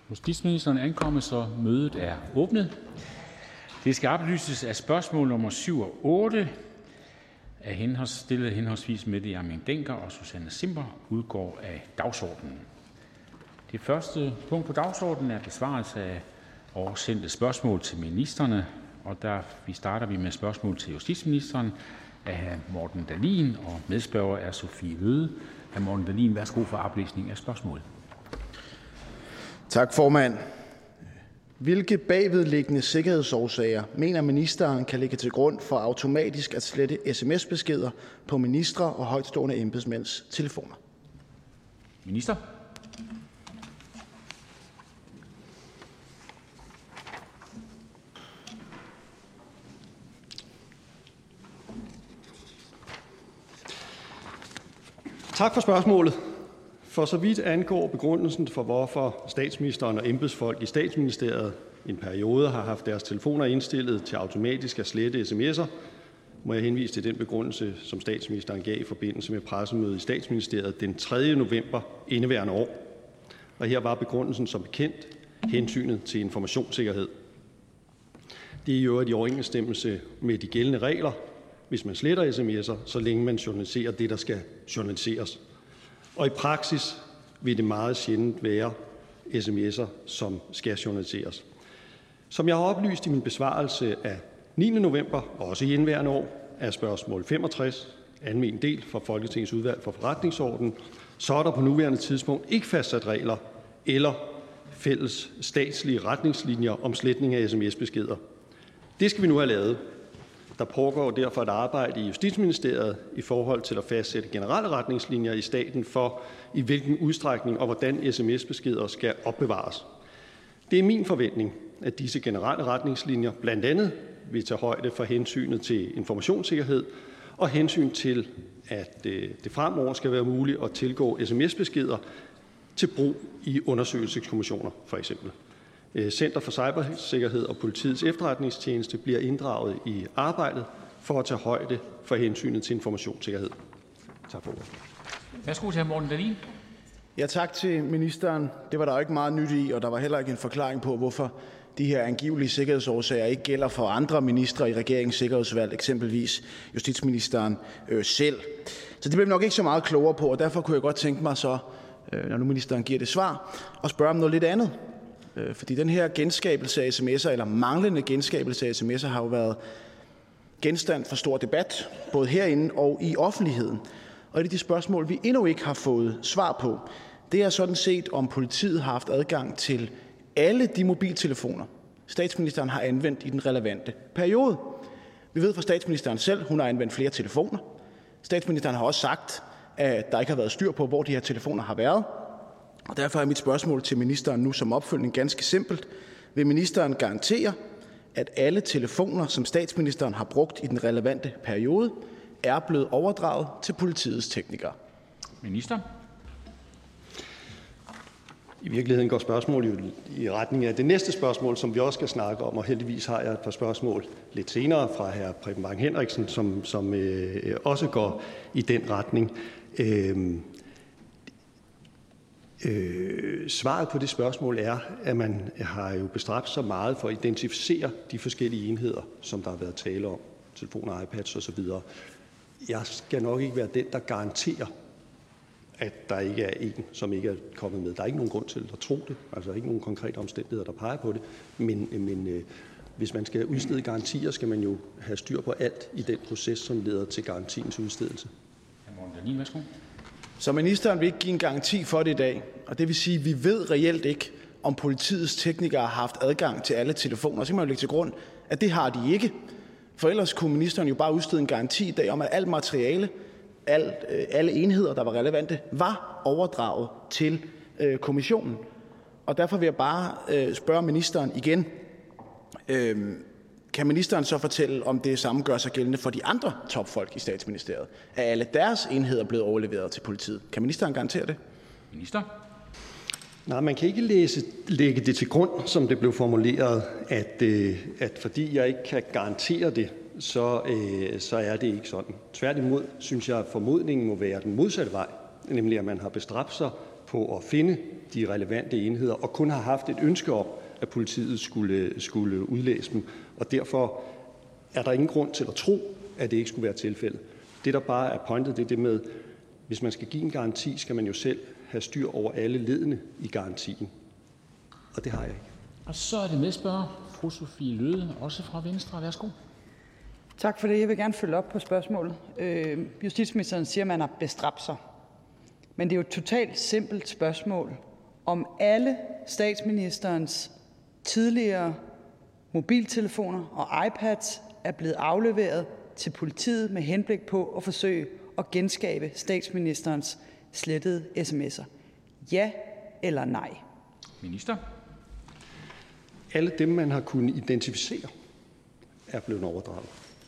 Justitsministeren er ankommet, så mødet er åbnet. Det skal oplyses, at spørgsmål nummer 7 og 8 er stillet henholdsvis Mette Hjermind Dencker og Susanne Zimmer udgår af dagsordenen. Det første punkt på dagsordenen er besvarelse af oversendte spørgsmål til ministerne, og vi starter med spørgsmål til justitsministeren af hr. Morten Dahlin, og medspørger er Sophie Løhde. Hr. Morten Dahlin, værsgo for oplæsning af spørgsmålet. Tak, formand. Hvilke bagvedliggende sikkerhedsårsager mener ministeren kan ligge til grund for automatisk at slette sms-beskeder på ministre og højtstående embedsmænds telefoner? Minister. Tak for spørgsmålet. For så vidt angår begrundelsen for, hvorfor statsministeren og embedsfolk i Statsministeriet en periode har haft deres telefoner indstillet til automatisk at slette sms'er, må jeg henvise til den begrundelse, som statsministeren gav i forbindelse med pressemødet i Statsministeriet den 3. november indeværende år. Og her var begrundelsen som bekendt hensynet til informationssikkerhed. Det er i øvrigt i overensstemmelse med de gældende regler, hvis man sletter sms'er, så længe man journaliserer det, der skal journaliseres. Og i praksis vil det meget sjældent være sms'er, som skal journaliseres. Som jeg har oplyst i min besvarelse af 9. november, også i indeværende år, af spørgsmål 65, almen del for Folketingets udvalg for forretningsorden, så er der på nuværende tidspunkt ikke fastsat regler eller fælles statslige retningslinjer om sletning af sms-beskeder. Det skal vi nu have lavet. Der pågår derfor et arbejde i Justitsministeriet i forhold til at fastsætte generelle retningslinjer i staten for, i hvilken udstrækning og hvordan sms-beskeder skal opbevares. Det er min forventning, at disse generelle retningslinjer blandt andet vil tage højde for hensynet til informationssikkerhed og hensyn til, at det fremover skal være muligt at tilgå sms-beskeder til brug i undersøgelseskommissioner for eksempel. Center for Cybersikkerhed og Politiets Efterretningstjeneste bliver inddraget i arbejdet for at tage højde for hensynet til informationssikkerhed. Tak for ordet. Værsgo til hr. Morten Dahlin. Ja, tak til ministeren. Det var der jo ikke meget nyt i, og der var heller ikke en forklaring på, hvorfor de her angivelige sikkerhedsårsager ikke gælder for andre ministre i regeringens sikkerhedsvalg, eksempelvis justitsministeren selv. Så det blev nok ikke så meget klogere på, og derfor kunne jeg godt tænke mig så, når nu ministeren giver det svar, at spørge om noget lidt andet. Fordi den her genskabelse af sms'er, eller manglende genskabelse af sms'er, har jo været genstand for stor debat, både herinde og i offentligheden. Og et af de spørgsmål, vi endnu ikke har fået svar på, det er sådan set, om politiet har haft adgang til alle de mobiltelefoner, statsministeren har anvendt i den relevante periode. Vi ved fra statsministeren selv, hun har anvendt flere telefoner. Statsministeren har også sagt, at der ikke har været styr på, hvor de her telefoner har været. Og derfor er mit spørgsmål til ministeren nu som opfølgning ganske simpelt. Vil ministeren garantere, at alle telefoner, som statsministeren har brugt i den relevante periode, er blevet overdraget til politiets teknikere? Minister. I virkeligheden går spørgsmålet jo i retning af det næste spørgsmål, som vi også skal snakke om, og heldigvis har jeg et par spørgsmål lidt senere fra hr. Preben Bang Henriksen, som også går i den retning. Svaret på det spørgsmål er, at man har jo bestræbt sig meget for at identificere de forskellige enheder, som der har været tale om, telefoner, iPads osv. Jeg skal nok ikke være den, der garanterer, at der ikke er en, som ikke er kommet med. Der er ikke nogen grund til at tro det, altså ikke nogen konkrete omstændigheder, der peger på det, men hvis man skal udstede garantier, skal man jo have styr på alt i den proces, som leder til garantiens udstedelse. Så ministeren vil ikke give en garanti for det i dag, og det vil sige, at vi ved reelt ikke, om politiets teknikere har haft adgang til alle telefoner. Så kan man jo lægge til grund, at det har de ikke. For ellers kunne ministeren jo bare udstede en garanti i dag om, at alt materiale, alle enheder, der var relevante, var overdraget til kommissionen. Og derfor vil jeg bare spørge ministeren igen. Kan ministeren så fortælle, om det samme gør sig gældende for de andre topfolk i Statsministeriet? Er alle deres enheder blevet overleveret til politiet? Kan ministeren garantere det? Minister. Nej, man kan ikke lægge det til grund, som det blev formuleret, at fordi jeg ikke kan garantere det, så er det ikke sådan. Tværtimod synes jeg, at formodningen må være den modsatte vej, nemlig at man har bestræbt sig på at finde de relevante enheder og kun har haft et ønske om, at politiet skulle udlæse dem. Og derfor er der ingen grund til at tro, at det ikke skulle være tilfældet. Det, der bare er pointet, det er det med, hvis man skal give en garanti, skal man jo selv have styr over alle leddene i garantien. Og det har jeg ikke. Og så er det medspørger, fru Sophie Løhde, også fra Venstre. Værsgo. Tak for det. Jeg vil gerne følge op på spørgsmålet. Justitsministeren siger, at man har bestræbt sig. Men det er jo et totalt simpelt spørgsmål, om alle statsministerens tidligere mobiltelefoner og iPads er blevet afleveret til politiet med henblik på at forsøge at genskabe statsministerens slettede sms'er. Ja eller nej? Minister. Alle dem, man har kunnet identificere, er blevet overdraget.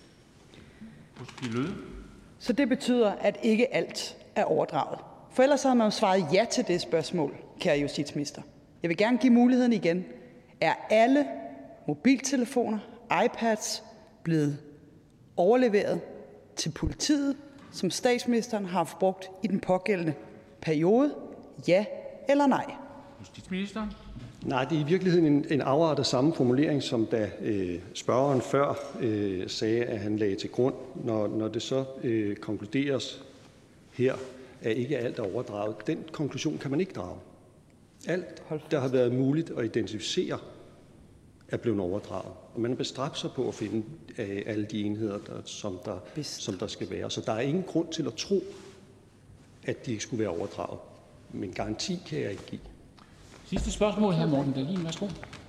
Så det betyder, at ikke alt er overdraget. For ellers havde man jo svaret ja til det spørgsmål, kære justitsminister. Jeg vil gerne give muligheden igen. Er alle mobiltelefoner, iPads blevet overleveret til politiet, som statsministeren har haft brugt i den pågældende periode? Ja eller nej? Justitsministeren. Nej, det er i virkeligheden en afart af samme formulering, som da spørgeren før sagde, at han lagde til grund. Når det så konkluderes her, at ikke alt er overdraget, den konklusion kan man ikke drage. Alt, der har været muligt at identificere, er blevet overdraget. Og man har bestræbt sig på at finde alle de enheder, som der skal være. Så der er ingen grund til at tro, at de ikke skulle være overdraget. Men garanti kan jeg ikke give. Sidste spørgsmål, hr. Morten Dahlin. Værsgo.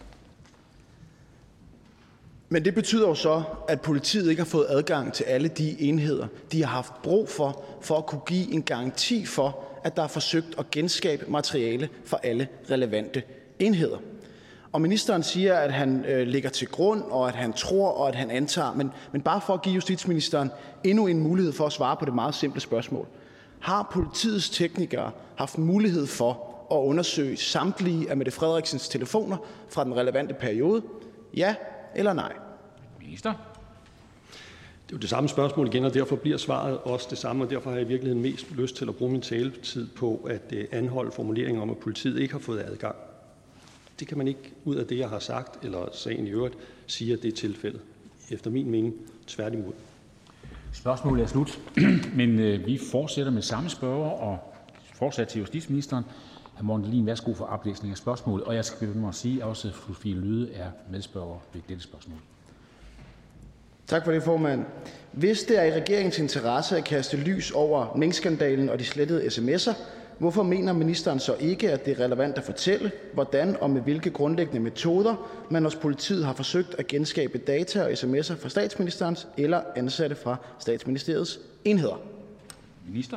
Men det betyder jo så, at politiet ikke har fået adgang til alle de enheder, de har haft brug for at kunne give en garanti for, at der er forsøgt at genskabe materiale for alle relevante enheder. Og ministeren siger, at han lægger til grund, og at han tror, og at han antager. Men bare for at give justitsministeren endnu en mulighed for at svare på det meget simple spørgsmål. Har politiets teknikere haft mulighed for at undersøge samtlige af Mette Frederiksens telefoner fra den relevante periode? Ja eller nej? Minister. Det er jo det samme spørgsmål igen, og derfor bliver svaret også det samme, og derfor har jeg i virkeligheden mest lyst til at bruge min taletid på at anholde formuleringen om, at politiet ikke har fået adgang. Det kan man ikke ud af det, jeg har sagt, eller sagen i øvrigt, sige, at det er tilfældet. Efter min mening tværtimod. Spørgsmålet er slut, men vi fortsætter med samme spørger og fortsat til justitsministeren. Hr. Morten Dahlin, værsgo for oplæsning af spørgsmålet. Og jeg skal begynde at sige, at også Sophie Løhde er medspørger ved dette spørgsmål. Tak for det, formand. Hvis det er i regeringens interesse at kaste lys over minkskandalen og de slettede sms'er, hvorfor mener ministeren så ikke, at det er relevant at fortælle, hvordan og med hvilke grundlæggende metoder man hos politiet har forsøgt at genskabe data og sms'er fra statsministerens eller ansatte fra statsministeriets enheder? Minister.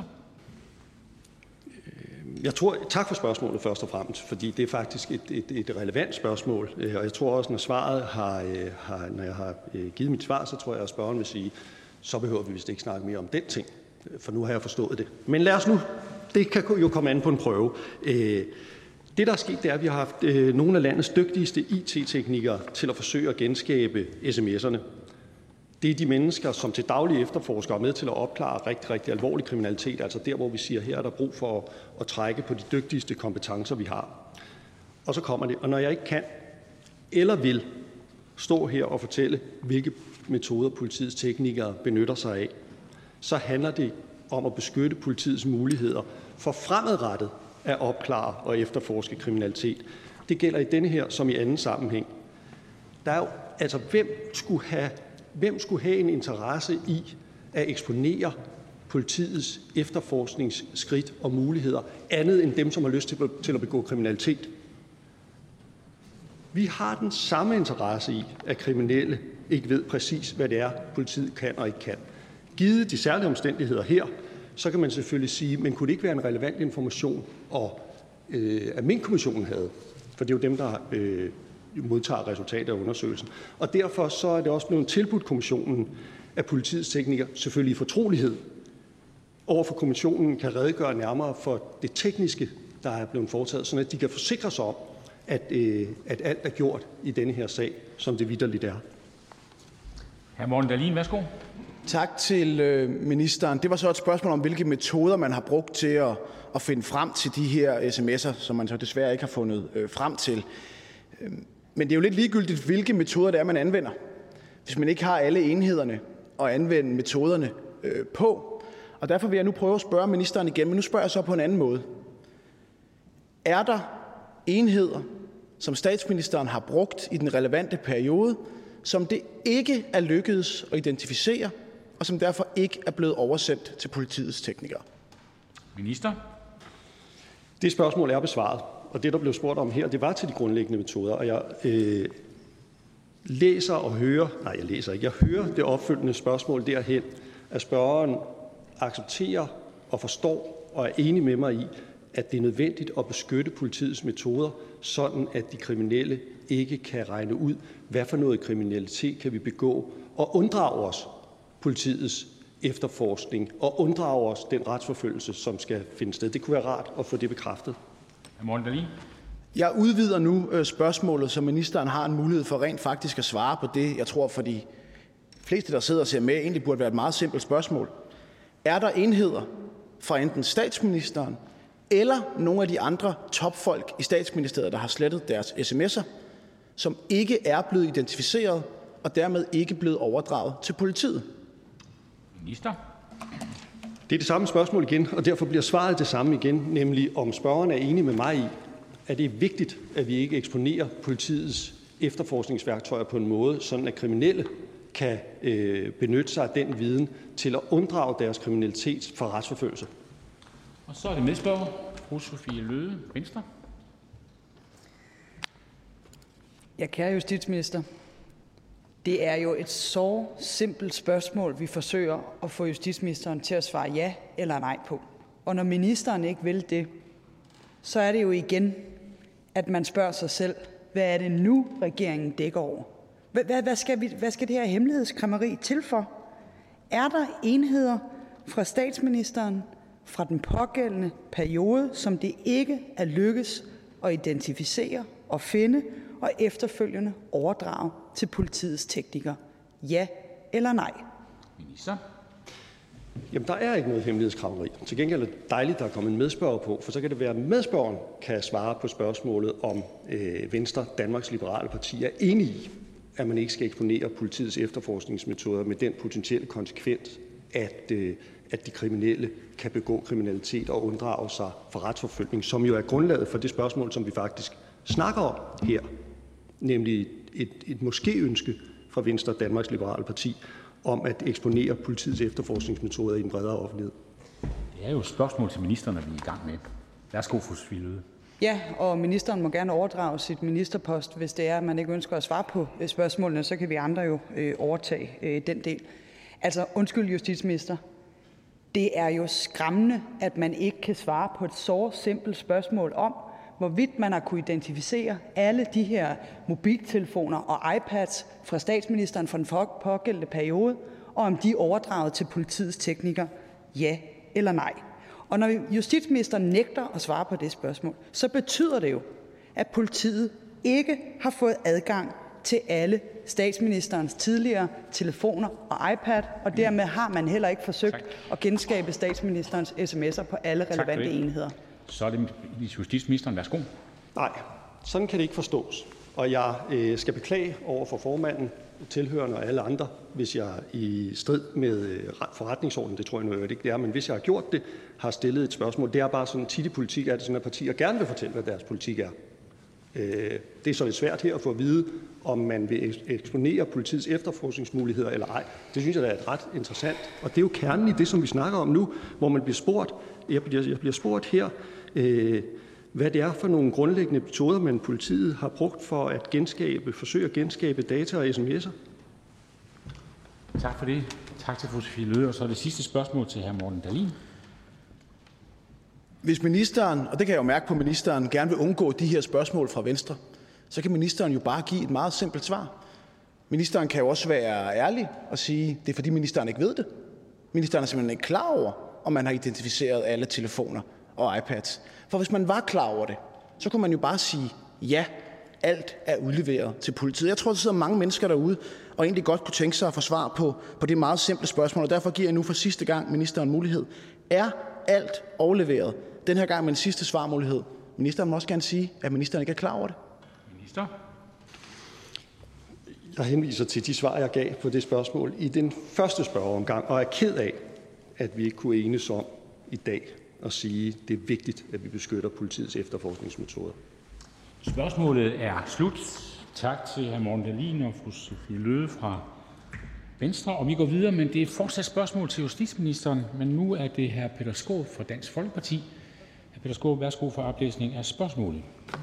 Tak for spørgsmålet først og fremmest, fordi det er faktisk et relevant spørgsmål. Og jeg tror også, når jeg har givet mit svar, så tror jeg, at spørgeren vil sige, så behøver vi vist ikke snakke mere om den ting, for nu har jeg forstået det. Men lad os nu, det kan jo komme an på en prøve. Det, der er sket, det er, at vi har haft nogle af landets dygtigste IT-teknikere til at forsøge at genskabe sms'erne. Det er de mennesker, som til daglig efterforsker er med til at opklare rigtig, rigtig alvorlig kriminalitet, altså der, hvor vi siger, her er der brug for at trække på de dygtigste kompetencer, vi har. Og så kommer det, og når jeg ikke kan eller vil stå her og fortælle, hvilke metoder politiets teknikere benytter sig af, så handler det om at beskytte politiets muligheder for fremadrettet at opklare og efterforske kriminalitet. Det gælder i denne her som i anden sammenhæng. Der er jo, altså, hvem skulle have en interesse i at eksponere politiets efterforskningsskridt og muligheder, andet end dem, som har lyst til at begå kriminalitet? Vi har den samme interesse i, at kriminelle ikke ved præcis, hvad det er, politiet kan og ikke kan. Givet de særlige omstændigheder her, så kan man selvfølgelig sige, men kunne det ikke være en relevant information, at Minkkommissionen havde? For det er jo dem, der modtager resultatet af undersøgelsen. Og derfor så er det også blevet tilbudt kommissionen, at politiets teknikere, selvfølgelig i fortrolighed, overfor kommissionen kan redegøre nærmere for det tekniske, der er blevet foretaget, sådan at de kan forsikre sig om, at alt er gjort i denne her sag, som det vitterligt er. Hr. Morten Dahlin, værsgo. Tak til ministeren. Det var så et spørgsmål om, hvilke metoder man har brugt til at finde frem til de her sms'er, som man så desværre ikke har fundet frem til. Men det er jo lidt ligegyldigt, hvilke metoder det er, man anvender, hvis man ikke har alle enhederne at anvende metoderne på. Og derfor vil jeg nu prøve at spørge ministeren igen, men nu spørger jeg så på en anden måde. Er der enheder, som statsministeren har brugt i den relevante periode, som det ikke er lykkedes at identificere, og som derfor ikke er blevet oversendt til politiets teknikere? Minister? Det spørgsmål er besvaret, og det, der blev spurgt om her, det var til de grundlæggende metoder, og jeg jeg hører det opfølgende spørgsmål derhen, at spørgeren accepterer og forstår og er enig med mig i, at det er nødvendigt at beskytte politiets metoder, sådan at de kriminelle ikke kan regne ud, hvad for noget kriminalitet kan vi begå, og unddrage os politiets efterforskning og unddrage os den retsforfølgelse, som skal finde sted. Det kunne være rart at få det bekræftet. Morten Dahlin? Jeg udvider nu spørgsmålet, så ministeren har en mulighed for rent faktisk at svare på det, jeg tror for de fleste, der sidder og ser med, egentlig burde være et meget simpelt spørgsmål. Er der enheder fra enten statsministeren eller nogle af de andre topfolk i statsministeriet, der har slettet deres sms'er, som ikke er blevet identificeret og dermed ikke blevet overdraget til politiet? Minister? Det er det samme spørgsmål igen, og derfor bliver svaret det samme igen, nemlig om spørgeren er enig med mig i, at det er vigtigt, at vi ikke eksponerer politiets efterforskningsværktøjer på en måde, sådan at kriminelle kan benytte sig af den viden til at unddrage deres kriminalitet fra retsforfølgelse. Og så er det medspørger, fru Sophie Løhde, Venstre. Ja, kære justitsminister, det er jo et så simpelt spørgsmål, vi forsøger at få justitsministeren til at svare ja eller nej på. Og når ministeren ikke vil det, så er det jo igen, at man spørger sig selv, hvad er det nu, regeringen dækker over? Hvad skal det her hemmelighedskræmmeri til for? Er der enheder fra statsministeren fra den pågældende periode, som det ikke er lykkes at identificere og finde og efterfølgende overdrage til politiets teknikere? Ja eller nej? Minister? Jamen, der er ikke noget hemmelighedskræmmeri. Til gengæld er det dejligt, at der er kommet en medspørger på, for så kan det være, at medspørgeren kan svare på spørgsmålet, om Venstre, Danmarks Liberale Parti, er enige i, at man ikke skal eksponere politiets efterforskningsmetoder med den potentielle konsekvens, at de kriminelle kan begå kriminalitet og unddrage sig fra retsforfølgning, som jo er grundlaget for det spørgsmål, som vi faktisk snakker om her, nemlig et måske-ønske fra Venstre, Danmarks Liberale Parti, om at eksponere politiets efterforskningsmetoder i en bredere offentlighed. Det er jo et spørgsmål til ministeren, vi er i gang med. Værsgo, fru Sophie Løhde. Ja, og ministeren må gerne overdrage sit ministerpost, hvis det er, at man ikke ønsker at svare på spørgsmålene, så kan vi andre jo overtage den del. Altså, undskyld justitsminister, det er jo skræmmende, at man ikke kan svare på et så simpelt spørgsmål om, hvorvidt man har kunne identificere alle de her mobiltelefoner og iPads fra statsministeren fra den pågældende periode, og om de er overdraget til politiets teknikere, ja eller nej. Og når justitsministeren nægter at svare på det spørgsmål, så betyder det jo, at politiet ikke har fået adgang til alle statsministerens tidligere telefoner og iPad, og dermed har man heller ikke forsøgt at genskabe statsministerens sms'er på alle relevante enheder. Så er det justitsministeren. Værsgo. Nej, sådan kan det ikke forstås. Og jeg skal beklage over for formanden, tilhørende og alle andre, hvis jeg i strid med forretningsordenen, det tror jeg nu ikke det er, men hvis jeg har gjort det, har stillet et spørgsmål. Det er bare sådan, tit i politik er det sådan, at partier gerne vil fortælle, hvad deres politik er. Det er så lidt svært her at få at vide, om man vil eksponere politiets efterforskningsmuligheder eller ej. Det synes jeg da er ret interessant. Og det er jo kernen i det, som vi snakker om nu, hvor man bliver spurgt. Jeg bliver spurgt her, hvad det er for nogle grundlæggende metoder, man politiet har brugt for at forsøge at genskabe data og sms'er. Tak for det. Tak til fru Sophie Løhde. Og så er det sidste spørgsmål til hr. Morten Dahlin. Hvis ministeren, og det kan jeg jo mærke på ministeren, gerne vil undgå de her spørgsmål fra Venstre, så kan ministeren jo bare give et meget simpelt svar. Ministeren kan jo også være ærlig og sige, at det er fordi ministeren ikke ved det. Ministeren er simpelthen ikke klar over, om man har identificeret alle telefoner og iPads. For hvis man var klar over det, så kunne man jo bare sige ja. alt er udleveret til politiet? Jeg tror, der sidder mange mennesker derude og egentlig godt kunne tænke sig at få svar på det meget simple spørgsmål, og derfor giver jeg nu for sidste gang ministeren mulighed. Er alt overleveret? Den her gang med en sidste svarmulighed. Ministeren må også gerne sige, at ministeren ikke er klar over det. Minister? Jeg henviser til de svar, jeg gav på det spørgsmål i den første spørgeomgang, og er ked af, at vi ikke kunne enes om i dag at sige, at det er vigtigt, at vi beskytter politiets efterforskningsmetoder. Spørgsmålet er slut. Tak til hr. Morten Dahlin og fru Sophie Løhde fra Venstre. Og vi går videre, men det er fortsat spørgsmål til justitsministeren. Men nu er det hr. Peter Skaarup fra Dansk Folkeparti. Hr. Peter Skaarup, værsgo for oplæsning af spørgsmålet.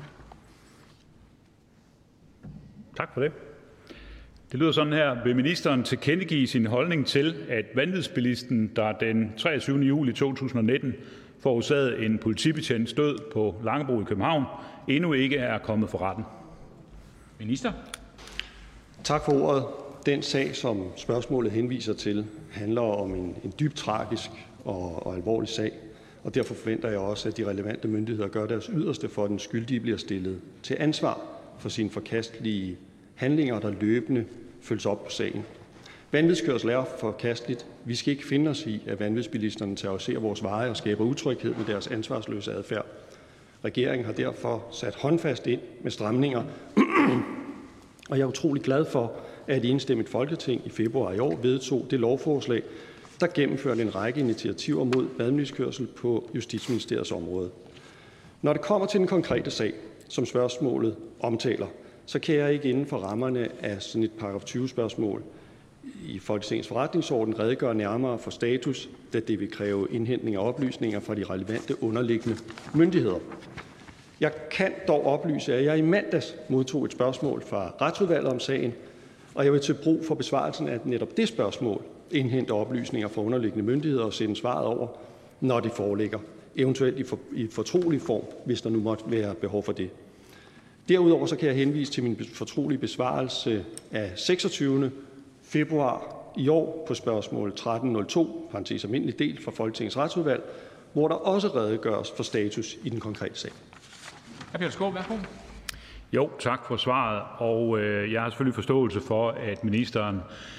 Tak for det. Det lyder sådan her. Vil ministeren tilkendegive sin holdning til, at vanvidsbilisten, der den 23. juli 2019 forårsagede en politibetjents død på Langebro i København, endnu ikke er kommet for retten? Minister? Tak for ordet. Den sag, som spørgsmålet henviser til, handler om en dybt tragisk og alvorlig sag, og derfor forventer jeg også, at de relevante myndigheder gør deres yderste for, at den skyldige bliver stillet til ansvar for sine forkastelige handlinger, der løbende følges op på sagen. Vanvidskørsel er forkasteligt. Vi skal ikke finde os i, at vanvidsbilisterne terroriserer vores veje og skaber utryghed med deres ansvarsløse adfærd. Regeringen har derfor sat håndfast ind med stramninger, og jeg er utrolig glad for, at et enstemmigt Folketing i februar i år vedtog det lovforslag, der gennemførte en række initiativer mod vanvidskørsel på Justitsministeriets område. Når det kommer til den konkrete sag, som spørgsmålet omtaler, så kan jeg ikke inden for rammerne af sådan et paragraf 20-spørgsmål i Folketingets forretningsorden redegøre nærmere for status, da det vil kræve indhentning af oplysninger fra de relevante underliggende myndigheder. Jeg kan dog oplyse, at jeg i mandags modtog et spørgsmål fra Retsudvalget om sagen, og jeg vil til brug for besvarelsen af netop det spørgsmål indhente oplysninger fra underliggende myndigheder og sende svaret over, når det foreligger, eventuelt i fortrolig form, hvis der nu måtte være behov for det. Derudover så kan jeg henvise til min fortrolige besvarelse af 26. februar i år på spørgsmål 1302, parentes almindelig del fra Folketingets Retsudvalg, hvor der også redegøres for status i den konkrete sag. Hr. Peter Skaarup, værsgo. Jo, tak for svaret. Og jeg har selvfølgelig forståelse for, at ministeren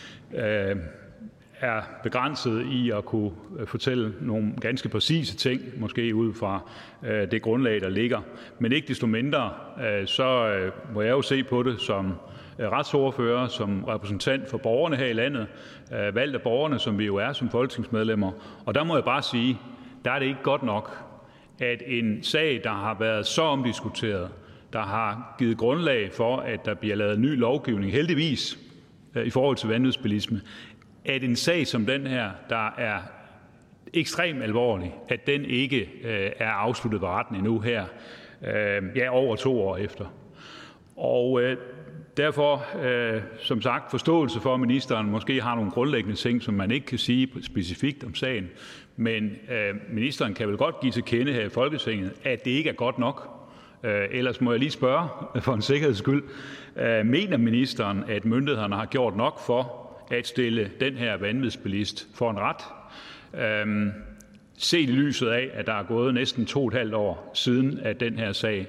er begrænset i at kunne fortælle nogle ganske præcise ting, måske ud fra det grundlag, der ligger. Men ikke desto mindre, så må jeg jo se på det som retsordfører, som repræsentant for borgerne her i landet, valgt af borgerne, som vi jo er som folketingsmedlemmer. Og der må jeg bare sige, der er det ikke godt nok, at en sag, der har været så omdiskuteret, der har givet grundlag for, at der bliver lavet ny lovgivning, heldigvis, i forhold til vanvidsbilisme, at en sag som den her, der er ekstremt alvorlig, at den ikke er afsluttet ved retten endnu her, over 2 år efter. Og derfor, som sagt, forståelse for, at ministeren måske har nogle grundlæggende ting, som man ikke kan sige specifikt om sagen, men ministeren kan vel godt give til kende her i Folketinget, at det ikke er godt nok. Ellers må jeg lige spørge for en sikkerheds skyld. Mener ministeren, at myndighederne har gjort nok for at stille den her vanvidsbilist for en ret? Set i lyset af, at der er gået næsten 2,5 år siden, at den her sag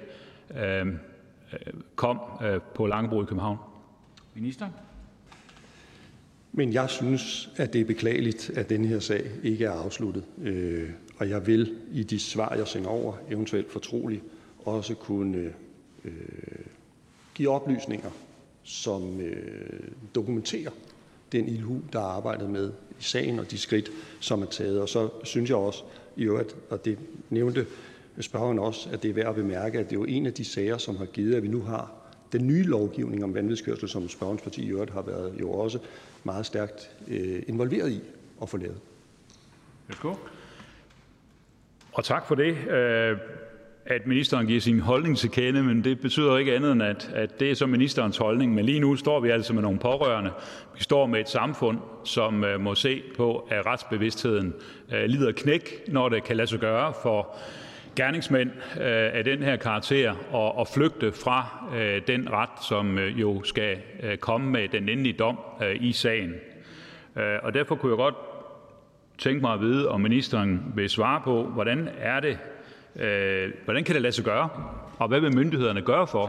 kom på Langebro i København. Minister? Men jeg synes, at det er beklageligt, at denne her sag ikke er afsluttet. Og jeg vil i de svar, jeg sender over, eventuelt fortroligt, også kunne give oplysninger, som dokumenterer den ildhu, der er arbejdet med i sagen og de skridt, som er taget. Og så synes jeg også i øvrigt, og det nævnte spørgeren også, at det er værd at bemærke, at det er jo en af de sager, som har givet, at vi nu har den nye lovgivning om vanvidskørsel, som spørgerens parti i øvrigt har været jo også meget stærkt involveret i at få lavet. Værsgo. Og tak for det, at ministeren giver sin holdning til kende, men det betyder ikke andet end, at det er så ministerens holdning. Men lige nu står vi altså med nogle pårørende. Vi står med et samfund, som må se på, at retsbevidstheden lider knæk, når det kan lade sig gøre for gerningsmænd af den her karakter og flygte fra den ret, som jo skal komme med den endelige dom i sagen. Og derfor kunne jeg godt tænke mig at vide, om ministeren vil svare på, hvordan kan det lade sig gøre, og hvad vil myndighederne gøre for,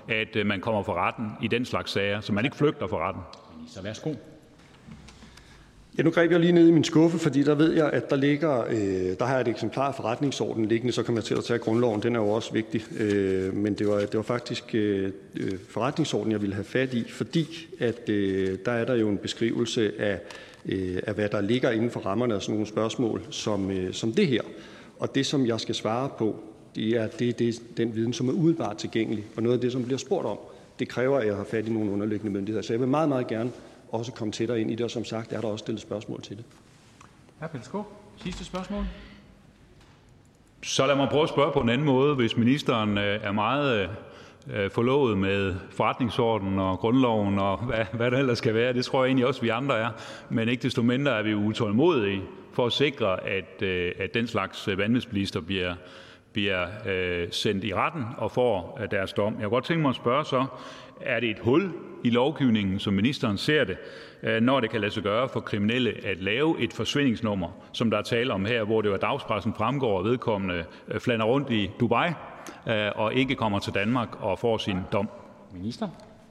at man kommer for retten i den slags sager, så man ikke flygter fra retten? Så værsgo. Ja, nu greb jeg lige ned i min skuffe, fordi der ved jeg, at der har jeg et eksemplar af forretningsordenen liggende, så kommer jeg til at tage grundloven, den er jo også vigtig. Men det var faktisk forretningsordenen, jeg ville have fat i, fordi at der er der jo en beskrivelse af hvad der ligger inden for rammerne af sådan nogle spørgsmål som det her. Og det, som jeg skal svare på, det er den viden, som er umiddelbart tilgængelig. Og noget af det, som bliver spurgt om, det kræver, at jeg har fat i nogle underliggende myndigheder. Så jeg vil meget, meget gerne også komme tættere ind i det, og som sagt er der også stillet spørgsmål til det. Hr. Peter Skaarup, sidste spørgsmål. Så lad mig prøve at spørge på en anden måde. Hvis ministeren er meget forlovet med forretningsordenen og grundloven og hvad der ellers skal være, det tror jeg egentlig også, vi andre er. Men ikke desto mindre er vi utålmodige for at sikre, at den slags vanvidsbilister bliver sendt i retten og får deres dom. Jeg kunne godt tænke mig at spørge så, er det et hul i lovgivningen, som ministeren ser det, når det kan lade sig gøre for kriminelle at lave et forsvindingsnummer, som der er tale om her, hvor det jo af dagspressen fremgår, at vedkommende flander rundt i Dubai og ikke kommer til Danmark og får sin dom? Minister?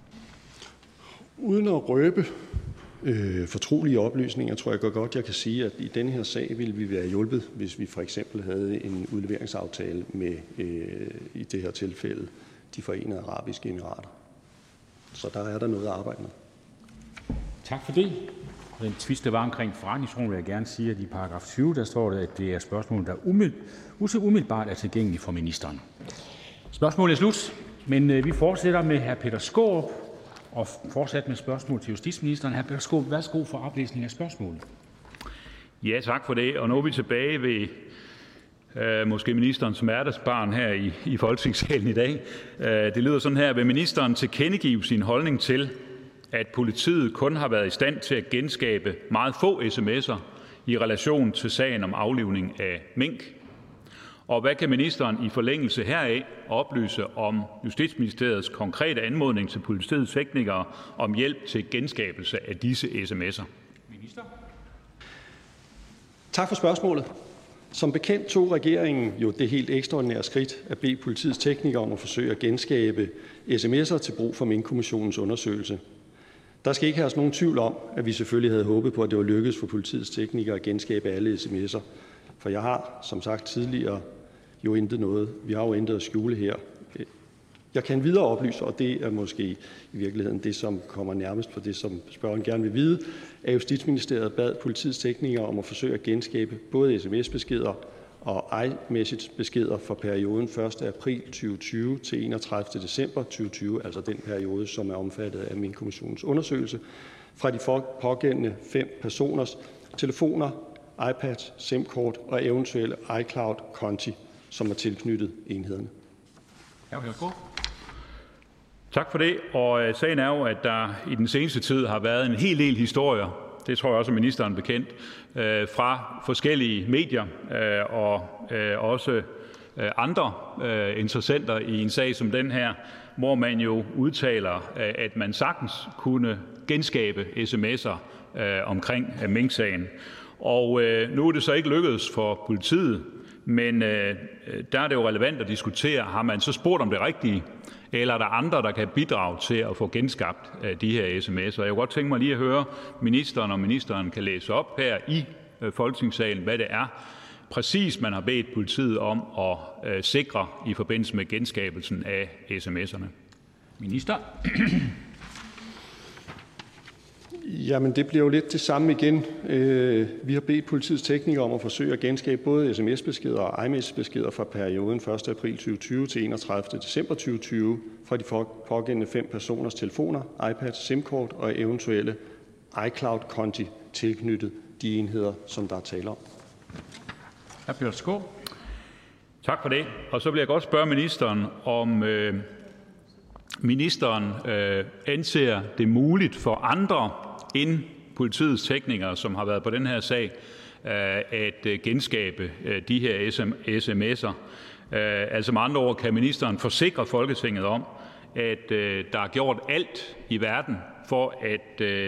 Uden at røbe fortrolige oplysninger, tror jeg godt, jeg kan sige, at i denne her sag ville vi være hjulpet, hvis vi for eksempel havde en udleveringsaftale med, i det her tilfælde, de Forenede Arabiske Emirater. Så der er der noget at arbejde med. Tak for det. Den tvist, der var omkring forretningsordenen, vil jeg gerne sige, at i paragraf 20, der står det, at det er spørgsmål, der umiddelbart er tilgængelige for ministeren. Spørgsmålet er slut, men vi fortsætter med hr. Peter Skaarup og fortsat med spørgsmål til justitsministeren. Hr. Peter Skaarup, værsgo for oplæsning af spørgsmålet. Ja, tak for det. Og nu er vi tilbage ved måske ministerens smertesbarn her i Folketingssalen i dag. Det lyder sådan her: vil ministeren tilkendegive sin holdning til, at politiet kun har været i stand til at genskabe meget få sms'er i relation til sagen om aflivning af mink? Og hvad kan ministeren i forlængelse heraf oplyse om Justitsministeriets konkrete anmodning til politiets teknikere om hjælp til genskabelse af disse sms'er? Minister? Tak for spørgsmålet. Som bekendt tog regeringen jo det helt ekstraordinære skridt at bede politiets teknikere om at forsøge at genskabe sms'er til brug for Minkkommissionens undersøgelse. Der skal ikke herske nogen tvivl om, at vi selvfølgelig havde håbet på, at det var lykkedes for politiets teknikere at genskabe alle sms'er. For jeg har, som sagt tidligere, vi har jo intet at skjule her. Jeg kan videre oplyse, og det er måske i virkeligheden det, som kommer nærmest på det, som spørgeren gerne vil vide, at Justitsministeriet bad politiets teknikere om at forsøge at genskabe både sms-beskeder og iMessage-beskeder for perioden 1. april 2020 til 31. december 2020, altså den periode, som er omfattet af Minkkommissionens undersøgelse, fra de pågældende 5 personers telefoner, iPads, SIM-kort og eventuelle iCloud-konti, som er tilknyttet enhederne. Tak for det. Og sagen er jo, at der i den seneste tid har været en hel del historier, det tror jeg også er ministeren bekendt, fra forskellige medier og også andre interessenter i en sag som den her, hvor man jo udtaler, at man sagtens kunne genskabe sms'er omkring Mink-sagen. Og nu er det så ikke lykkedes for politiet, men der er det jo relevant at diskutere, har man så spurgt om det rigtige, eller er der andre, der kan bidrage til at få genskabt de her sms'er? Jeg kunne godt tænke mig lige at høre ministeren, om ministeren kan læse op her i Folketingssalen, hvad det er præcis, man har bedt politiet om at sikre i forbindelse med genskabelsen af sms'erne. Minister? Jamen, det bliver jo lidt det samme igen. Vi har bedt politiets teknikere om at forsøge at genskabe både sms-beskeder og iMessage-beskeder fra perioden 1. april 2020 til 31. december 2020 fra de pågældende 5 personers telefoner, iPads, SIM-kort og eventuelle iCloud-konti tilknyttet de enheder, som der er tale om. Hr. Peter Skaarup. Tak for det. Og så vil jeg godt spørge ministeren, om ministeren anser det muligt for andre end politiets teknikere, som har været på den her sag, at genskabe de her sms'er. Altså med andre ord, kan ministeren forsikre Folketinget om, at der er gjort alt i verden for at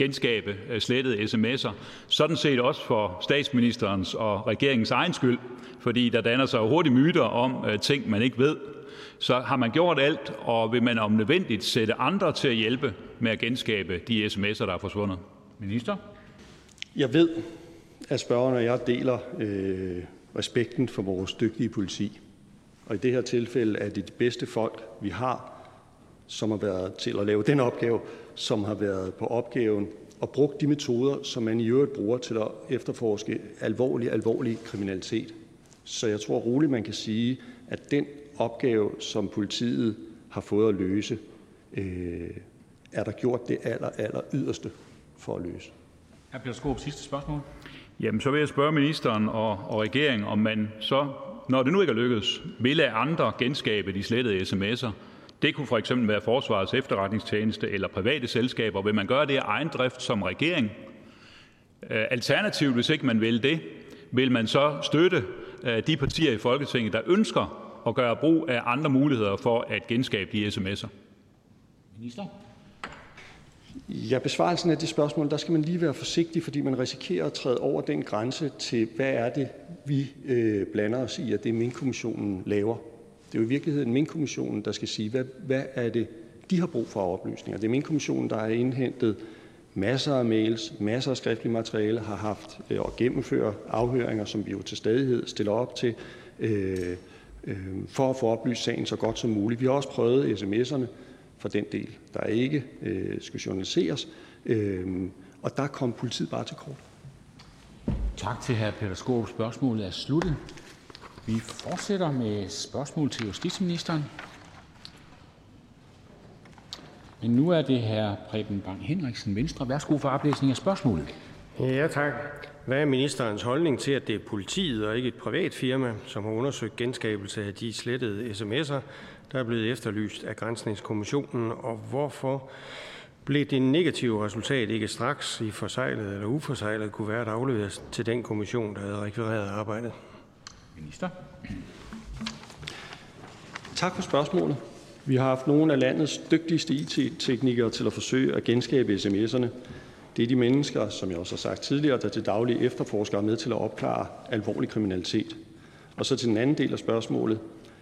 genskabe slettede sms'er. Sådan set også for statsministerens og regeringens egen skyld, fordi der danner sig hurtigt myter om ting, man ikke ved. Så har man gjort alt, og vil man om nødvendigt sætte andre til at hjælpe med at genskabe de sms'er, der er forsvundet? Minister? Jeg ved, at spørgeren og jeg deler respekten for vores dygtige politi. Og i det her tilfælde er det de bedste folk, vi har, som har været til at lave den opgave, som har været på opgaven og brugt de metoder, som man i øvrigt bruger til at efterforske alvorlig kriminalitet. Så jeg tror roligt, man kan sige, at den opgave, som politiet har fået at løse, er der gjort det aller yderste for at løse. Hr. Peter Skaarup, sidste spørgsmål. Jamen, så vil jeg spørge ministeren og regeringen, om man så, når det nu ikke er lykkedes, vil lade andre genskabe de slettede sms'er. Det kunne for eksempel være Forsvarets Efterretningstjeneste eller private selskaber. Vil man gøre det af egen drift som regering? Alternativt, hvis ikke man vil det, vil man så støtte de partier i Folketinget, der ønsker at gøre brug af andre muligheder for at genskabe de sms'er? Minister? Ja, besvarelsen af det spørgsmål, der skal man lige være forsigtig, fordi man risikerer at træde over den grænse til, hvad er det, vi blander os i, at det Minkkommissionen laver. Det er jo i virkeligheden Minkkommissionen, der skal sige, hvad er det, de har brug for oplysninger. Det er Minkkommissionen, der har indhentet masser af mails, masser af skriftlige materiale, har haft og gennemfører afhøringer, som vi jo til stadighed stiller op til, for at få oplyst sagen så godt som muligt. Vi har også prøvet sms'erne for den del, der ikke skal journaliseres, og der kom politiet bare til kort. Tak til hr. Peter Skaarup. Spørgsmålet er sluttet. Vi fortsætter med spørgsmål til justitsministeren. Men nu er det hr. Preben Bang Henriksen, Venstre. Værsgo for oplæsning af spørgsmålet. Ja, tak. Hvad er ministerens holdning til, at det er politiet og ikke et privat firma, som har undersøgt genskabelse af de slettede sms'er, der er blevet efterlyst af Granskningskommissionen, og hvorfor blev det negative resultat ikke straks i forseglet eller uforseglet kuvert afleveret til den kommission, der havde rekvireret arbejdet? Minister. Tak for spørgsmålet. Vi har haft nogle af landets dygtigste IT-teknikere til at forsøge at genskabe sms'erne. Det er de mennesker, som jeg også har sagt tidligere, der til daglig efterforsker er med til at opklare alvorlig kriminalitet. Og så til den anden del af spørgsmålet.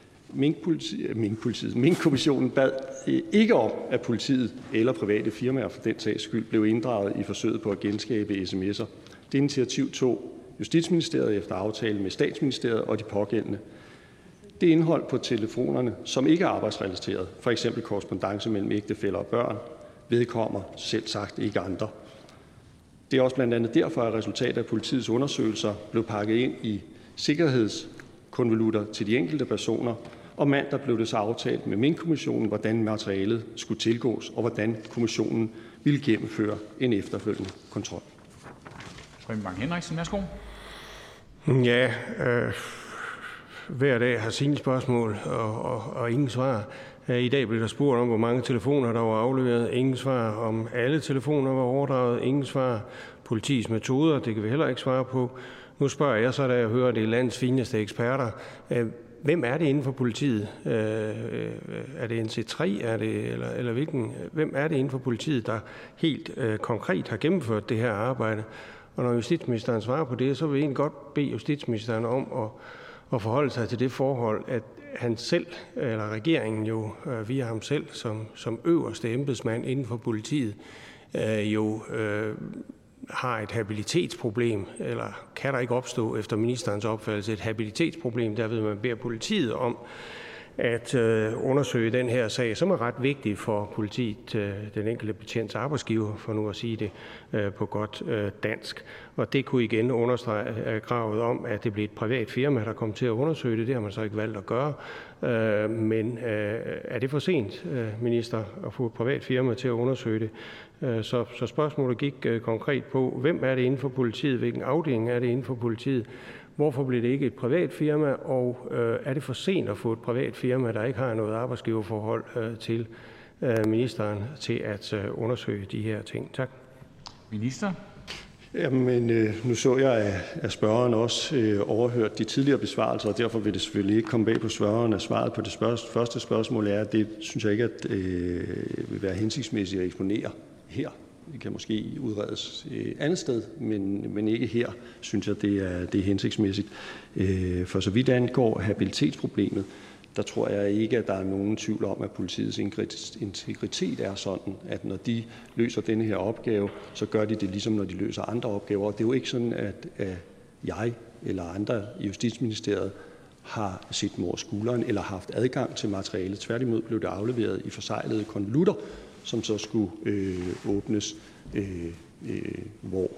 Minkkommissionen bad ikke om, at politiet eller private firmaer for den sags skyld blev inddraget i forsøget på at genskabe sms'er. Det initiativ tog Justitsministeriet efter aftale med Statsministeriet og de pågældende. Det indhold på telefonerne, som ikke er arbejdsrelateret, f.eks. korrespondance mellem ægtefæller og børn, vedkommer selv sagt ikke andre. Det er også blandt andet derfor, at resultatet af politiets undersøgelser blev pakket ind i sikkerhedskonvolutter til de enkelte personer, og mandag blev det så aftalt med Minkkommissionen, hvordan materialet skulle tilgås, og hvordan kommissionen ville gennemføre en efterfølgende kontrol. Preben Bang Henriksen, værsgo. Ja, hver dag har sine spørgsmål og ingen svar. I dag blev der spurgt om, hvor mange telefoner, der var afleveret. Ingen svar. Om alle telefoner var overdraget. Ingen svar. Politiets metoder, det kan vi heller ikke svare på. Nu spørger jeg så, da jeg hører, det er landets fineste eksperter. Hvem er det inden for politiet? Er det NC3? Eller hvilken? Hvem er det inden for politiet, der helt konkret har gennemført det her arbejde? Og når justitsministeren svarer på det, så vil jeg egentlig godt bede justitsministeren om at forholde sig til det forhold, at han selv, eller regeringen jo via ham selv, som øverste embedsmand inden for politiet, har et habilitetsproblem, eller kan der ikke opstå efter ministerens opfattelse et habilitetsproblem, derved man beder politiet om at undersøge den her sag, som er ret vigtig for politiet, den enkelte betjents arbejdsgiver, for nu at sige det på godt dansk. Og det kunne igen understrege kravet om, at det blev et privat firma, der kom til at undersøge det. Det har man så ikke valgt at gøre. Men er det for sent, minister, at få et privat firma til at undersøge det? Så spørgsmålet gik konkret på, hvem er det inden for politiet? Hvilken afdeling er det inden for politiet? Hvorfor blev det ikke et privat firma, og er det for sent at få et privat firma, der ikke har noget arbejdsgiverforhold til ministeren, til at undersøge de her ting? Tak. Minister. Jamen, nu så jeg, at spørgeren også overhørte de tidligere besvarelser, og derfor vil det selvfølgelig ikke komme bag på spørgeren, at svaret på det første spørgsmål er, at det synes jeg ikke, at vil være hensigtsmæssigt at eksponere her. kan måske udredes andet sted, men ikke her, synes jeg, det er hensigtsmæssigt. For så vidt angår habilitetsproblemet, der tror jeg ikke, at der er nogen tvivl om, at politiets integritet er sådan, at når de løser denne her opgave, så gør de det ligesom, når de løser andre opgaver. Og det er jo ikke sådan, at jeg eller andre i Justitsministeriet har set dem over skulderen eller haft adgang til materialet. Tværtimod blev det afleveret i forsejlede konvolutter, som så skulle åbnes, hvor.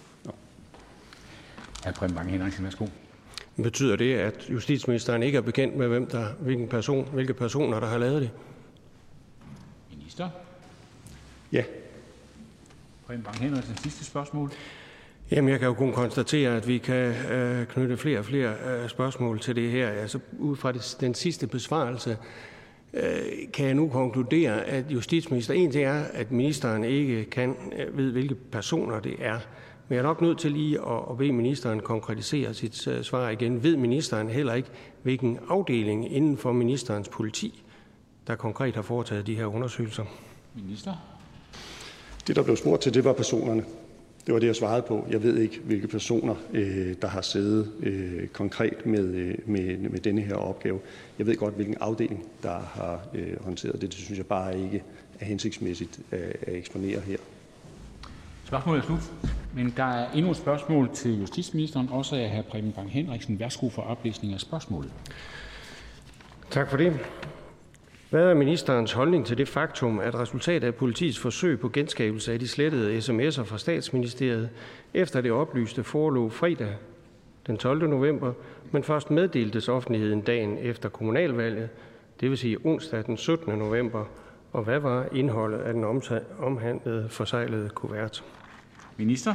Hr. Preben Bang Henriksen, værsgo. Betyder det, at justitsministeren ikke er bekendt med, hvilke personer, der har lavet det? Minister? Ja. Preben Bang Henriksen, sidste spørgsmål. Jamen, jeg kan jo kun konstatere, at vi kan knytte flere og flere spørgsmål til det her. Altså, ud fra den sidste besvarelse, kan jeg nu konkludere, at justitsministeren, en ting er, at ministeren ikke ved, hvilke personer det er, men jeg er nok nødt til lige at bede ministeren konkretisere sit svar igen. Ved ministeren heller ikke, hvilken afdeling inden for ministerens politi, der konkret har foretaget de her undersøgelser? Minister? Det, der blev spurgt til, det var personerne. Det var det, jeg svarede på. Jeg ved ikke, hvilke personer, der har siddet konkret med denne her opgave. Jeg ved godt, hvilken afdeling, der har håndteret det. Det synes jeg bare ikke er hensigtsmæssigt at eksponere her. Spørgsmålet er slut, men der er endnu et spørgsmål til justitsministeren, også af hr. Preben Bang Henriksen. Værsgo for oplæsning af spørgsmålet. Tak for det. Hvad er ministerens holdning til det faktum, at resultatet af politiets forsøg på genskabelse af de slettede sms'er fra Statsministeriet efter det oplyste forelå fredag den 12. november, men først meddeltes offentligheden dagen efter kommunalvalget, det vil sige onsdag den 17. november, og hvad var indholdet af den omhandlede forsejlede kuvert? Minister?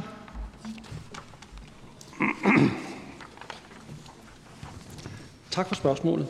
Tak for spørgsmålet.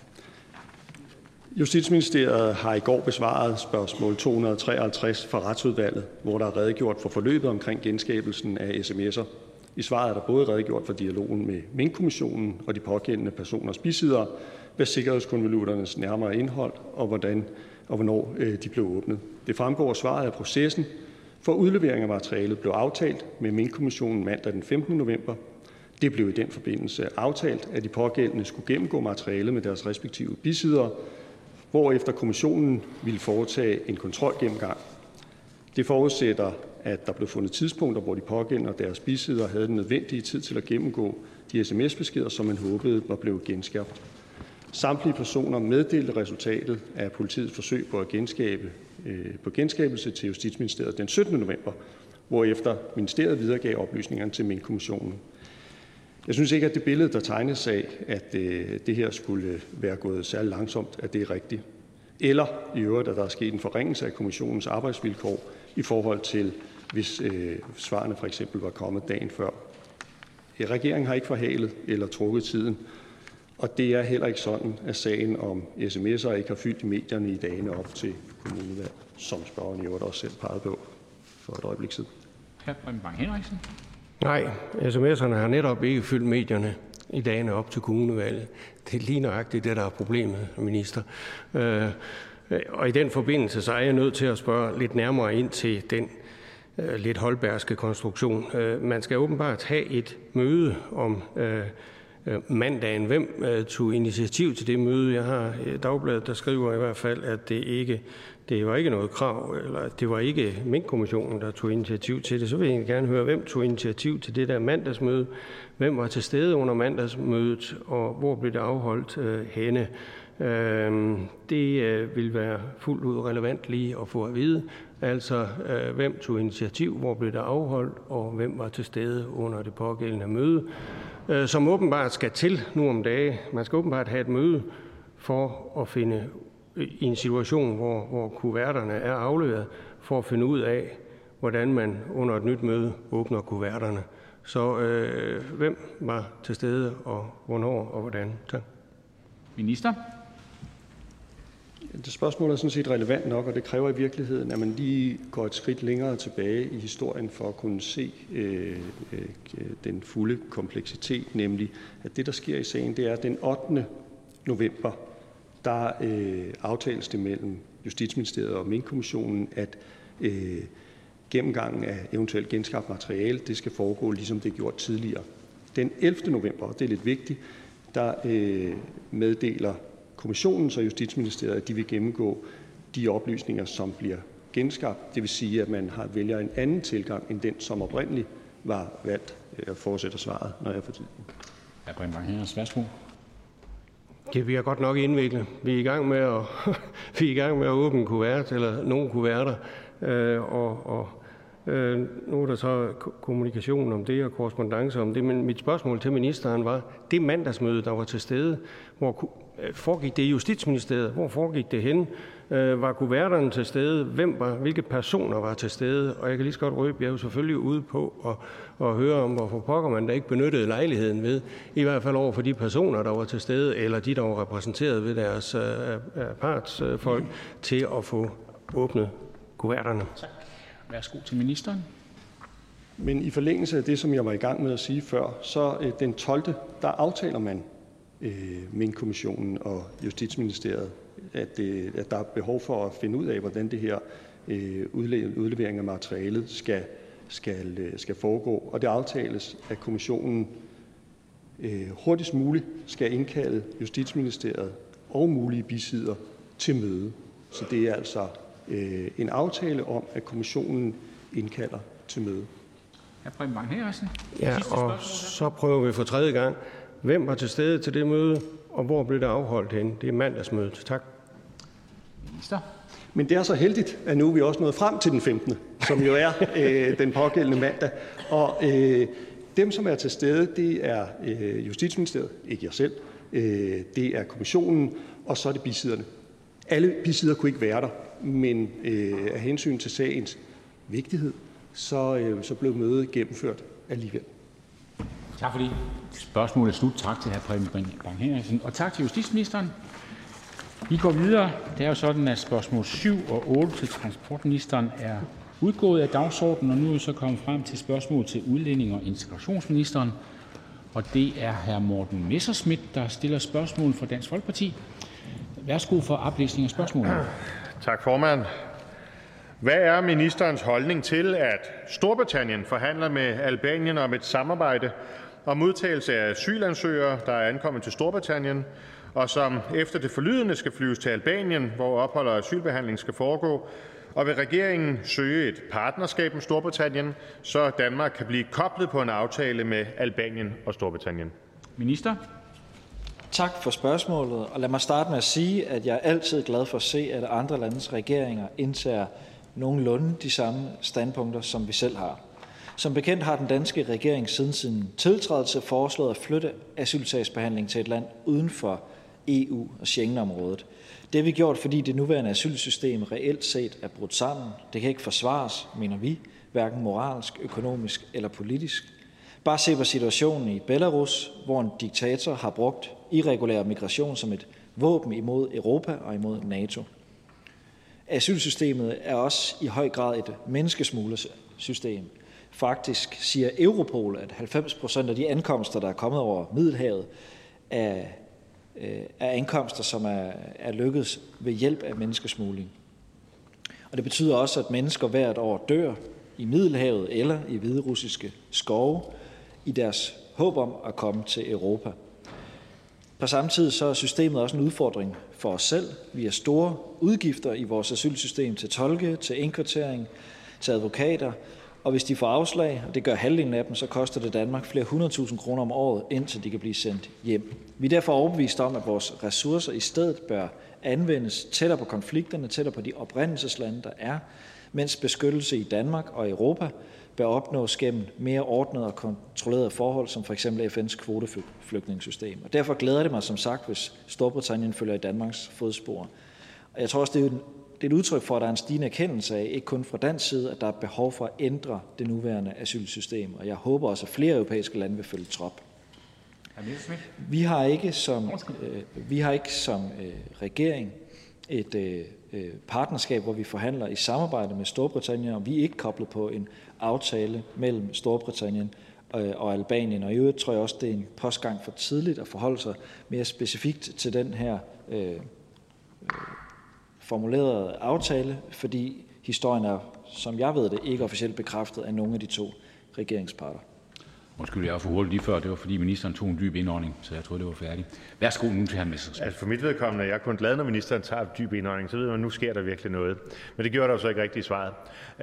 Justitsministeriet har i går besvaret spørgsmål 253 fra Retsudvalget, hvor der er redegjort for forløbet omkring genskabelsen af sms'er. I svaret er der både redegjort for dialogen med Minkkommissionen og de pågældende personers bisiddere, hvad sikkerhedskonvolutternes nærmere indhold og hvornår de blev åbnet. Det fremgår af svaret af processen for udlevering af materialet blev aftalt med Minkkommissionen mandag den 15. november. Det blev i den forbindelse aftalt, at de pågældende skulle gennemgå materialet med deres respektive bisiddere, hvorefter kommissionen ville foretage en kontrolgennemgang. Det forudsætter, at der blev fundet tidspunkter, hvor de pågældende og deres bisiddere havde den nødvendige tid til at gennemgå de sms-beskeder, som man håbede var blevet genskabt. Samtlige personer meddelte resultatet af politiets forsøg på genskabelse til Justitsministeriet den 17. november, hvorefter ministeriet videregav oplysningerne til Minkkommissionen. Jeg synes ikke, at det billede, der tegnes af, at det her skulle være gået særlig langsomt, at det er rigtigt. Eller i øvrigt, at der er sket en forringelse af kommissionens arbejdsvilkår i forhold til, hvis svarene for eksempel var kommet dagen før. Regeringen har ikke forhalet eller trukket tiden, og det er heller ikke sådan, at sagen om sms'er ikke har fyldt i medierne i dagene op til kommunevalg, som spørgeren i øvrigt også selv pegede på for et øjeblik siden. Hr. Preben Bang Henriksen. Nej, sms'erne har netop ikke fyldt medierne i dagene op til kommunevalget. Det er lige nøjagtigt det, der er problemet, minister. Og i den forbindelse, så er jeg nødt til at spørge lidt nærmere ind til den lidt holbergske konstruktion. Man skal åbenbart have et møde om mandagen. Hvem tog initiativ til det møde? Jeg har Dagbladet, der skriver i hvert fald, at det var ikke noget krav, eller det var ikke Minkkommissionen, der tog initiativ til det. Så vil jeg egentlig gerne høre, hvem tog initiativ til det der mandagsmøde? Hvem var til stede under mandagsmødet, og hvor blev det afholdt henne? Det vil være fuldt ud relevant lige at få at vide. Altså, hvem tog initiativ, hvor blev det afholdt, og hvem var til stede under det pågældende møde, som åbenbart skal til nu om dage. Man skal åbenbart have et møde for at finde i en situation, hvor kuverterne er afleveret, for at finde ud af, hvordan man under et nyt møde åbner kuverterne. Så hvem var til stede, og hvornår og hvordan? Tak. Minister? Det spørgsmål er sådan set relevant nok, og det kræver i virkeligheden, at man lige går et skridt længere tilbage i historien for at kunne se den fulde kompleksitet, nemlig at det, der sker i sagen, det er den 8. november, der aftales det mellem Justitsministeriet og Minkkommissionen, at gennemgangen af eventuelt genskabt materiale, det skal foregå, ligesom det er gjort tidligere. Den 11. november, og det er lidt vigtigt, der meddeler Kommissionen og Justitsministeriet, at de vil gennemgå de oplysninger, som bliver genskabt. Det vil sige, at man vælger en anden tilgang end den, som oprindeligt var valgt. Jeg fortsætter svaret, når jeg får tid. Hr. Preben Bang Henriksen, værsgo. Ja, vi er godt nok indviklet. Vi er i gang med at åbne en kuvert, eller nogle kuverter, nu er der så kommunikation om det og korrespondance om det, men mit spørgsmål til ministeren var, det mandagsmøde, der var til stede, hvor foregik det i Justitsministeriet? Hvor foregik det henne? Var kuverterne til stede? Hvilke personer var til stede? Og jeg kan lige så godt røbe, jeg er jo selvfølgelig ude på at høre om, hvorfor pokker man da ikke benyttede lejligheden ved, i hvert fald over for de personer, der var til stede, eller de, der var repræsenteret ved deres partsfolk, til at få åbnet kuverterne. Tak. Værsgo til ministeren. Men i forlængelse af det, som jeg var i gang med at sige før, så den 12. der aftaler man Minkkommissionen og Justitsministeriet, at der er behov for at finde ud af, hvordan det her udlevering af materialet skal foregå. Og det aftales, at kommissionen hurtigst muligt skal indkalde Justitsministeriet og mulige bisidder til møde. Så det er altså en aftale om, at kommissionen indkalder til møde. Hr. Preben Bang Henriksen. Ja, og så prøver vi for tredje gang. Hvem var til stede til det møde, og hvor blev det afholdt henne? Det er mandagsmødet. Tak. Minister. Men det er så heldigt, at nu er vi også nået frem til den 15., som jo er den pågældende mandag. Og dem, som er til stede, det er Justitsministeriet, ikke jeg selv, det er kommissionen, og så er det bisidderne. Alle bisidder kunne ikke være der, men af hensyn til sagens vigtighed, så blev mødet gennemført alligevel. Tak for det. Spørgsmålet er slut. Tak til hr. Preben Bang Henriksen, og tak til justitsministeren. Vi går videre. Det er jo sådan, at spørgsmål 7 og 8 til transportministeren er udgået af dagsordenen, og nu er vi så kommet frem til spørgsmål til udlændinge- og integrationsministeren. Og det er hr. Morten Messerschmidt, der stiller spørgsmål for Dansk Folkeparti. Værsgo for oplæsning af spørgsmålet. Tak, formand. Hvad er ministerens holdning til, at Storbritannien forhandler med Albanien om et samarbejde om modtagelse af asylansøgere, der er ankommet til Storbritannien, og som efter det forlydende skal flyves til Albanien, hvor ophold og asylbehandling skal foregå, og vil regeringen søge et partnerskab med Storbritannien, så Danmark kan blive koblet på en aftale med Albanien og Storbritannien? Minister. Tak for spørgsmålet, og lad mig starte med at sige, at jeg er altid glad for at se, at andre landes regeringer indtager nogenlunde de samme standpunkter, som vi selv har. Som bekendt har den danske regering siden sin tiltrædelse foreslået at flytte asylsagsbehandling til et land uden for EU og Schengenområdet. Det har vi gjort, fordi det nuværende asylsystem reelt set er brudt sammen. Det kan ikke forsvares, mener vi, hverken moralsk, økonomisk eller politisk. Bare se på situationen i Belarus, hvor en diktator har brugt irregulær migration som et våben imod Europa og imod NATO. Asylsystemet er også i høj grad et menneskesmuglersystem. Faktisk siger Europol, at 90% af de ankomster, der er kommet over Middelhavet, er ankomster, som er lykkedes ved hjælp af menneskesmugling. Og det betyder også, at mennesker hvert år dør i Middelhavet eller i hviderussiske skove i deres håb om at komme til Europa. På samme tid så er systemet også en udfordring for os selv. Vi har store udgifter i vores asylsystem til tolke, til indkvartering, til advokater, og hvis de får afslag, og det gør halvdelen af dem, så koster det Danmark flere 100.000 kroner om året, indtil de kan blive sendt hjem. Vi er derfor overbevist om, at vores ressourcer i stedet bør anvendes tættere på konflikterne, tættere på de oprindelseslande, der er, mens beskyttelse i Danmark og Europa bør opnås gennem mere ordnede og kontrollerede forhold, som f.eks. FN's kvoteflygtningssystem. Og derfor glæder det mig som sagt, hvis Storbritannien følger i Danmarks fodspor. Og jeg tror også, det er et udtryk for, at der er en stigende erkendelse af, ikke kun fra dansk side, at der er behov for at ændre det nuværende asylsystem. Og jeg håber også, at flere europæiske lande vil følge trop. Vi har ikke som regering et partnerskab, hvor vi forhandler i samarbejde med Storbritannien, og vi er ikke koblet på en aftale mellem Storbritannien og Albanien. Og i øvrigt tror jeg også, det er en postgang for tidligt at forholde sig mere specifikt til den her formulerede aftale, fordi historien er, som jeg ved det, ikke officielt bekræftet af nogen af de to regeringsparter. Undskyld, jeg var for hurtigt lige før. Det var, fordi ministeren tog en dyb indånding, så jeg troede, det var færdigt. Værsgo nu til hr. Messerschmidt. Altså for mit vedkommende er jeg kun glad, når ministeren tager en dyb indånding, så ved man, at nu sker der virkelig noget. Men det gjorde der jo så ikke rigtig i svaret.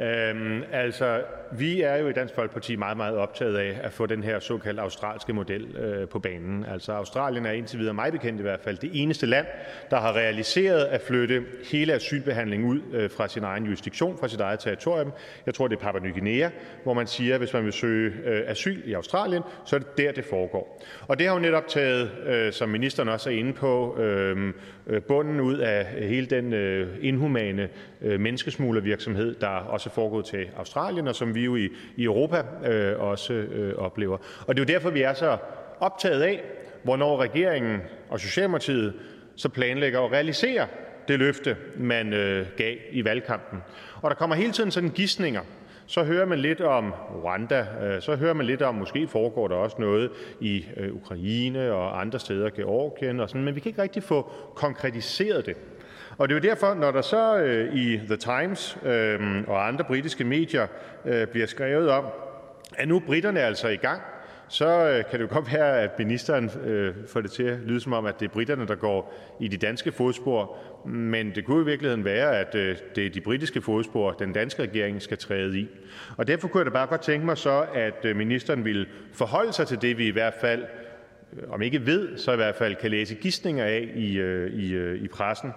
Vi er jo i Dansk Folkeparti meget, meget optaget af at få den her såkaldte australske model på banen. Altså Australien er indtil videre, mig bekendt i hvert fald, det eneste land, der har realiseret at flytte hele asylbehandlingen ud fra sin egen jurisdiktion, fra sit eget territorium. Jeg tror, det er Papua Ny Guinea, hvor man siger, at hvis man vil søge asyl i Australien, så er det der, det foregår. Og det har jo netop taget, som ministeren også er inde på, bunden ud af hele den inhumane menneskesmuglervirksomhed, der også er foregået til Australien, og som vi jo i Europa også oplever. Og det er jo derfor, vi er så optaget af, hvornår regeringen og Socialdemokratiet så planlægger at realisere det løfte, man gav i valgkampen. Og der kommer hele tiden sådan gidsninger. Så hører man lidt om Rwanda, så hører man lidt om, måske foregår der også noget i Ukraine og andre steder, Georgien og sådan, men vi kan ikke rigtig få konkretiseret det. Og det er jo derfor, når der så i The Times og andre britiske medier bliver skrevet om, at nu britterne er altså i gang, så kan det jo godt være, at ministeren får det til at lyde som om, at det er britterne, der går i de danske fodspor, men det kunne i virkeligheden være, at det er de britiske fodspor, den danske regering skal træde i. Og derfor kunne jeg da bare godt tænke mig så, at ministeren ville forholde sig til det, vi i hvert fald, om ikke ved, så i hvert fald kan læse gidsninger af i pressen.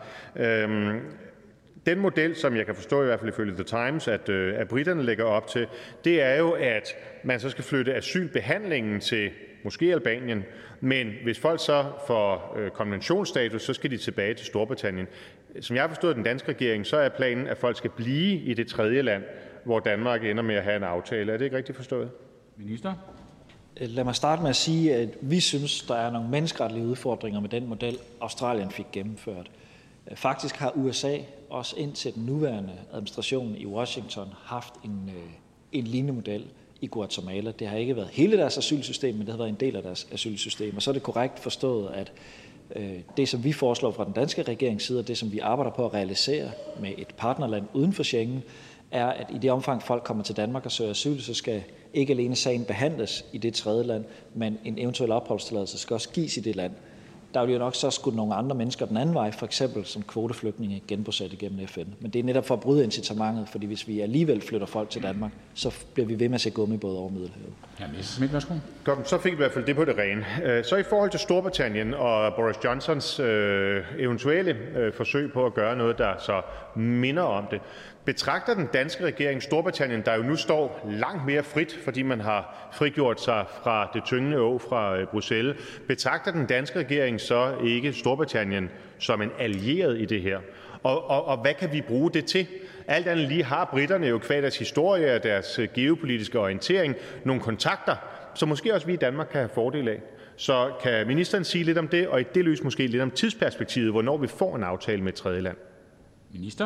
Den model, som jeg kan forstå i hvert fald ifølge The Times, at britterne lægger op til, det er jo, at man så skal flytte asylbehandlingen til måske Albanien, men hvis folk så får konventionsstatus, så skal de tilbage til Storbritannien. Som jeg har forstået den danske regering, så er planen, at folk skal blive i det tredje land, hvor Danmark ender med at have en aftale. Er det ikke rigtigt forstået? Minister? Lad mig starte med at sige, at vi synes, der er nogle menneskeretlige udfordringer med den model, Australien fik gennemført. Faktisk har USA også indtil den nuværende administration i Washington haft en lignende model i Guatemala. Det har ikke været hele deres asylsystem, men det har været en del af deres asylsystem. Og så er det korrekt forstået, at det, som vi foreslår fra den danske regerings side, og det, som vi arbejder på at realisere med et partnerland uden for Schengen, er, at i det omfang folk kommer til Danmark og søger asyl, så skal ikke alene sagen behandles i det tredje land, men en eventuel opholdstilladelse skal også gives i det land. Der vil jo nok så skulle nogle andre mennesker den anden vej, for eksempel som kvoteflygtninge genbosat igennem FN. Men det er netop for at bryde incitamentet, fordi hvis vi alligevel flytter folk til Danmark, så bliver vi ved med at se gummibåde over Middelhavet. Ja, Messerschmidt, værsgo. Godt, så fik vi i hvert fald det på det rene. Så i forhold til Storbritannien og Boris Johnsons eventuelle forsøg på at gøre noget, der så minder om det, betragter den danske regering Storbritannien, der jo nu står langt mere frit, fordi man har frigjort sig fra det tyngende åg fra Bruxelles, betragter den danske regering så ikke Storbritannien som en allieret i det her? Og hvad kan vi bruge det til? Alt andet lige har britterne jo kvad deres historie og deres geopolitiske orientering nogle kontakter, som måske også vi i Danmark kan have fordel af. Så kan ministeren sige lidt om det, og i det lys måske lidt om tidsperspektivet, hvornår vi får en aftale med et tredje land? Minister?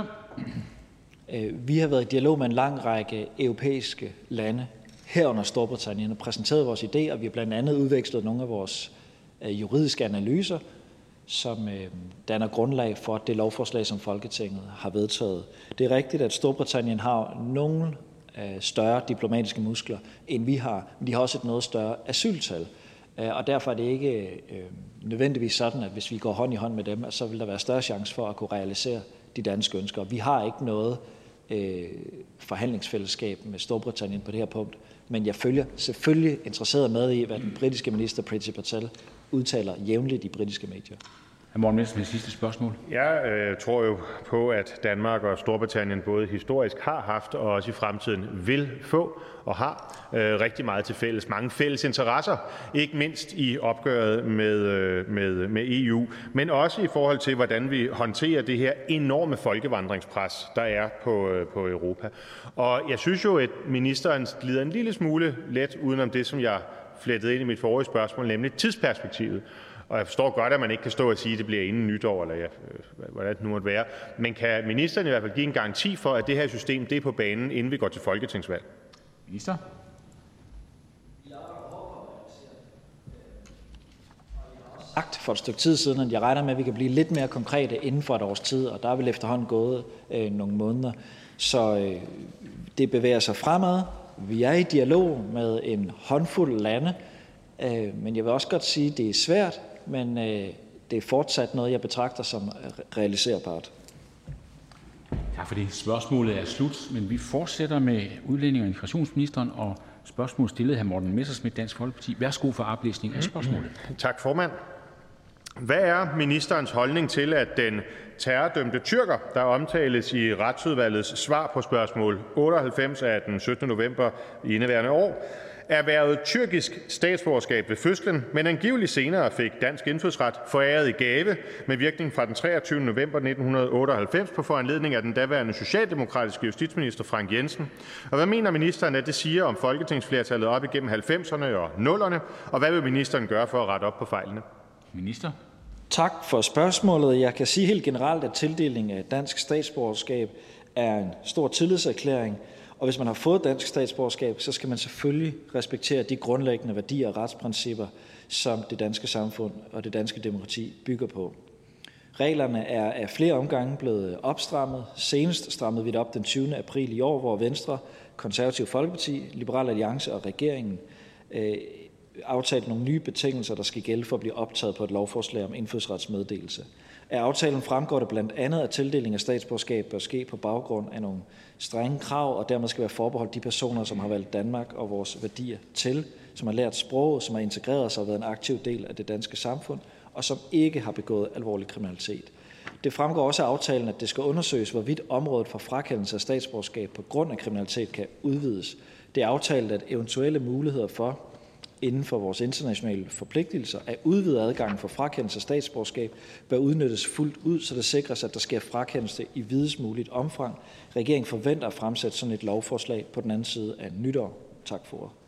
Vi har været i dialog med en lang række europæiske lande, herunder Storbritannien, og præsenteret vores idé, og vi har blandt andet udvekslet nogle af vores juridiske analyser, som danner grundlag for det lovforslag, som Folketinget har vedtaget. Det er rigtigt, at Storbritannien har nogle større diplomatiske muskler, end vi har, men de har også et noget større asyltal. Og derfor er det ikke nødvendigvis sådan, at hvis vi går hånd i hånd med dem, så vil der være større chance for at kunne realisere de danske ønsker. Vi har ikke noget forhandlingsfællesskab med Storbritannien på det her punkt, men jeg følger selvfølgelig interesseret med i, hvad den britiske minister Priti Patel udtaler jævnligt i britiske medier. Hr. Morten Messerschmidt, sidste spørgsmål. Jeg tror jo på, at Danmark og Storbritannien både historisk har haft og også i fremtiden vil få og har rigtig meget til fælles. Mange fælles interesser, ikke mindst i opgøret med EU, men også i forhold til, hvordan vi håndterer det her enorme folkevandringspres, der er på Europa. Og jeg synes jo, at ministeren glider en lille smule let udenom det, som jeg flettede ind i mit forrige spørgsmål, nemlig tidsperspektivet. Og jeg forstår godt, at man ikke kan stå og sige, at det bliver inden nytår, eller hvad det nu måtte være. Men kan ministeren i hvert fald give en garanti for, at det her system det er på banen, inden vi går til folketingsvalg? Minister? Sagt for et stykke tid siden, at jeg regner med, at vi kan blive lidt mere konkrete inden for et års tid, og der er vel efterhånden gået nogle måneder. Så det bevæger sig fremad. Vi er i dialog med en håndfuld lande, men jeg vil også godt sige, at det er svært, men det er fortsat noget, jeg betragter som realiserbart. Tak for det. Spørgsmålet er slut, men vi fortsætter med udlænding- og integrationsministeren, og spørgsmål stillet af Morten Messerschmidt, Dansk Folkeparti. Værsgo for oplæsning af spørgsmålet. Tak, formand. Hvad er ministerens holdning til, at den terrordømte tyrker, der omtales i Retsudvalgets svar på spørgsmål 98 af den 17. november i indeværende år, erhvervede tyrkisk statsborgerskab ved fødslen, men angiveligt senere fik dansk indfødsret foræret i gave med virkning fra den 23. november 1998 på foranledning af den daværende socialdemokratiske justitsminister Frank Jensen? Og hvad mener ministeren, at det siger om folketingsflertallet op igennem 90'erne og 00'erne, og hvad vil ministeren gøre for at rette op på fejlene? Minister. Tak for spørgsmålet. Jeg kan sige helt generelt, at tildeling af dansk statsborgerskab er en stor tillidserklæring, og hvis man har fået dansk statsborgerskab, så skal man selvfølgelig respektere de grundlæggende værdier og retsprincipper, som det danske samfund og det danske demokrati bygger på. Reglerne er af flere omgange blevet opstrammet. Senest strammede vi det op den 20. april i år, hvor Venstre, Konservativ Folkeparti, Liberal Alliance og regeringen aftalt nogle nye betingelser, der skal gælde for at blive optaget på et lovforslag om indfødsretsmeddelelse. Af aftalen fremgår det blandt andet, at tildeling af statsborgerskab bør ske på baggrund af nogle strenge krav, og dermed skal være forbeholdt de personer, som har valgt Danmark og vores værdier til, som har lært sproget, som har integreret sig og været en aktiv del af det danske samfund, og som ikke har begået alvorlig kriminalitet. Det fremgår også af aftalen, at det skal undersøges, hvorvidt området for frakendelse af statsborgerskab på grund af kriminalitet kan udvides. Det er aftalt, at eventuelle muligheder for inden for vores internationale forpligtelser at udvide adgangen for frakendelse af statsborgerskab bør udnyttes fuldt ud, så det sikres, at der sker frakendelse i videst muligt omfang. Regeringen forventer at fremsætte sådan et lovforslag på den anden side af nytår. Tak for ordet.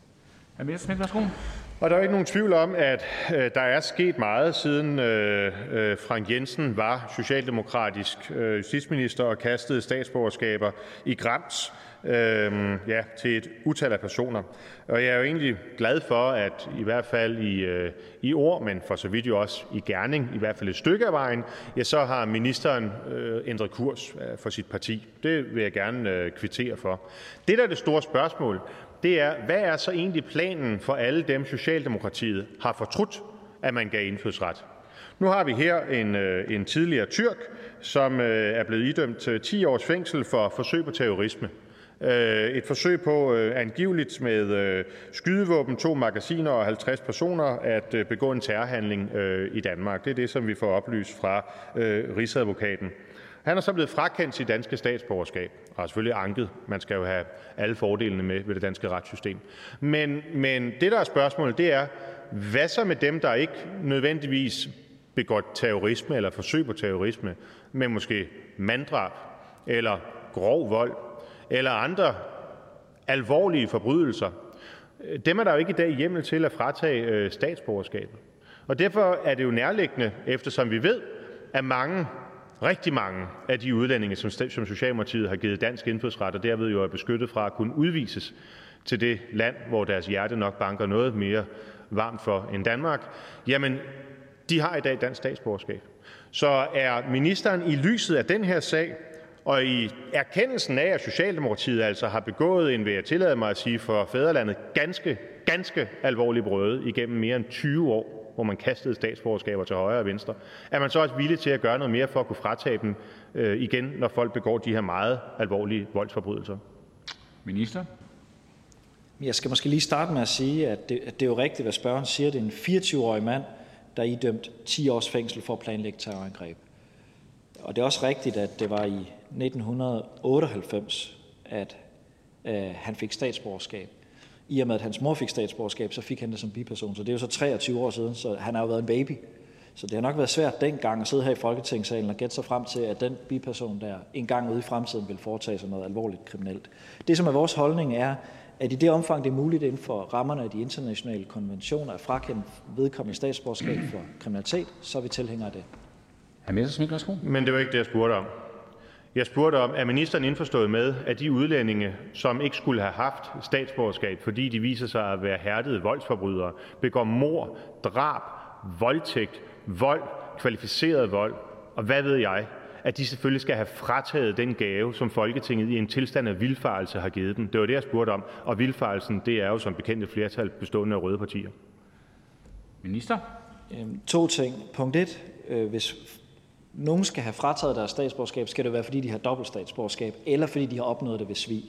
Og der er ikke nogen tvivl om, at der er sket meget, siden Frank Jensen var socialdemokratisk justitsminister og kastede statsborgerskaber i grams til et utal af personer. Og jeg er jo egentlig glad for, at i hvert fald i ord, men for så vidt jo også i gerning, i hvert fald et stykke af vejen, så har ministeren ændret kurs for sit parti. Det vil jeg gerne kvittere for. Det, der er det store spørgsmål, det er, hvad er så egentlig planen for alle dem, Socialdemokratiet har fortrudt, at man gav indfødsret? Nu har vi her en tidligere tyrk, som er blevet idømt 10 års fængsel for forsøg på terrorisme. Et forsøg på angiveligt med skydevåben, 2 magasiner og 50 personer at begå en terrorhandling i Danmark. Det er det, som vi får oplyst fra Rigsadvokaten. Han er så blevet frakendt sit danske statsborgerskab og har selvfølgelig anket. Man skal jo have alle fordelene med ved det danske retssystem. Men det, der er spørgsmålet, det er, hvad så med dem, der ikke nødvendigvis begår terrorisme eller forsøg på terrorisme, men måske manddrab eller grov vold eller andre alvorlige forbrydelser? Dem er der jo ikke i dag hjemmel til at fratage statsborgerskabet. Og derfor er det jo nærliggende, eftersom vi ved, at rigtig mange af de udlændinge, som Socialdemokratiet har givet dansk indfødsret, og derved jo er beskyttet fra at kunne udvises til det land, hvor deres hjerte nok banker noget mere varmt for end Danmark, jamen, de har i dag dansk statsborgerskab. Så er ministeren i lyset af den her sag, og i erkendelsen af, at Socialdemokratiet altså har begået en, vil jeg tillade mig at sige, for fædrelandet ganske alvorlig brøde igennem mere end 20 år, hvor man kastede statsborgerskaber til højre og venstre, er man så også villig til at gøre noget mere for at kunne fratage dem igen, når folk begår de her meget alvorlige voldsforbrydelser? Minister? Jeg skal måske lige starte med at sige, at det er jo rigtigt, hvad spørgeren siger. Det er en 24-årig mand, der er idømt 10 års fængsel for at planlægge terrorangreb. Og det er også rigtigt, at det var i 1998, at han fik statsborgerskab. I og med, at hans mor fik statsborgerskab, så fik han det som biperson. Så det er jo så 23 år siden, så han har jo været en baby. Så det har nok været svært dengang at sidde her i Folketingssalen og gætte sig frem til, at den biperson der en gang ude i fremtiden vil foretage sig noget alvorligt kriminelt. Det, som er vores holdning, er, at i det omfang, det er muligt inden for rammerne af de internationale konventioner at frakende vedkommende statsborgerskab for kriminalitet, så er vi tilhængere af det. Men det var ikke det, jeg spurgte om. Jeg spurgte om, er ministeren indforstået med, at de udlændinge, som ikke skulle have haft statsborgerskab, fordi de viser sig at være hærdede voldsforbrydere, begår mord, drab, voldtægt, vold, kvalificeret vold, og hvad ved jeg, at de selvfølgelig skal have frataget den gave, som Folketinget i en tilstand af vildfarelse har givet dem. Det var det, jeg spurgte om, og vildfarelsen, det er jo som bekendt et flertal bestående af røde partier. Minister? 2 ting. Punkt 1. Hvis nogen skal have frataget deres statsborgerskab, skal det være, fordi de har dobbelt statsborgerskab, eller fordi de har opnået det ved svig.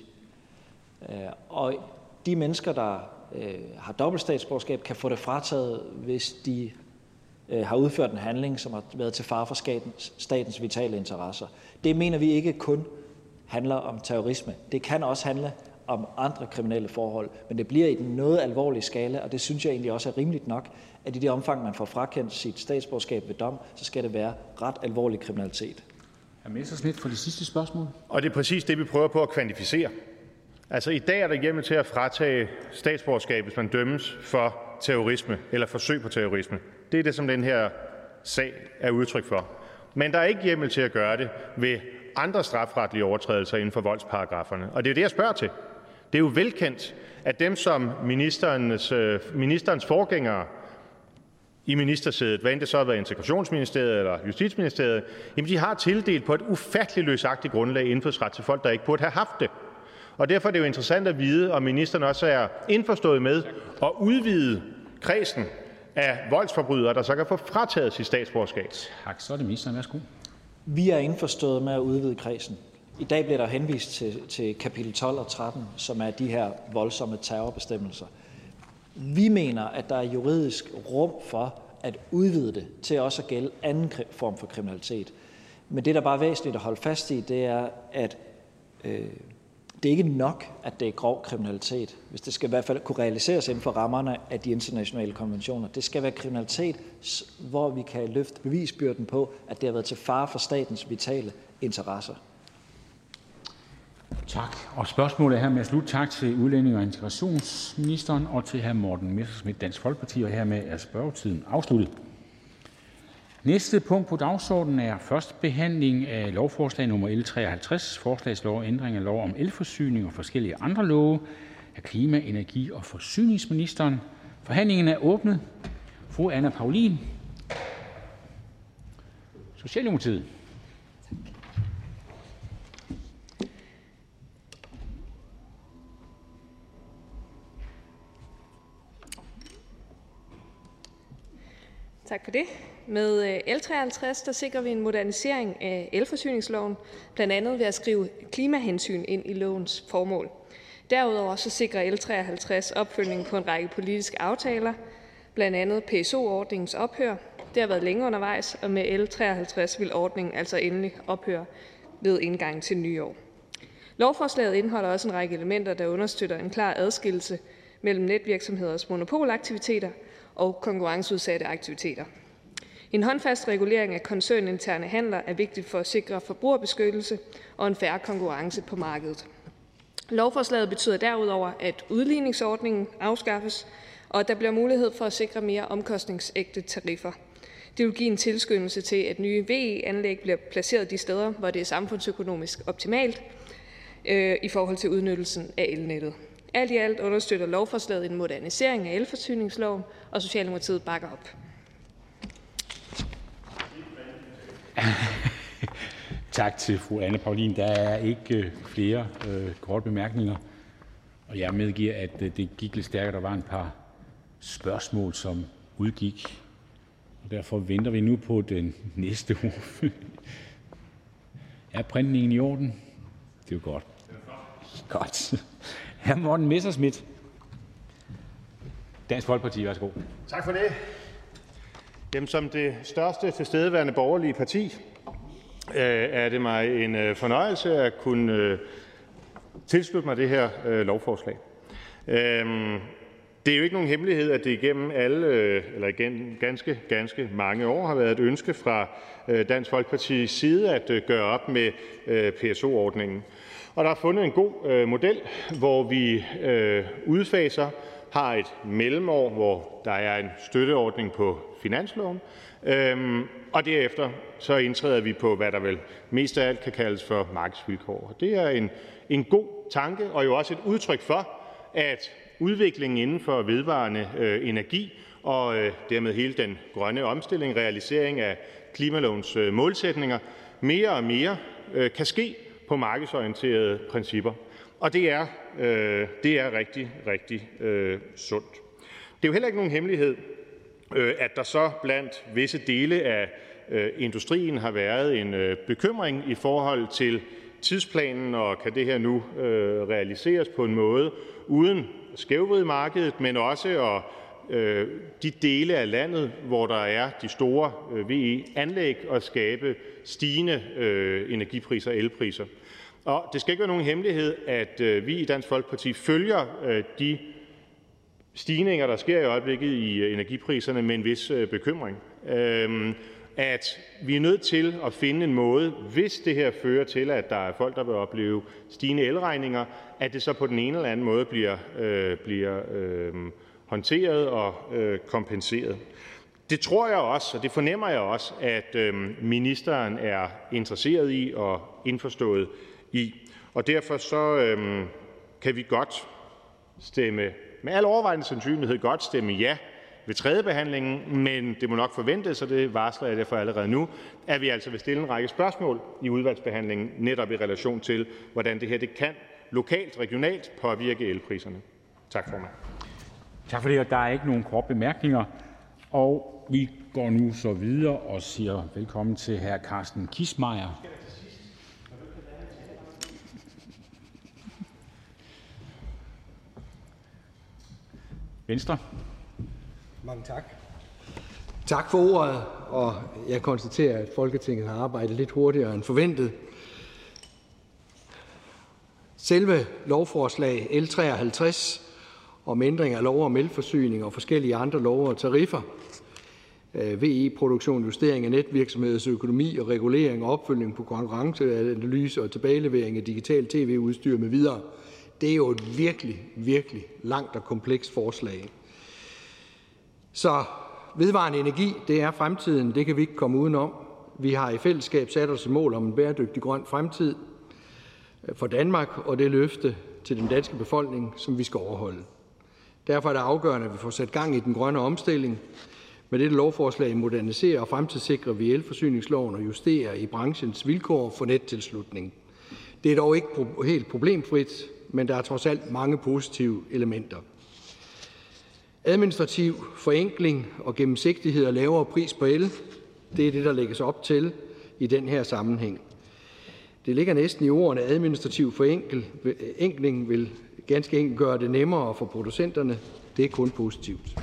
Og de mennesker, der har dobbelt statsborgerskab, kan få det frataget, hvis de har udført en handling, som har været til fare for statens vitale interesser. Det mener vi ikke kun handler om terrorisme. Det kan også handle om andre kriminelle forhold, men det bliver i den noget alvorlige skala, og det synes jeg egentlig også er rimeligt nok, at i det omfang, man får frakendt sit statsborgerskab ved dom, så skal det være ret alvorlig kriminalitet. Hr. Messerschmidt for det sidste spørgsmål. Og det er præcis det, vi prøver på at kvantificere. Altså i dag er der hjemmel til at fratage statsborgerskab, hvis man dømmes for terrorisme eller forsøg på terrorisme. Det er det, som den her sag er udtryk for. Men der er ikke hjemmel til at gøre det ved andre strafretlige overtrædelser inden for voldsparagraferne. Og det er jo det, jeg spørger til. Det er jo velkendt, at dem, som ministerens forgængere i ministersædet, hvad end det så har været Integrationsministeriet eller Justitsministeriet, jamen de har tildelt på et ufatteligt løsagtigt grundlag indfødsret til folk, der ikke burde have haft det. Og derfor er det jo interessant at vide, om ministeren også er indforstået med at udvide kredsen af voldsforbrydere, der så kan få frataget sit statsborgerskab. Tak, så er det ministeren. Værsgo. Vi er indforstået med at udvide kredsen. I dag bliver der henvist til kapitel 12 og 13, som er de her voldsomme terrorbestemmelser. Vi mener, at der er juridisk rum for at udvide det til også at gælde anden form for kriminalitet. Men det, der bare er væsentligt at holde fast i, det er, at det er ikke nok, at det er grov kriminalitet, hvis det skal i hvert fald kunne realiseres inden for rammerne af de internationale konventioner. Det skal være kriminalitet, hvor vi kan løfte bevisbyrden på, at det har været til fare for statens vitale interesser. Tak. Og spørgsmålet er her med at slutte. Tak til udlændinge- og integrationsministeren og til hr. Morten Messerschmidt, Dansk Folkeparti, og hermed er spørgetiden afsluttet. Næste punkt på dagsordenen er første behandling af lovforslag nummer L 53, forslagslov om ændring af lov om elforsyning og forskellige andre love af klima-, energi- og forsyningsministeren. Forhandlingen er åbnet. Fru Anne Paulin, Socialdemokratiet. Tak for det. Med L 53 der sikrer vi en modernisering af elforsyningsloven, blandt andet ved at skrive klimahensyn ind i lovens formål. Derudover så sikrer L 53 opfølgning på en række politiske aftaler, blandt andet PSO-ordningens ophør. Det har været længe undervejs, og med L 53 vil ordningen altså endelig ophøre ved indgangen til nye år. Lovforslaget indeholder også en række elementer, der understøtter en klar adskillelse mellem netvirksomheders monopolaktiviteter og konkurrenceudsatte aktiviteter. En håndfast regulering af koncerninterne handler er vigtigt for at sikre forbrugerbeskyttelse og en fair konkurrence på markedet. Lovforslaget betyder derudover, at udligningsordningen afskaffes, og at der bliver mulighed for at sikre mere omkostningsægte tariffer. Det vil give en tilskyndelse til, at nye VE-anlæg bliver placeret de steder, hvor det er samfundsøkonomisk optimalt i forhold til udnyttelsen af elnettet. Alt i alt understøtter lovforslaget en modernisering af elforsyningsloven, og Socialdemokratiet bakker op. Tak til fru Anne Paulin. Der er ikke flere korte bemærkninger, og jeg medgiver, at det gik lidt stærkere. Der var en par spørgsmål, som udgik, og derfor venter vi nu på den næste ord. Er printningen i orden? Det er jo godt. Godt. Hr. Morten Messerschmidt, Dansk Folkeparti, værsgo. Tak for det. Jamen, som det største tilstedeværende borgerlige parti er det mig en fornøjelse at kunne tilslutte mig det her lovforslag. Det er jo ikke nogen hemmelighed, at det igennem ganske mange år har været et ønske fra Dansk Folkepartis side at gøre op med PSO-ordningen. Og der er fundet en god model, hvor vi udfaser, har et mellemår, hvor der er en støtteordning på finansloven, og derefter så indtræder vi på, hvad der vel mest af alt kan kaldes for markedsvilkår. Det er en god tanke, og jo også et udtryk for, at udviklingen inden for vedvarende energi og dermed hele den grønne omstilling, realisering af klimalovens målsætninger, mere og mere kan ske på markedsorienterede principper. Og det er rigtig, rigtig sundt. Det er jo heller ikke nogen hemmelighed, at der så blandt visse dele af industrien har været en bekymring i forhold til tidsplanen, og kan det her nu realiseres på en måde uden at skævvride markedet, men også at de dele af landet, hvor der er de store VE-anlæg, at skabe stigende energipriser og elpriser. Og det skal ikke være nogen hemmelighed, at vi i Dansk Folkeparti følger de stigninger, der sker i øjeblikket i energipriserne, med en vis bekymring. At vi er nødt til at finde en måde, hvis det her fører til, at der er folk, der vil opleve stigende elregninger, at det så på den ene eller anden måde bliver håndteret og kompenseret. Det tror jeg også, og det fornemmer jeg også, at ministeren er interesseret i og indforstået i. Og derfor så kan vi godt med al overvejende sandsynlighed stemme ja ved tredjebehandlingen, men det må nok forventes, og det varsler jeg derfor allerede nu, at vi altså vil stille en række spørgsmål i udvalgsbehandlingen, netop i relation til, hvordan det her kan lokalt, regionalt påvirke elpriserne. Tak, formand. Tak for det, og der er ikke nogen korte bemærkninger. Og vi går nu så videre og siger velkommen til hr. Carsten Kissmeyer. Venstre. Mange tak. Tak for ordet, og jeg konstaterer, at Folketinget har arbejdet lidt hurtigere end forventet. Selve lovforslag L53 om ændring af lov om elforsyning og forskellige andre love og tariffer, VE-produktion, justering af netvirksomheders økonomi og regulering og opfølgning på konkurrenceanalyse og tilbagelevering af digital tv-udstyr med videre. Det er jo et virkelig, virkelig langt og komplekst forslag. Så vedvarende energi, det er fremtiden, det kan vi ikke komme udenom. Vi har i fællesskab sat os et mål om en bæredygtig grøn fremtid for Danmark, og det løfte til den danske befolkning, som vi skal overholde. Derfor er det afgørende, at vi får sat gang i den grønne omstilling. Med dette lovforslag moderniserer og fremtidssikrer vi elforsyningsloven og justerer i branchens vilkår for nettilslutning. Det er dog ikke helt problemfrit, men der er trods alt mange positive elementer. Administrativ forenkling og gennemsigtighed og lavere pris på el, det er det, der lægges op til i den her sammenhæng. Det ligger næsten i ordene, administrativ forenkling vil ganske enkelt gøre det nemmere for producenterne. Det er kun positivt.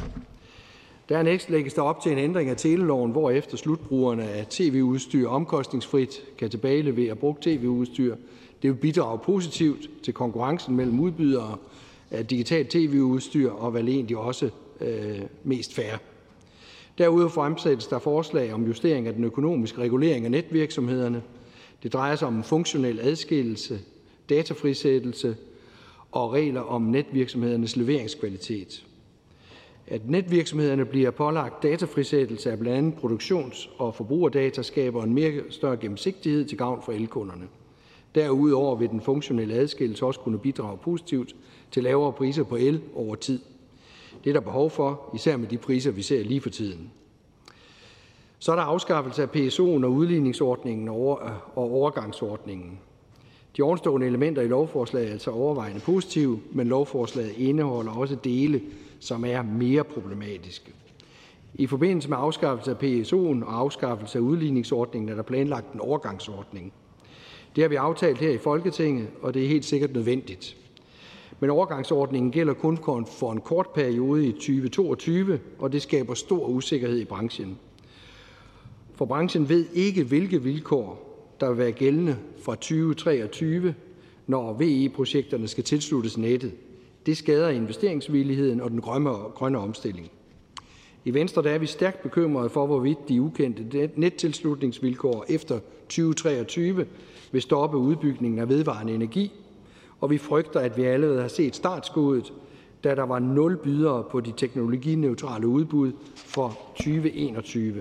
Dernæst lægges der op til en ændring af teleloven, hvorefter slutbrugerne af tv-udstyr omkostningsfrit kan tilbagelevere brugt tv-udstyr. Det vil bidrage positivt til konkurrencen mellem udbydere af digitalt tv-udstyr og vel egentlig også mest fair. Derudover fremsættes der forslag om justering af den økonomiske regulering af netvirksomhederne. Det drejer sig om en funktionel adskillelse, datafrisættelse og regler om netvirksomhedernes leveringskvalitet. At netvirksomhederne bliver pålagt datafrisættelse af blandt andet produktions- og forbrugerdata skaber en mere større gennemsigtighed til gavn for elkunderne. Derudover vil den funktionelle adskillelse også kunne bidrage positivt til lavere priser på el over tid. Det er der behov for, især med de priser, vi ser lige for tiden. Så er der afskaffelse af PSO'en og udligningsordningen og overgangsordningen. De ovenstående elementer i lovforslaget er altså overvejende positive, men lovforslaget indeholder også dele, som er mere problematiske. I forbindelse med afskaffelse af PSO'en og afskaffelse af udligningsordningen er der planlagt en overgangsordning. Det har vi aftalt her i Folketinget, og det er helt sikkert nødvendigt. Men overgangsordningen gælder kun for en kort periode i 2022, og det skaber stor usikkerhed i branchen. For branchen ved ikke, hvilke vilkår der vil være gældende fra 2023, når VE-projekterne skal tilsluttes nettet. Det skader investeringsvilligheden og den grønne omstilling. I Venstre der er vi stærkt bekymrede for, hvorvidt de ukendte nettilslutningsvilkår efter 2023 vil stoppe udbygningen af vedvarende energi, og vi frygter, at vi allerede har set startskuddet, da der var 0 bydere på de teknologineutrale udbud for 2021.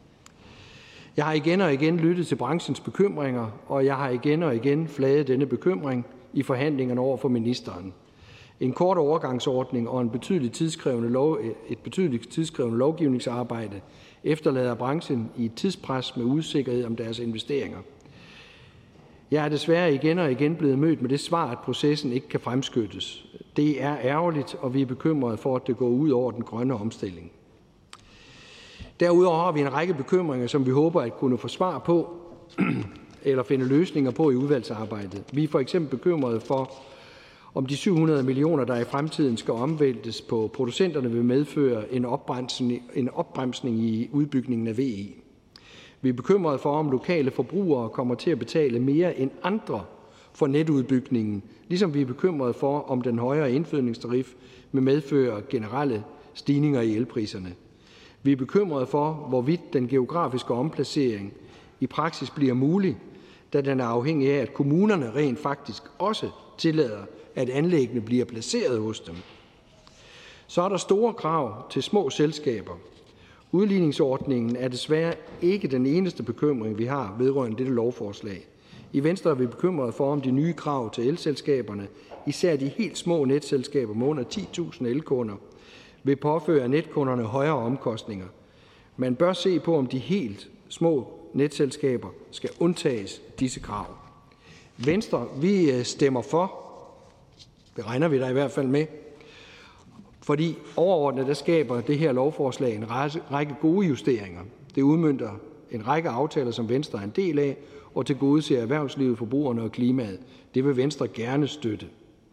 Jeg har igen og igen lyttet til branchens bekymringer, og jeg har igen og igen flaget denne bekymring i forhandlingerne over for ministeren. En kort overgangsordning og et betydeligt tidskrævende lovgivningsarbejde efterlader branchen i et tidspres med usikkerhed om deres investeringer. Jeg er desværre igen og igen blevet mødt med det svar, at processen ikke kan fremskyndes. Det er ærgerligt, og vi er bekymrede for, at det går ud over den grønne omstilling. Derudover har vi en række bekymringer, som vi håber at kunne få svar på eller finde løsninger på i udvalgsarbejdet. Vi er for eksempel bekymrede for, om de 700 millioner, der i fremtiden skal omvæltes på producenterne, vil medføre en opbremsning i udbygningen af VE. Vi er bekymrede for, om lokale forbrugere kommer til at betale mere end andre for netudbygningen, ligesom vi er bekymrede for, om den højere indfødningstarif vil medføre generelle stigninger i elpriserne. Vi er bekymrede for, hvorvidt den geografiske omplacering i praksis bliver mulig, da den er afhængig af, at kommunerne rent faktisk også tillader, at anlæggene bliver placeret hos dem. Så er der store krav til små selskaber. Udligningsordningen er desværre ikke den eneste bekymring, vi har vedrørende dette lovforslag. I Venstre er vi bekymrede for, om de nye krav til elselskaberne, især de helt små netselskaber med under 10.000 elkunder, vil påføre netkunderne højere omkostninger. Man bør se på, om de helt små netselskaber skal undtages disse krav. Venstre, vi stemmer for. Det regner vi da i hvert fald med. Fordi overordnet, der skaber det her lovforslag en række gode justeringer. Det udmønter en række aftaler, som Venstre er en del af, og tilgodeser erhvervslivet, forbrugerne og klimaet. Det vil Venstre gerne støtte.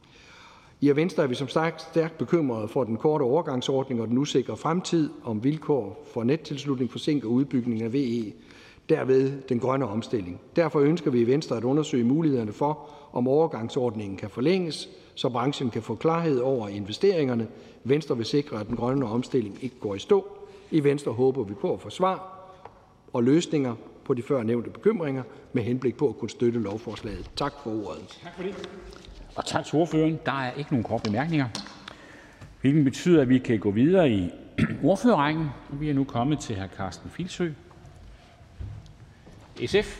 I Venstre er vi som sagt stærkt bekymrede for den korte overgangsordning og den usikre fremtid, om vilkår for nettilslutning forsinker udbygningen af VE, derved den grønne omstilling. Derfor ønsker vi i Venstre at undersøge mulighederne for, om overgangsordningen kan forlænges, så branchen kan få klarhed over investeringerne. Venstre vil sikre, at den grønne omstilling ikke går i stå. I Venstre håber vi på at få svar og løsninger på de før nævnte bekymringer med henblik på at kunne støtte lovforslaget. Tak for ordet. Tak for det. Og tak til ordføreren. Der er ikke nogen korte bemærkninger, hvilket betyder, at vi kan gå videre i ordførerrækken. Vi er nu kommet til hr. Karsten Filsø, SF.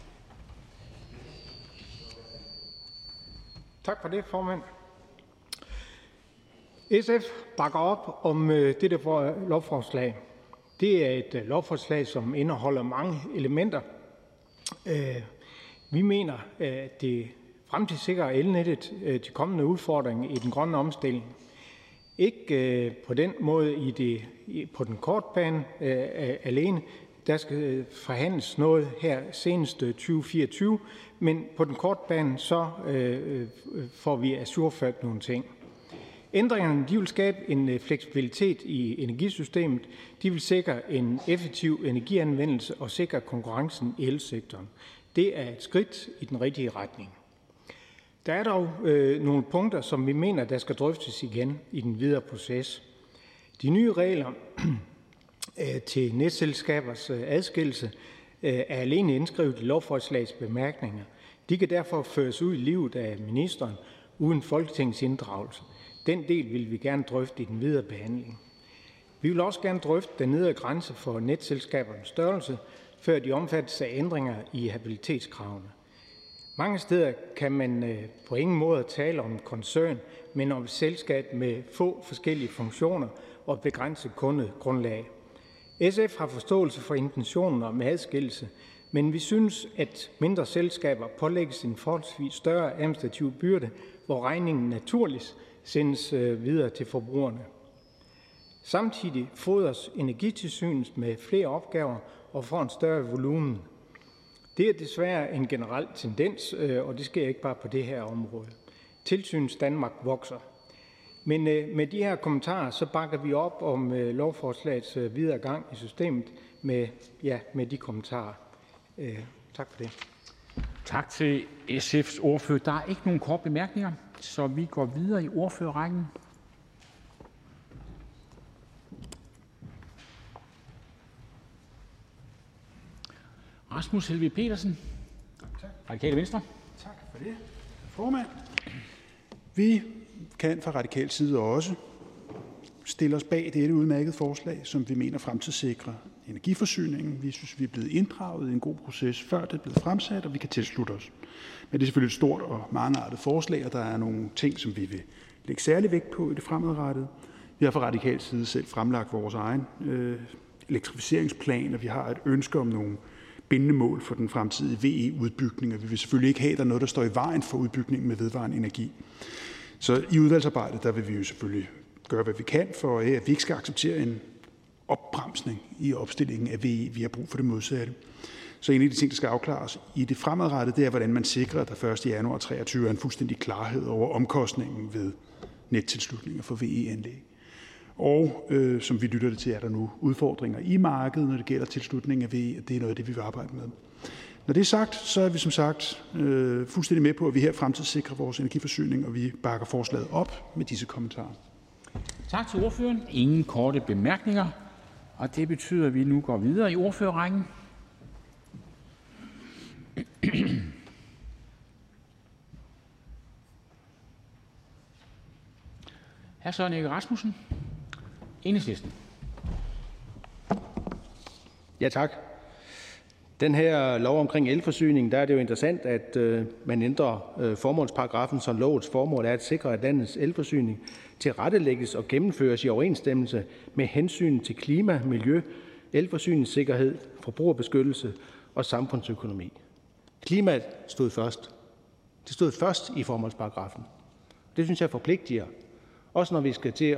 Tak for det, formand. SF bakker op om dette lovforslag. Det er et lovforslag, som indeholder mange elementer. Vi mener, at det fremtidssikrer elnettet til kommende udfordringer i den grønne omstilling. Ikke på den måde på den korte bane alene. Der skal forhandles noget her senest 2024, men på den korte bane så får vi ajourført nogle ting. Ændringerne vil skabe en fleksibilitet i energisystemet. De vil sikre en effektiv energianvendelse og sikre konkurrencen i elsektoren. Det er et skridt i den rigtige retning. Der er dog nogle punkter, som vi mener, der skal drøftes igen i den videre proces. De nye regler til netselskabers adskillelse er alene indskrevet i lovforslagets bemærkninger. De kan derfor føres ud i livet af ministeren uden Folketingets inddragelse. Den del vil vi gerne drøfte i den videre behandling. Vi vil også gerne drøfte den nedre grænse for netselskabernes størrelse, før de omfattes af ændringer i habilitetskravene. Mange steder kan man på ingen måde tale om koncern, men om et selskab med få forskellige funktioner og et begrænset kundegrundlag. SF har forståelse for intentionen om adskillelse, men vi synes, at mindre selskaber pålægges en forholdsvis større administrativ byrde, hvor regningen naturligt sendes videre til forbrugerne. Samtidig fodres Energitilsynet med flere opgaver og får en større volumen. Det er desværre en generel tendens, og det sker ikke bare på det her område. Tilsyns Danmark vokser. Men med de her kommentarer, så bakker vi op om lovforslagets videre gang i systemet med de kommentarer. Tak for det. Tak til SF's ordfører. Der er ikke nogen korte bemærkninger, så vi går videre i ordførerrækken. Rasmus Helveg Petersen, Radikale Venstre. Tak for det, formand. Vi kan fra radikal side også stille os bag dette udmærkede forslag, som vi mener fremtidssikrer energiforsyningen. Vi synes, vi er blevet inddraget i en god proces, før det er blevet fremsat, og vi kan tilslutte os. Men det er selvfølgelig et stort og mangeartet forslag, og der er nogle ting, som vi vil lægge særlig vægt på i det fremadrettede. Vi har fra radikal side selv fremlagt vores egen elektrificeringsplan, og vi har et ønske om nogle bindende mål for den fremtidige VE-udbygning, og vi vil selvfølgelig ikke have, at der er noget, der står i vejen for udbygningen med vedvarende energi. Så i udvalgsarbejdet, der vil vi jo selvfølgelig gøre, hvad vi kan for, at vi ikke skal acceptere en opbremsning i opstillingen af VE. Vi har brug for det modsatte. Så en af de ting, der skal afklares i det fremadrettede, det er, hvordan man sikrer, at der 1. januar 2023 er en fuldstændig klarhed over omkostningen ved nettilslutninger for VE-anlæg. Og som vi lytter det til, er der nu udfordringer i markedet, når det gælder tilslutning af VE, og det er noget af det, vi vil arbejde med. Når det er sagt, så er vi som sagt fuldstændig med på, at vi her fremtidssikrer vores energiforsyning, og vi bakker forslaget op med disse kommentarer. Tak til ordføreren. Ingen korte bemærkninger, og det betyder, at vi nu går videre i ordførerrækken. Hr. Søren Egge Rasmussen, Enhedslisten. Ja, tak. Den her lov omkring elforsyning, der er det jo interessant, at man ændrer formålsparagrafen, så lovets formål er at sikre, at landets elforsyning tilrettelægges og gennemføres i overensstemmelse med hensyn til klima, miljø, elforsyningssikkerhed, forbrugerbeskyttelse og samfundsøkonomi. Klimaet stod først. Det stod først i formålsparagrafen. Det synes jeg forpligtiger. Også når vi skal til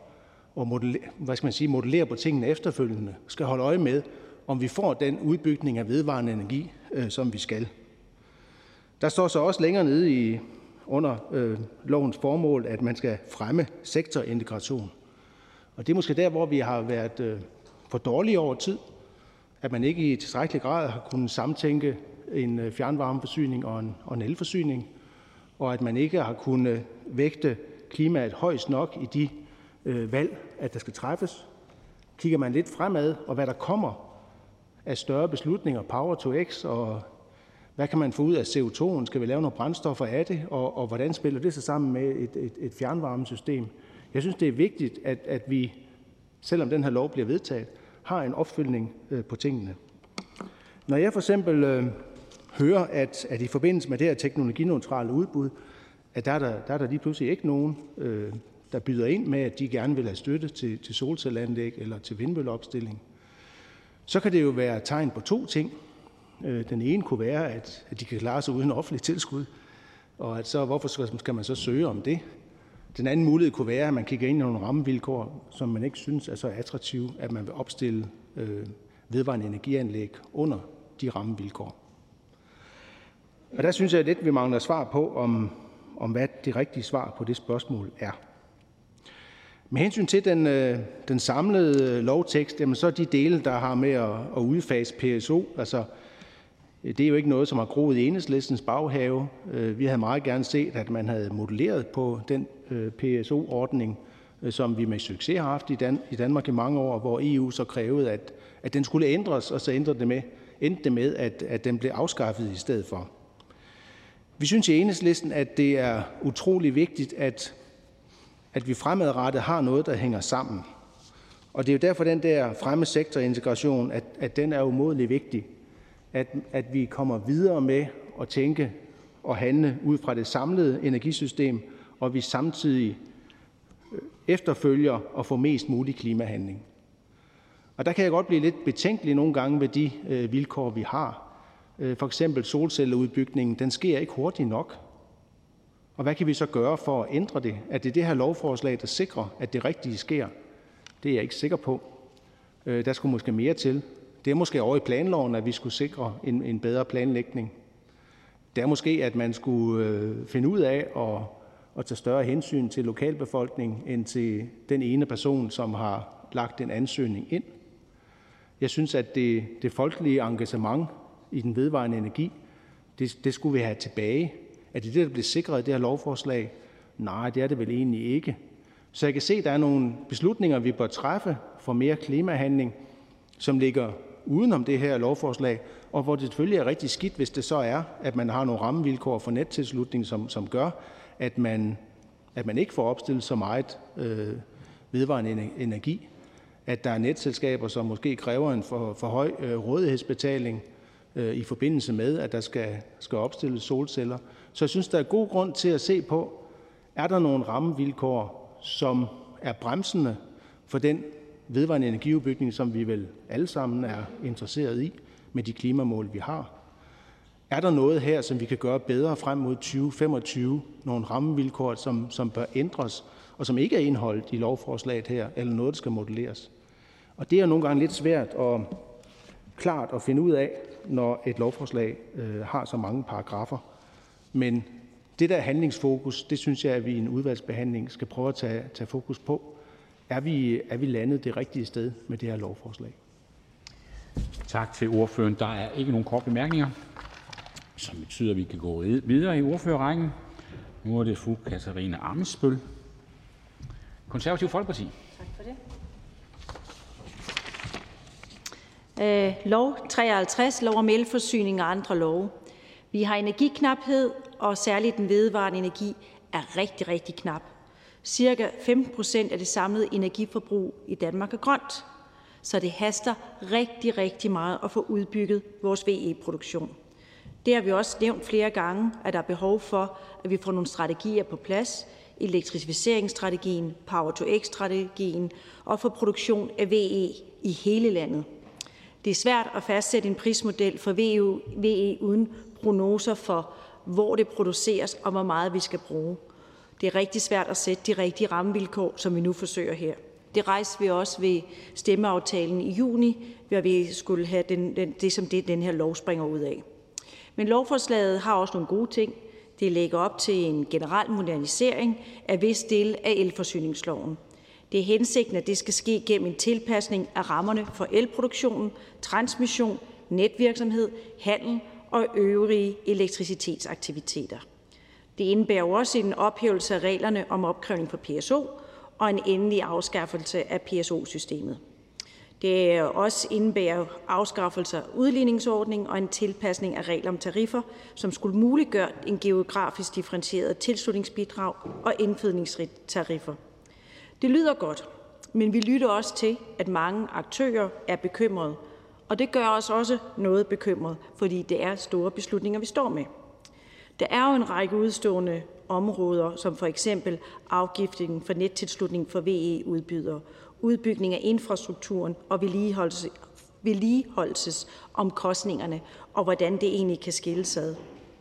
at modellere på tingene efterfølgende, skal holde øje med, om vi får den udbygning af vedvarende energi, som vi skal. Der står så også længere nede under lovens formål, at man skal fremme sektorintegration. Og det er måske der, hvor vi har været for dårlige over tid, at man ikke i tilstrækkelig grad har kunnet samtænke en fjernvarmeforsyning og en elforsyning, og at man ikke har kunnet vægte klimaet højst nok i de valg, at der skal træffes. Kigger man lidt fremad, og hvad der kommer af større beslutninger, power to x, og hvad kan man få ud af CO2'en, skal vi lave nogle brændstoffer af det, og hvordan spiller det sig sammen med et fjernvarmesystem. Jeg synes, det er vigtigt, at vi, selvom den her lov bliver vedtaget, har en opfølgning på tingene. Når jeg for eksempel hører, at i forbindelse med det her teknologineutrale udbud, at der er der lige pludselig ikke nogen, der byder ind med, at de gerne vil have støtte til solcelleanlæg eller til vindmølleopstilling, så kan det jo være tegn på to ting. Den ene kunne være, at de kan klare sig uden offentlig tilskud, og at så, hvorfor skal man så søge om det? Den anden mulighed kunne være, at man kigger ind i nogle rammevilkår, som man ikke synes er så attraktive, at man vil opstille vedvarende energianlæg under de rammevilkår. Og der synes jeg lidt, vi mangler svar på, om hvad det rigtige svar på det spørgsmål er. Med hensyn til den samlede lovtekst, jamen så er de dele, der har med at udfase PSO, altså det er jo ikke noget, som har groet i Enhedslistens baghave. Vi havde meget gerne set, at man havde modelleret på den PSO-ordning, som vi med succes har haft i Danmark i mange år, hvor EU så krævede, at den skulle ændres, og så endte det med, at den blev afskaffet i stedet for. Vi synes i Enhedslisten, at det er utrolig vigtigt, at vi fremadrettet har noget, der hænger sammen. Og det er jo derfor, den der fremme sektorintegration, at den er umådelig vigtig. At vi kommer videre med at tænke og handle ud fra det samlede energisystem, og vi samtidig efterfølger og får mest mulig klimahandling. Og der kan jeg godt blive lidt betænkelig nogle gange ved de vilkår, vi har. For eksempel solcelleudbygningen, den sker ikke hurtigt nok. Og hvad kan vi så gøre for at ændre det? Er det det her lovforslag, der sikrer, at det rigtige sker? Det er jeg ikke sikker på. Der skulle måske mere til. Det er måske over i planloven, at vi skulle sikre en bedre planlægning. Det er måske, at man skulle finde ud af at tage større hensyn til lokalbefolkningen, end til den ene person, som har lagt en ansøgning ind. Jeg synes, at det folkelige engagement i den vedvarende energi, det skulle vi have tilbage. Er det det, der bliver sikret i det her lovforslag? Nej, det er det vel egentlig ikke. Så jeg kan se, at der er nogle beslutninger, vi bør træffe for mere klimahandling, som ligger udenom det her lovforslag, og hvor det selvfølgelig er rigtig skidt, hvis det så er, at man har nogle rammevilkår for nettilslutning, som gør, at man ikke får opstillet så meget vedvarende energi, at der er netselskaber, som måske kræver en for høj rådighedsbetaling i forbindelse med, at der skal opstilles solceller. Så jeg synes, der er god grund til at se på, Er der nogle rammevilkår, som er bremsende for den vedvarende energiudbygning, som vi vel alle sammen er interesseret i med de klimamål, vi har? Er der noget her, som vi kan gøre bedre frem mod 2025? Nogle rammevilkår, som bør ændres, og som ikke er indeholdt i lovforslaget her, eller noget, der skal modelleres? Og det er nogle gange lidt svært og klart at finde ud af, når et lovforslag har så mange paragrafer. Men det der handlingsfokus, det synes jeg, at vi i en udvalgsbehandling skal prøve at tage fokus på. Er vi landet det rigtige sted med det her lovforslag? Tak til ordføreren. Der er ikke nogen korte bemærkninger, som betyder, at vi kan gå videre i ordførerrækken. Nu er det fru Katarina Ammitzbøll, Konservative Folkeparti. Tak for det. Lov 53, lov om elforsyning og andre love. Vi har energiknaphed, og særligt den vedvarende energi er rigtig, rigtig knap. Cirka 15% af det samlede energiforbrug i Danmark er grønt, så det haster rigtig, rigtig meget at få udbygget vores VE-produktion. Det har vi også nævnt flere gange, at der er behov for, at vi får nogle strategier på plads. Elektrificeringsstrategien, Power-to-X-strategien og for produktion af VE i hele landet. Det er svært at fastsætte en prismodel for VE uden prognoser for, hvor det produceres og hvor meget vi skal bruge. Det er rigtig svært at sætte de rigtige rammevilkår, som vi nu forsøger her. Det rejste vi også ved stemmeaftalen i juni, hvor vi skulle have det, som den her lov springer ud af. Men lovforslaget har også nogle gode ting. Det lægger op til en generel modernisering af vis del af elforsyningsloven. Det er hensigten, at det skal ske gennem en tilpasning af rammerne for elproduktionen, transmission, netvirksomhed, handel og øvrige elektricitetsaktiviteter. Det indebærer også en ophævelse af reglerne om opkrævning for PSO og en endelig afskaffelse af PSO-systemet. Det også indebærer afskaffelse af udligningsordning og en tilpasning af regler om tariffer, som skulle muliggøre en geografisk differentieret tilslutningsbidrag og indfødningstariffer. Det lyder godt, men vi lytter også til, at mange aktører er bekymrede, og det gør os også noget bekymret, fordi det er store beslutninger, vi står med. Der er jo en række udstående områder, som for eksempel afgiftningen for nettilslutning for VE-udbydere, udbygning af infrastrukturen og vedligeholdelsesomkostningerne, og hvordan det egentlig kan skilles ad.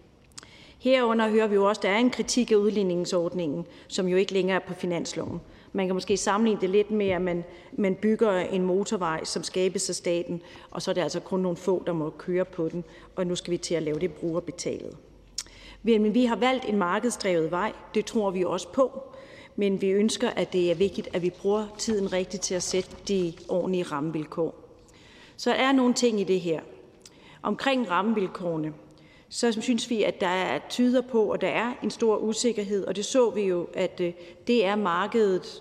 Herunder hører vi jo også, at der er en kritik af udligningsordningen, som jo ikke længere er på finansloven. Man kan måske sammenligne det lidt med, at man bygger en motorvej, som skabes af staten, og så er det altså kun nogle få, der må køre på den, og nu skal vi til at lave det brugerbetalet. Men vi har valgt en markedsdrevet vej, det tror vi også på, men vi ønsker, at det er vigtigt, at vi bruger tiden rigtigt til at sætte de ordentlige rammevilkår. Så er nogle ting i det her. Omkring rammevilkårene, så synes vi, at der tyder på, at der er en stor usikkerhed, og det så vi jo, at det er markedet,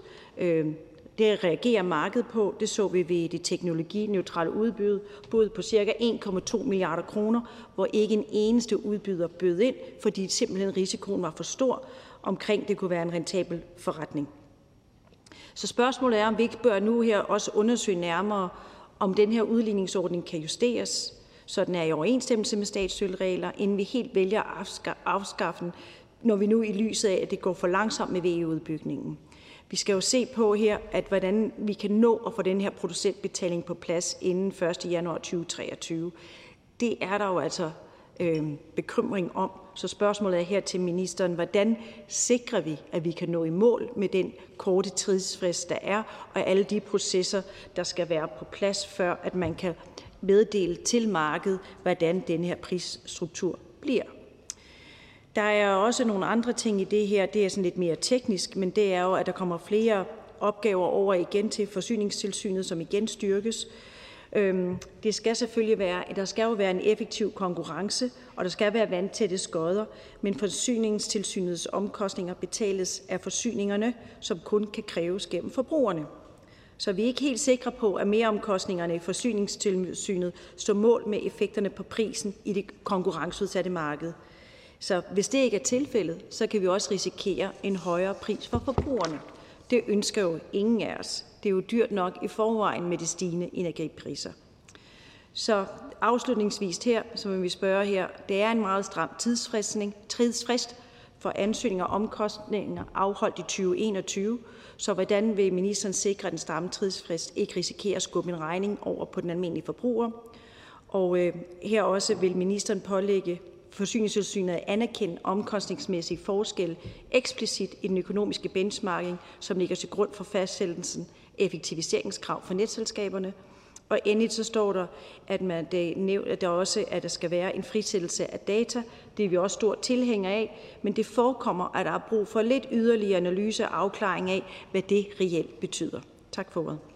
det reagerer markedet på. Det så vi ved det teknologineutrale udbud på ca. 1,2 milliarder kroner, hvor ikke en eneste udbyder bød ind, fordi simpelthen risikoen var for stor omkring, det kunne være en rentabel forretning. Så spørgsmålet er, om vi ikke bør nu her også undersøge nærmere, om den her udligningsordning kan justeres, så den er i overensstemmelse med statsstøtteregler, inden vi helt vælger at afskaffe den, når vi nu i lyset af, at det går for langsomt med VE-udbygningen. Vi skal jo se på her, hvordan vi kan nå at få den her producentbetaling på plads inden 1. januar 2023. Det er der jo altså bekymring om. Så spørgsmålet er her til ministeren, hvordan sikrer vi, at vi kan nå i mål med den korte tidsfrist, der er, og alle de processer, der skal være på plads, før at man kan meddele til markedet, hvordan den her prisstruktur bliver. Der er også nogle andre ting i det her, det er sådan lidt mere teknisk, men det er jo, at der kommer flere opgaver over igen til Forsyningstilsynet, som igen styrkes. Det skal selvfølgelig være, der skal jo være en effektiv konkurrence, og der skal være vandtætte skodder, men Forsyningstilsynets omkostninger betales af forsyningerne, som kun kan kræves gennem forbrugerne. Så vi er ikke helt sikre på, at meromkostningerne i Forsyningstilsynet står mål med effekterne på prisen i det konkurrenceudsatte marked. Så hvis det ikke er tilfældet, så kan vi også risikere en højere pris for forbrugerne. Det ønsker jo ingen af os. Det er jo dyrt nok i forvejen med de stigende energipriser. Så afslutningsvis her, så vil vi spørge her, det er en meget stram tidsfrist, for ansøgninger og omkostninger afholdt i 2021, så hvordan vil ministeren sikre, at den stramme tidsfrist ikke risikerer at skubbe en regning over på den almindelige forbruger? Og her også vil ministeren pålægge Forsyningstilsynet at anerkende omkostningsmæssige forskelle eksplicit i den økonomiske benchmarking, som ligger til grund for fastsættelsen af effektiviseringskrav for netselskaberne. Og endelig så står der, at der skal være en frisættelse af data. Det er vi også stor tilhænger af, men det forekommer, at der er brug for lidt yderligere analyse og afklaring af, hvad det reelt betyder. Tak for ordet.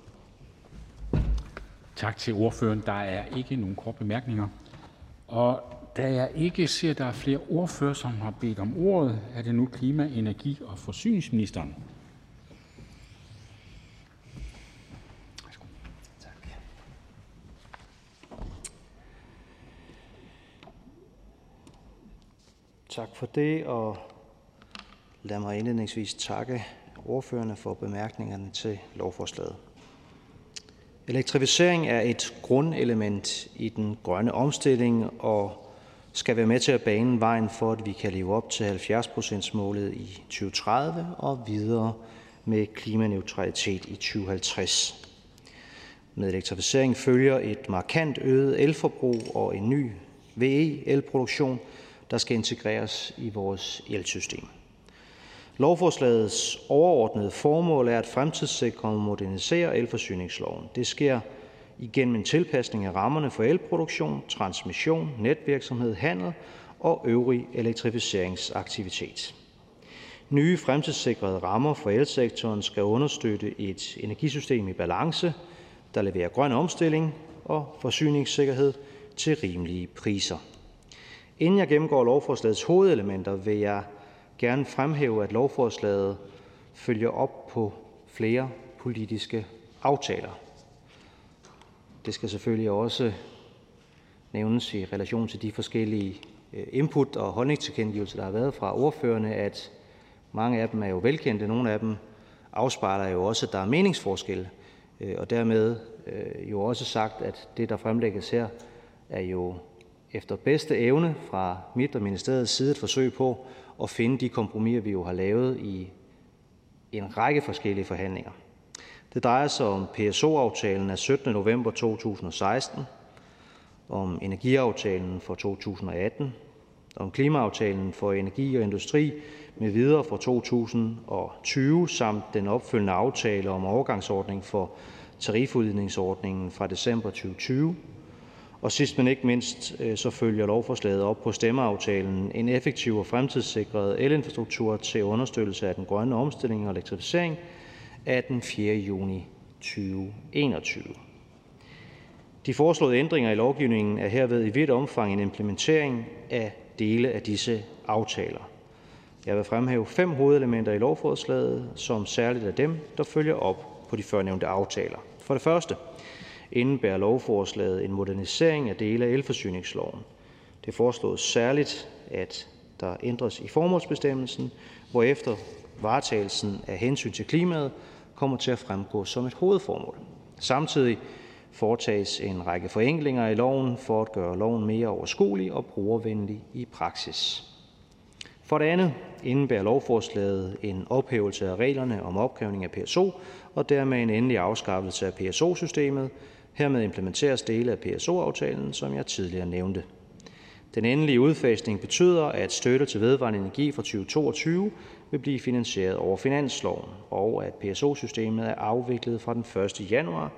Tak til ordføreren. Der er ikke nogen korte bemærkninger. Og da jeg ikke ser, at der er flere ordførere, som har bedt om ordet, er det nu klima-, energi- og forsyningsministeren. Tak for det, og lad mig indledningsvis takke ordførerne for bemærkningerne til lovforslaget. Elektrificering er et grundelement i den grønne omstilling og skal være med til at bane vejen for, at vi kan leve op til 70%-målet i 2030 og videre med klimaneutralitet i 2050. Med elektrificering følger et markant øget elforbrug og en ny VE-elproduktion, der skal integreres i vores elsystem. Lovforslagets overordnede formål er at fremtidssikre og modernisere elforsyningsloven. Det sker igennem en tilpasning af rammerne for elproduktion, transmission, netvirksomhed, handel og øvrig elektrificeringsaktivitet. Nye fremtidssikrede rammer for elsektoren skal understøtte et energisystem i balance, der leverer grøn omstilling og forsyningssikkerhed til rimelige priser. Inden jeg gennemgår lovforslagets hovedelementer, vil jeg gerne fremhæve, at lovforslaget følger op på flere politiske aftaler. Det skal selvfølgelig også nævnes i relation til de forskellige input og holdningstilkendegivelser, der har været fra ordførerne, at mange af dem er jo velkendte. Nogle af dem afspejler jo også, at der er meningsforskelle, og dermed jo også sagt, at det, der fremlægges her, er jo efter bedste evne fra mit og ministeriets side et forsøg på at finde de kompromiser, vi jo har lavet i en række forskellige forhandlinger. Det drejer sig om PSO-aftalen af 17. november 2016, om energiaftalen for 2018, om klimaaftalen for energi og industri med videre for 2020, samt den opfølgende aftale om overgangsordning for tarifudligningsordningen fra december 2020. Og sidst men ikke mindst, så følger lovforslaget op på stemmeaftalen en effektiv og fremtidssikret elinfrastruktur til understøttelse af den grønne omstilling og elektrificering af den 4. juni 2021. De foreslåede ændringer i lovgivningen er herved i vidt omfang en implementering af dele af disse aftaler. Jeg vil fremhæve 5 hovedelementer i lovforslaget, som særligt er dem, der følger op på de førnævnte aftaler. For det første indebærer lovforslaget en modernisering af dele af elforsyningsloven. Det foreslås særligt, at der ændres i formålsbestemmelsen, hvorefter varetagelsen af hensyn til klimaet kommer til at fremgå som et hovedformål. Samtidig foretages en række forenklinger i loven for at gøre loven mere overskuelig og brugervenlig i praksis. For det andet indebærer lovforslaget en ophævelse af reglerne om opkrævning af PSO og dermed en endelig afskaffelse af PSO-systemet. Hermed implementeres dele af PSO-aftalen, som jeg tidligere nævnte. Den endelige udfasning betyder, at støtte til vedvarende energi fra 2022 vil blive finansieret over finansloven, og at PSO-systemet er afviklet fra den 1. januar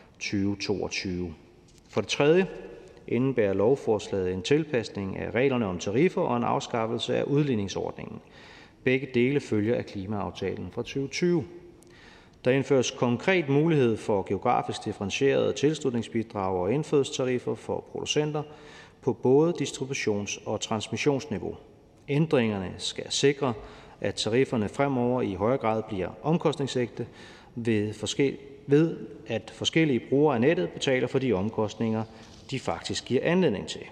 2022. For det tredje indebærer lovforslaget en tilpasning af reglerne om tariffer og en afskaffelse af udligningsordningen. Begge dele følger af klimaaftalen fra 2020. Der indføres konkret mulighed for geografisk differentierede tilslutningsbidrag og indfødstariffer for producenter på både distributions- og transmissionsniveau. Ændringerne skal sikre, at tarifferne fremover i højere grad bliver omkostningsægte ved at forskellige brugere af nettet betaler for de omkostninger, de faktisk giver anledning til.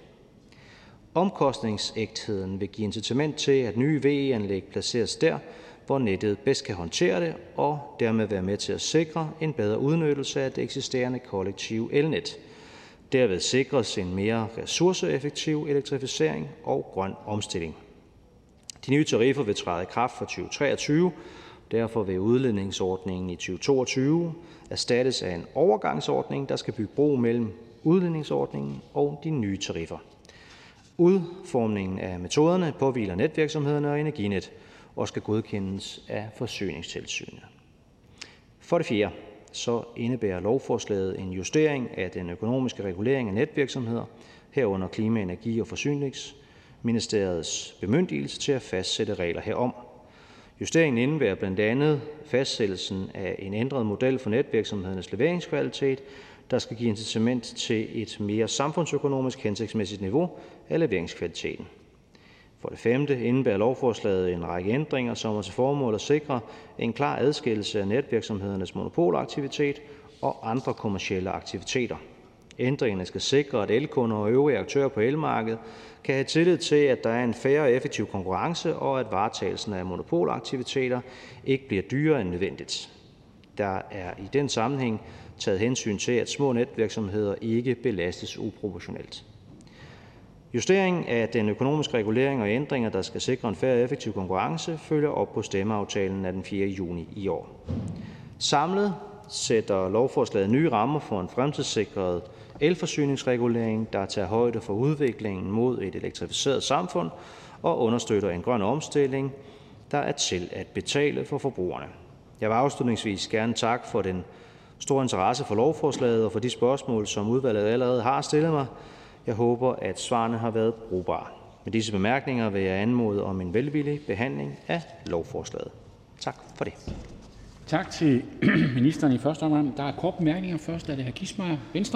Omkostningsægtheden vil give incitament til, at nye VE-anlæg placeres der, hvor nettet bedst kan håndtere det, og dermed være med til at sikre en bedre udnyttelse af det eksisterende kollektive elnet. Derved sikres en mere ressourceeffektiv elektrificering og grøn omstilling. De nye tariffer vil træde i kraft fra 2023. Derfor vil udledningsordningen i 2022 erstattes af en overgangsordning, der skal bygge bro mellem udledningsordningen og de nye tariffer. Udformningen af metoderne påhviler netvirksomhederne og Energinet og skal godkendes af Forsyningstilsynet. For det fjerde så indebærer lovforslaget en justering af den økonomiske regulering af netvirksomheder, herunder Klima-, Energi- og Forsyningsministeriets bemyndigelse til at fastsætte regler herom. Justeringen indebærer blandt andet fastsættelsen af en ændret model for netvirksomhedernes leveringskvalitet, der skal give incitament til et mere samfundsøkonomisk hensigtsmæssigt niveau af leveringskvaliteten. For det femte indebærer lovforslaget en række ændringer, som har til formål at sikre en klar adskillelse af netvirksomhedernes monopolaktivitet og andre kommercielle aktiviteter. Ændringerne skal sikre, at elkunder og øvrige aktører på elmarkedet kan have tillid til, at der er en fair og effektiv konkurrence, og at varetagelsen af monopolaktiviteter ikke bliver dyrere end nødvendigt. Der er i den sammenhæng taget hensyn til, at små netvirksomheder ikke belastes uproportionelt. Justeringen af den økonomiske regulering og ændringer, der skal sikre en fair og effektiv konkurrence, følger op på stemmeaftalen af den 4. juni i år. Samlet sætter lovforslaget nye rammer for en fremtidssikret elforsyningsregulering, der tager højde for udviklingen mod et elektrificeret samfund og understøtter en grøn omstilling, der er til at betale for forbrugerne. Jeg vil afslutningsvis gerne takke for den store interesse for lovforslaget og for de spørgsmål, som udvalget allerede har stillet mig. Jeg håber, at svarene har været brugbare. Med disse bemærkninger vil jeg anmode om en velvillig behandling af lovforslaget. Tak for det. Tak til ministeren i første omgang. Der er kort bemærkninger. Først er det hr. Kissmeyer, Venstre.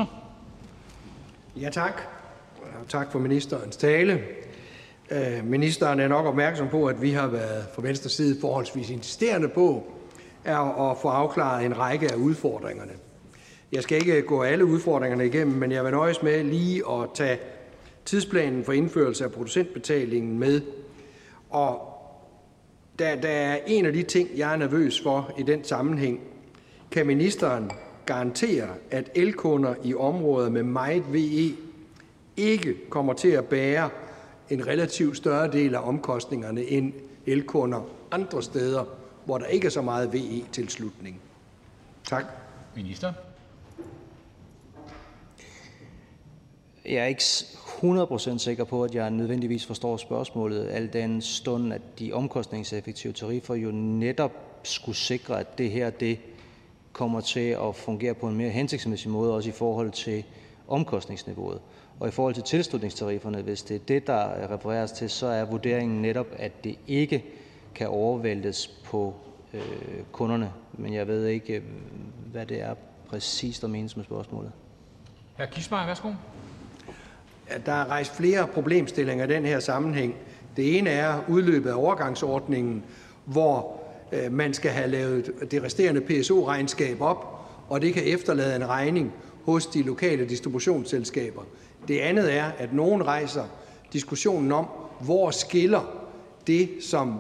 Ja, tak. Og tak for ministerens tale. Ministeren er nok opmærksom på, at vi har været fra Venstres side forholdsvis insisterende på at få afklaret en række af udfordringerne. Jeg skal ikke gå alle udfordringerne igennem, men jeg vil nøjes med lige at tage tidsplanen for indførelse af producentbetalingen med. Og der er en af de ting, jeg er nervøs for i den sammenhæng. Kan ministeren garantere, at elkunder i områder med meget VE ikke kommer til at bære en relativt større del af omkostningerne end elkunder andre steder, hvor der ikke er så meget VE-tilslutning? Tak. Minister. Jeg er ikke 100% sikker på, at jeg nødvendigvis forstår spørgsmålet, al den stund, at de omkostningseffektive tariffer jo netop skulle sikre, at det her kommer til at fungere på en mere hensigtsmæssig måde, også i forhold til omkostningsniveauet. Og i forhold til tilslutningstarifferne, hvis det er det, der refereres til, så er vurderingen netop, at det ikke kan overvæltes på kunderne. Men jeg ved ikke, hvad det er præcis, der menes med spørgsmålet. Hr. Kissmeyer, værsgo. Der er rejst flere problemstillinger i den her sammenhæng. Det ene er udløbet af overgangsordningen, hvor man skal have lavet det resterende PSO-regnskab op, og det kan efterlade en regning hos de lokale distributionsselskaber. Det andet er, at nogen rejser diskussionen om, hvor skiller det, som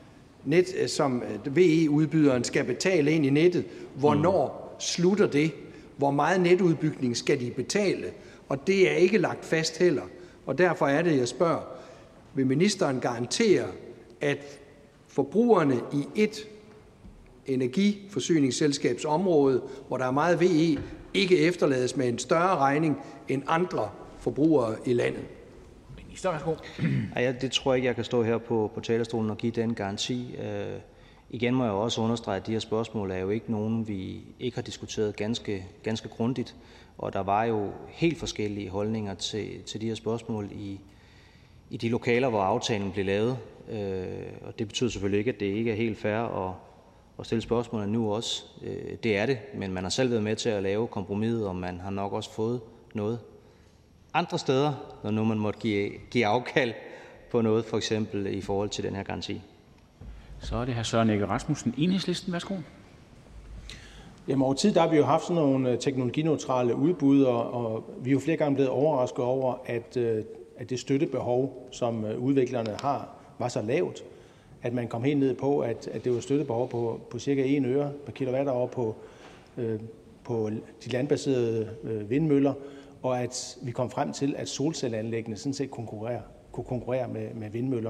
VE-udbyderen skal betale ind i nettet, hvornår slutter det, hvor meget netudbygning skal de betale, og det er ikke lagt fast heller. Og derfor er det, jeg spørger, vil ministeren garantere, at forbrugerne i et energiforsyningsselskabs område, hvor der er meget VE, ikke efterlades med en større regning end andre forbrugere i landet? Minister, værsgo. Det tror jeg ikke, jeg kan stå her på talerstolen og give den garanti. Igen må jeg også understrege, at de her spørgsmål er jo ikke nogen, vi ikke har diskuteret ganske grundigt. Og der var jo helt forskellige holdninger til de her spørgsmål i de lokaler, hvor aftalen blev lavet. Og det betyder selvfølgelig ikke, at det ikke er helt fair at stille spørgsmålene nu også. Det er det, men man har selv været med til at lave kompromiset, og man har nok også fået noget andre steder, når nu man måtte give afkald på noget, for eksempel i forhold til den her garanti. Så er det hr. Søren Egge Rasmussen, Enhedslisten. Værsgo. Jamen over tid, der har vi jo haft sådan nogle teknologineutrale udbud, og vi er jo flere gange blevet overrasket over, at det støttebehov, som udviklerne har, var så lavt, at man kom helt ned på, at det var støttebehov på cirka 1 øre per kilowatt-hour på de landbaserede vindmøller, og at vi kom frem til, at solcelleanlæggene sådan set kunne konkurrere med vindmøllerne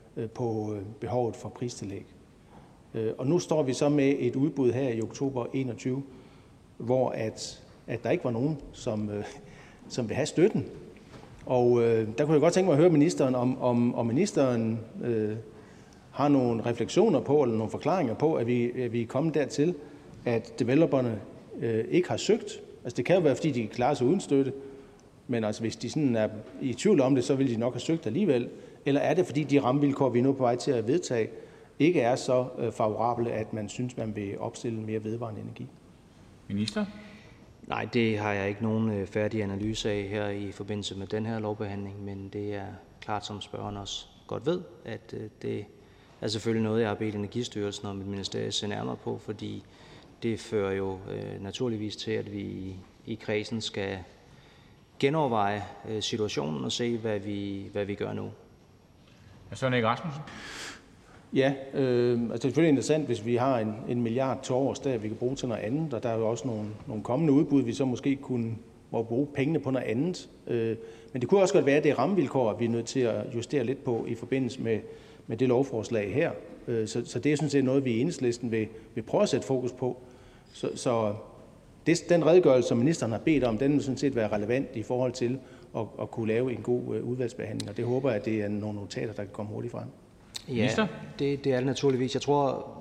på behovet for pristillæg. Og nu står vi så med et udbud her i oktober 2021, hvor at der ikke var nogen, som vil have støtten. Og der kunne jeg godt tænke mig at høre ministeren, om ministeren har nogle refleksioner på, eller nogle forklaringer på, at vi er kommet dertil, at developerne ikke har søgt. Altså det kan jo være, fordi de kan klare sig uden støtte, men altså hvis de sådan er i tvivl om det, så vil de nok have søgt alligevel. Eller er det, fordi de rammevilkår, vi er nu på vej til at vedtage, ikke er så favorable, at man synes, man vil opstille mere vedvarende energi? Minister? Nej, det har jeg ikke nogen færdig analyse af her i forbindelse med den her lovbehandling, men det er klart, som spørgeren også godt ved, at det er selvfølgelig noget, jeg har bedt Energistyrelsen og mit ministerie se nærmere på, fordi det fører jo naturligvis til, at vi i kredsen skal genoverveje situationen og se, hvad vi gør nu. Søren Egge Rasmussen? Ja, altså det er selvfølgelig interessant, hvis vi har 1 milliard til års, der vi kan bruge til noget andet, og der er jo også nogle kommende udbud, vi så måske må bruge pengene på noget andet. Men det kunne også godt være, at det er rammevilkår, at vi er nødt til at justere lidt på i forbindelse med det lovforslag her. Så det er sådan set noget, vi i Enhedslisten vil prøve at sætte fokus på. Så den redegørelse, som ministeren har bedt om, den vil sådan set være relevant i forhold til at kunne lave en god udvalgsbehandling, og det håber jeg, at det er nogle notater, der kan komme hurtigt frem. Ja, det er det naturligvis. Jeg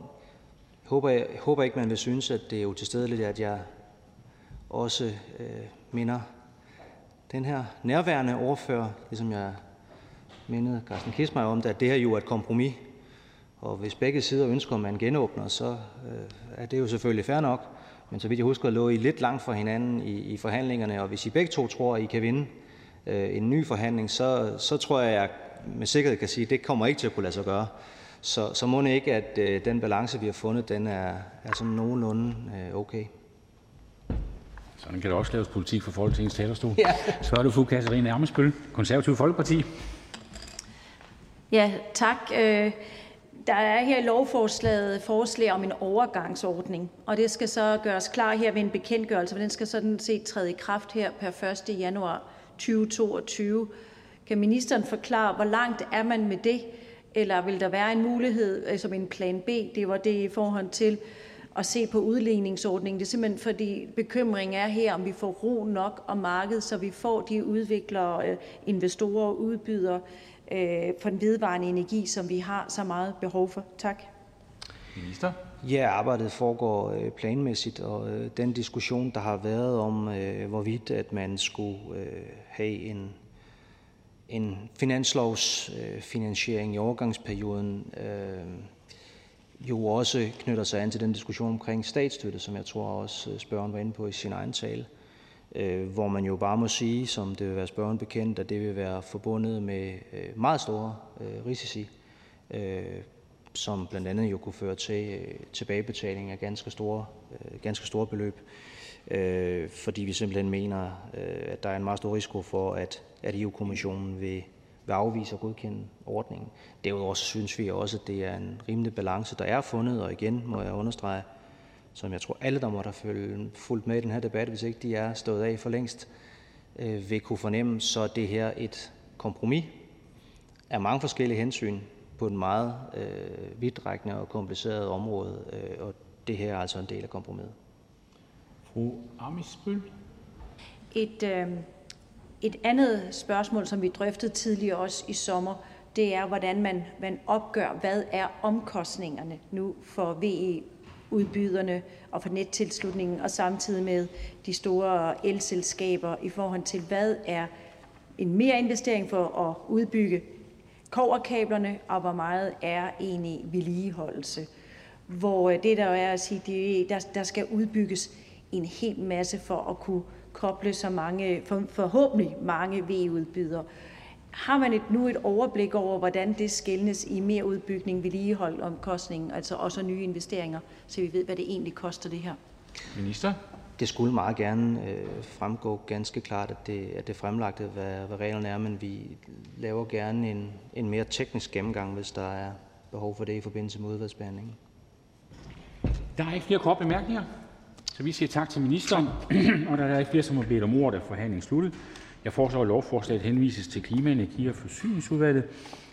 håber ikke, man vil synes, at det er utilstedeligt, at jeg også minder den her nærværende ordfører, ligesom jeg mindede Carsten Kissmeyer om, at det her jo er et kompromis. Og hvis begge sider ønsker, at man genåbner, så er det jo selvfølgelig fair nok. Men så vidt jeg husker, lå I lidt langt fra hinanden i forhandlingerne, og hvis I begge to tror, at I kan vinde en ny forhandling, så tror jeg med sikkerhed kan sige, at det kommer ikke til at kunne lade sig gøre. Så må det ikke, at den balance, vi har fundet, den er sådan nogenlunde okay. Sådan kan der også laves politik for Folketingets talerstol. Ja. Så er det fru Katarina Ammitzbøll, Konservative Folkeparti. Ja, tak. Der er her i lovforslaget forslag om en overgangsordning, og det skal så gøres klar her ved en bekendtgørelse, for den skal sådan set træde i kraft her per 1. januar 2022. Kan ministeren forklare, hvor langt er man med det, eller vil der være en mulighed som en plan B? Det var det i forhold til at se på udligningsordningen. Det er simpelthen fordi bekymringen er her, om vi får ro nok om markedet, så vi får de udviklere, investorer og udbydere for den vedvarende energi, som vi har så meget behov for. Tak. Minister? Ja, arbejdet foregår planmæssigt, og den diskussion, der har været om, hvorvidt at man skulle have en finanslovsfinansiering i overgangsperioden, jo også knytter sig an til den diskussion omkring statsstøtte, som jeg tror også spørgeren var inde på i sin egen tale, hvor man jo bare må sige, som det vil være spørgeren bekendt, at det vil være forbundet med meget store risici, som blandt andet jo kunne føre til tilbagebetaling af ganske store beløb, fordi vi simpelthen mener, at der er en meget stor risiko for, at EU-kommissionen vil afvise at godkende ordningen. Derudover synes vi også, at det er en rimelig balance, der er fundet, og igen må jeg understrege, som jeg tror alle, der måtte have fulgt med i den her debat, hvis ikke de er stået af for længst, vil kunne fornemme, så det her et kompromis af mange forskellige hensyn på et meget vidtrækkende og kompliceret område, og det her er altså en del af kompromiset. Fru Ammitzbøll. Et andet spørgsmål, som vi drøftede tidligere også i sommer, det er, hvordan man opgør, hvad er omkostningerne nu for VE-udbyderne og for nettilslutningen, og samtidig med de store elselskaber i forhold til, hvad er en mere investering for at udbygge kobberkablerne, og hvor meget er egentlig vedligeholdelse. Hvor det der er at sige, der skal udbygges en hel masse for at kunne koble så mange, forhåbentlig mange VE-udbydere. Har man nu et overblik over, hvordan det skelnes i mere udbygning, vedligehold, omkostning, altså også nye investeringer, så vi ved, hvad det egentlig koster det her? Minister? Det skulle meget gerne fremgå ganske klart, at det fremlagte, hvad reglerne er, men vi laver gerne en mere teknisk gennemgang, hvis der er behov for det i forbindelse med udvalgsbehandlingen. Der er ikke flere korte bemærkninger, så vi siger tak til ministeren. Og der er ikke flere, som har bedt om ordet, er forhandlingen sluttet. Jeg foreslår, at lovforslaget henvises til Klima-, Energi- og Forsyningsudvalget.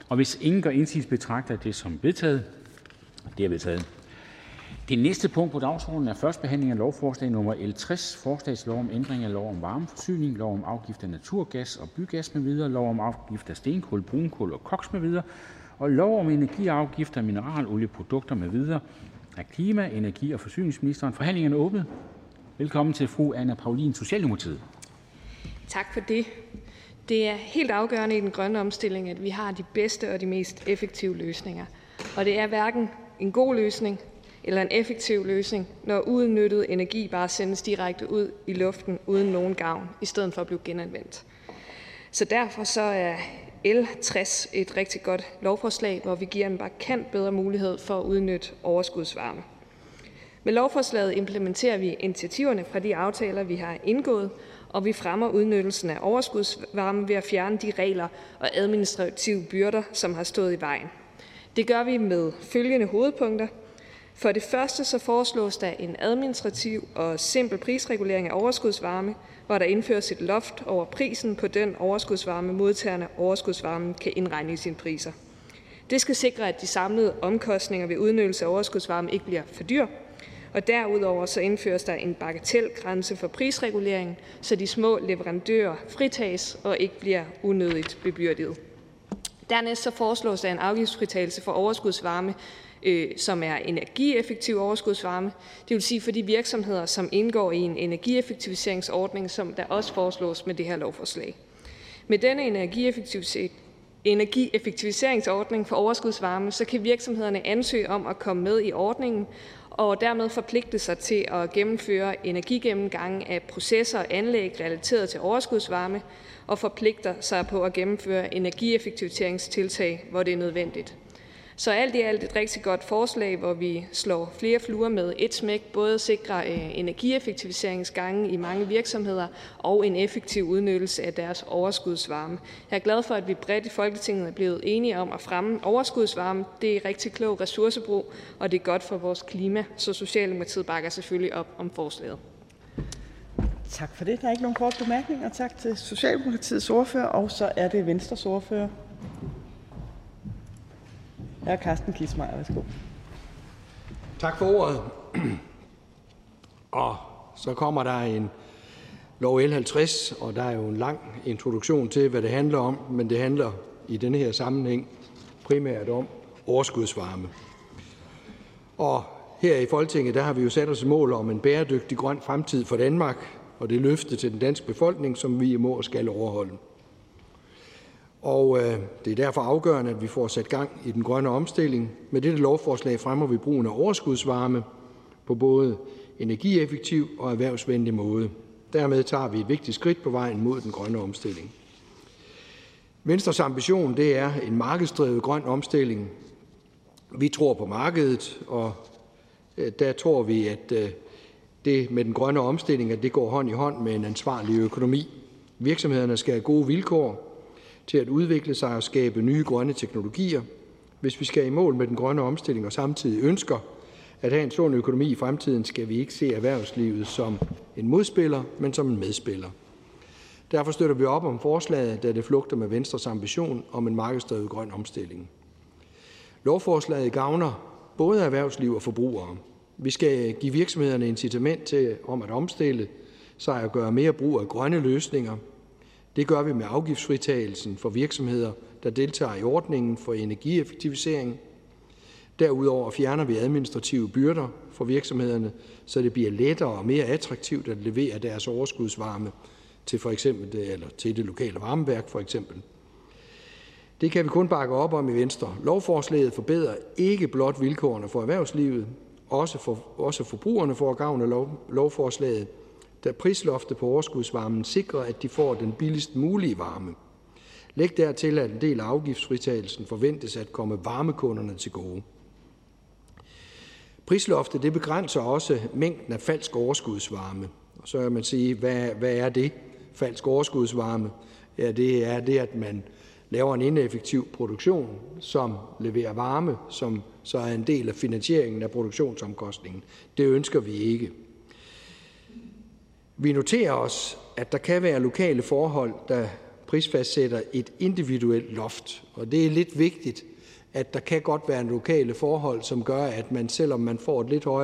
Og hvis ingen gør indsigelse, betragter jeg det som vedtaget. Det er vedtaget. Det næste punkt på dagsordenen er første behandling af lovforslag nummer L 60, forslag til lov om ændring af lov om varmeforsyning, lov om afgift af naturgas og bygas med videre, lov om afgift af stenkul, brunkul og koks med videre, og lov om energiafgift af mineralolieprodukter med videre. Af klima-, energi- og forsyningsministeren. Forhandlingen er åbnet. Velkommen til fru Anna Paulin, Socialdemokratiet. Tak for det. Det er helt afgørende i den grønne omstilling, at vi har de bedste og de mest effektive løsninger. Og det er hverken en god løsning eller en effektiv løsning, når uudnyttet energi bare sendes direkte ud i luften uden nogen gavn, i stedet for at blive genanvendt. Så derfor så er L 60 et rigtig godt lovforslag, hvor vi giver en markant bedre mulighed for at udnytte overskudsvarme. Med lovforslaget implementerer vi initiativerne fra de aftaler, vi har indgået, og vi fremmer udnyttelsen af overskudsvarme ved at fjerne de regler og administrative byrder, som har stået i vejen. Det gør vi med følgende hovedpunkter. For det første så foreslås der en administrativ og simpel prisregulering af overskudsvarme, hvor der indføres et loft over prisen på den overskudsvarme, modtagerne af overskudsvarmen kan indregne i sine priser. Det skal sikre, at de samlede omkostninger ved udnyttelse af overskudsvarme ikke bliver for dyr. Og derudover så indføres der en bagatelgrænse for prisreguleringen, så de små leverandører fritages og ikke bliver unødigt bebyrdet. Dernæst så foreslås der en afgiftsfritagelse for overskudsvarme, som er energieffektiv overskudsvarme. Det vil sige for de virksomheder, som indgår i en energieffektiviseringsordning, som der også foreslås med det her lovforslag. Med denne energieffektiviseringsordning for overskudsvarme, så kan virksomhederne ansøge om at komme med i ordningen, og dermed forpligte sig til at gennemføre energigennemgange af processer og anlæg relateret til overskudsvarme, og forpligter sig på at gennemføre energieffektiviseringstiltag, hvor det er nødvendigt. Så alt i alt et rigtig godt forslag, hvor vi slår flere fluer med et smæk, både sikrer energieffektiviseringsgange i mange virksomheder og en effektiv udnyttelse af deres overskudsvarme. Jeg er glad for, at vi bredt i Folketinget er blevet enige om at fremme overskudsvarme. Det er rigtig klog ressourcebrug, og det er godt for vores klima, så Socialdemokratiet bakker selvfølgelig op om forslaget. Tak for det. Der er ikke nogen korte bemærkninger. Tak til Socialdemokratiets ordfører, og så er det Venstres ordfører. Hr. Carsten Kissmeyer, værsgo. Tak for ordet. Og så kommer der en lov L 50, og der er jo en lang introduktion til, hvad det handler om, men det handler i denne her sammenhæng primært om overskudsvarme. Og her i Folketinget, der har vi jo sat os mål om en bæredygtig grøn fremtid for Danmark, og det løfte til den danske befolkning, som vi må og skal overholde. Og det er derfor afgørende, at vi får sat gang i den grønne omstilling. Med dette lovforslag fremmer vi brugen af overskudsvarme på både energieffektiv og erhvervsvenlig måde. Dermed tager vi et vigtigt skridt på vejen mod den grønne omstilling. Venstres ambition, det er en markedsdrevet grøn omstilling. Vi tror på markedet, og der tror vi, at det med den grønne omstilling, at det går hånd i hånd med en ansvarlig økonomi. Virksomhederne skal have gode vilkår til at udvikle sig og skabe nye grønne teknologier. Hvis vi skal i mål med den grønne omstilling og samtidig ønsker at have en sund økonomi i fremtiden, skal vi ikke se erhvervslivet som en modspiller, men som en medspiller. Derfor støtter vi op om forslaget, da det flugter med Venstres ambition om en markedsdrevet grøn omstilling. Lovforslaget gavner både erhvervsliv og forbrugere. Vi skal give virksomhederne incitament til om at omstille sig og gøre mere brug af grønne løsninger. Det gør vi med afgiftsfritagelsen for virksomheder, der deltager i ordningen for energieffektivisering. Derudover fjerner vi administrative byrder for virksomhederne, så det bliver lettere og mere attraktivt at levere deres overskudsvarme til til det lokale varmeværk for eksempel. Det kan vi kun bakke op om i Venstre. Lovforslaget forbedrer ikke blot vilkårene for erhvervslivet, også forbrugerne får gavn af lovforslaget, da prisloftet på overskudsvarmen sikrer, at de får den billigst mulige varme. Læg dertil, at en del af afgiftsfritagelsen forventes at komme varmekunderne til gode. Prisloftet det begrænser også mængden af falsk overskudsvarme. Og så kan man sige, hvad er det? Falsk overskudsvarme? Ja, det er det, at man laver en ineffektiv produktion, som leverer varme, som så er en del af finansieringen af produktionsomkostningen. Det ønsker vi ikke. Vi noterer os, at der kan være lokale forhold, der prisfastsætter et individuelt loft. Og det er lidt vigtigt, at der kan godt være en lokale forhold, som gør, at man, selvom man får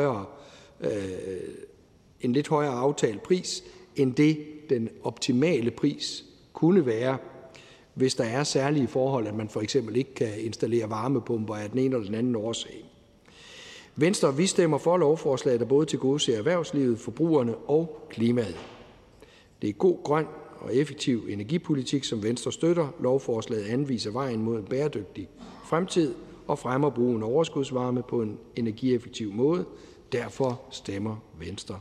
en lidt højere aftalt pris, end det den optimale pris kunne være, hvis der er særlige forhold, at man for eksempel ikke kan installere varmepumper af den ene eller den anden årsag. Venstre, vi stemmer for lovforslaget, der både tilgodeser erhvervslivet, forbrugerne og klimaet. Det er god, grøn og effektiv energipolitik, som Venstre støtter. Lovforslaget anviser vejen mod en bæredygtig fremtid og fremmer brugen af overskudsvarme på en energieffektiv måde. Derfor stemmer Venstre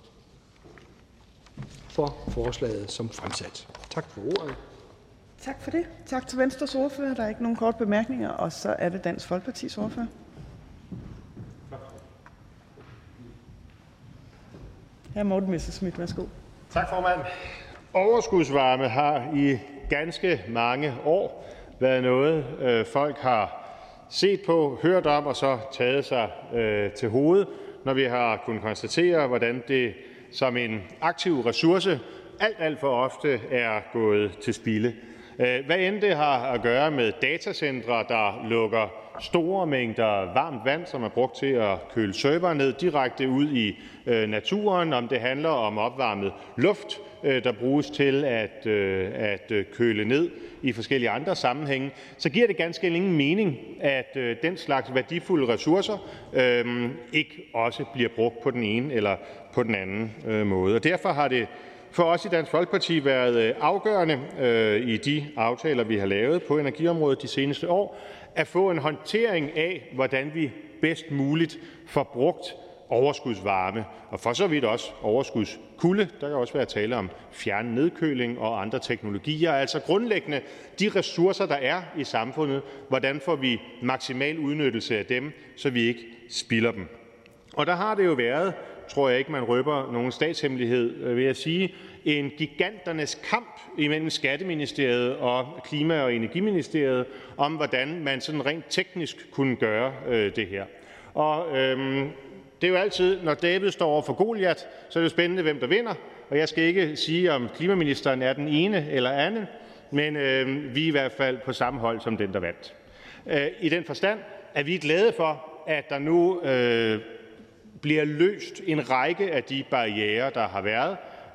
for forslaget som fremsat. Tak for ordet. Tak for det. Tak til Venstres ordfører. Der er ikke nogen korte bemærkninger, og så er det Dansk Folkepartis ordfører. Hr. Morten Messerschmidt, værsgo. Tak, formand. Overskudsvarme har i ganske mange år været noget, folk har set på, hørt om og så taget sig til hovedet, når vi har kunnet konstatere, hvordan det som en aktiv ressource alt for ofte er gået til spilde. Hvad end det har at gøre med datacentre, der lukker store mængder varmt vand, som er brugt til at køle servere ned direkte ud i naturen, om det handler om opvarmet luft, der bruges til at køle ned i forskellige andre sammenhænge, så giver det ganske ingen mening, at den slags værdifulde ressourcer ikke også bliver brugt på den ene eller på den anden måde. Og derfor har det for os i Dansk Folkeparti været afgørende i de aftaler, vi har lavet på energiområdet de seneste år, at få en håndtering af, hvordan vi bedst muligt får brugt overskudsvarme, og for så vidt også overskudskulde. Der kan også være tale om fjernedkøling og andre teknologier, altså grundlæggende de ressourcer, der er i samfundet. Hvordan får vi maksimal udnyttelse af dem, så vi ikke spilder dem? Og der har det jo været, tror jeg ikke, man røber nogen statshemmelighed ved at sige, en giganternes kamp imellem Skatteministeriet og Klima- og Energiministeriet om, hvordan man sådan rent teknisk kunne gøre det her. Og det er jo altid, når David står over for Goliat, så er det jo spændende, hvem der vinder. Og jeg skal ikke sige, om klimaministeren er den ene eller anden, men vi er i hvert fald på samme hold som den, der vandt. I den forstand er vi glade for, at der nu bliver løst en række af de barrierer, der har været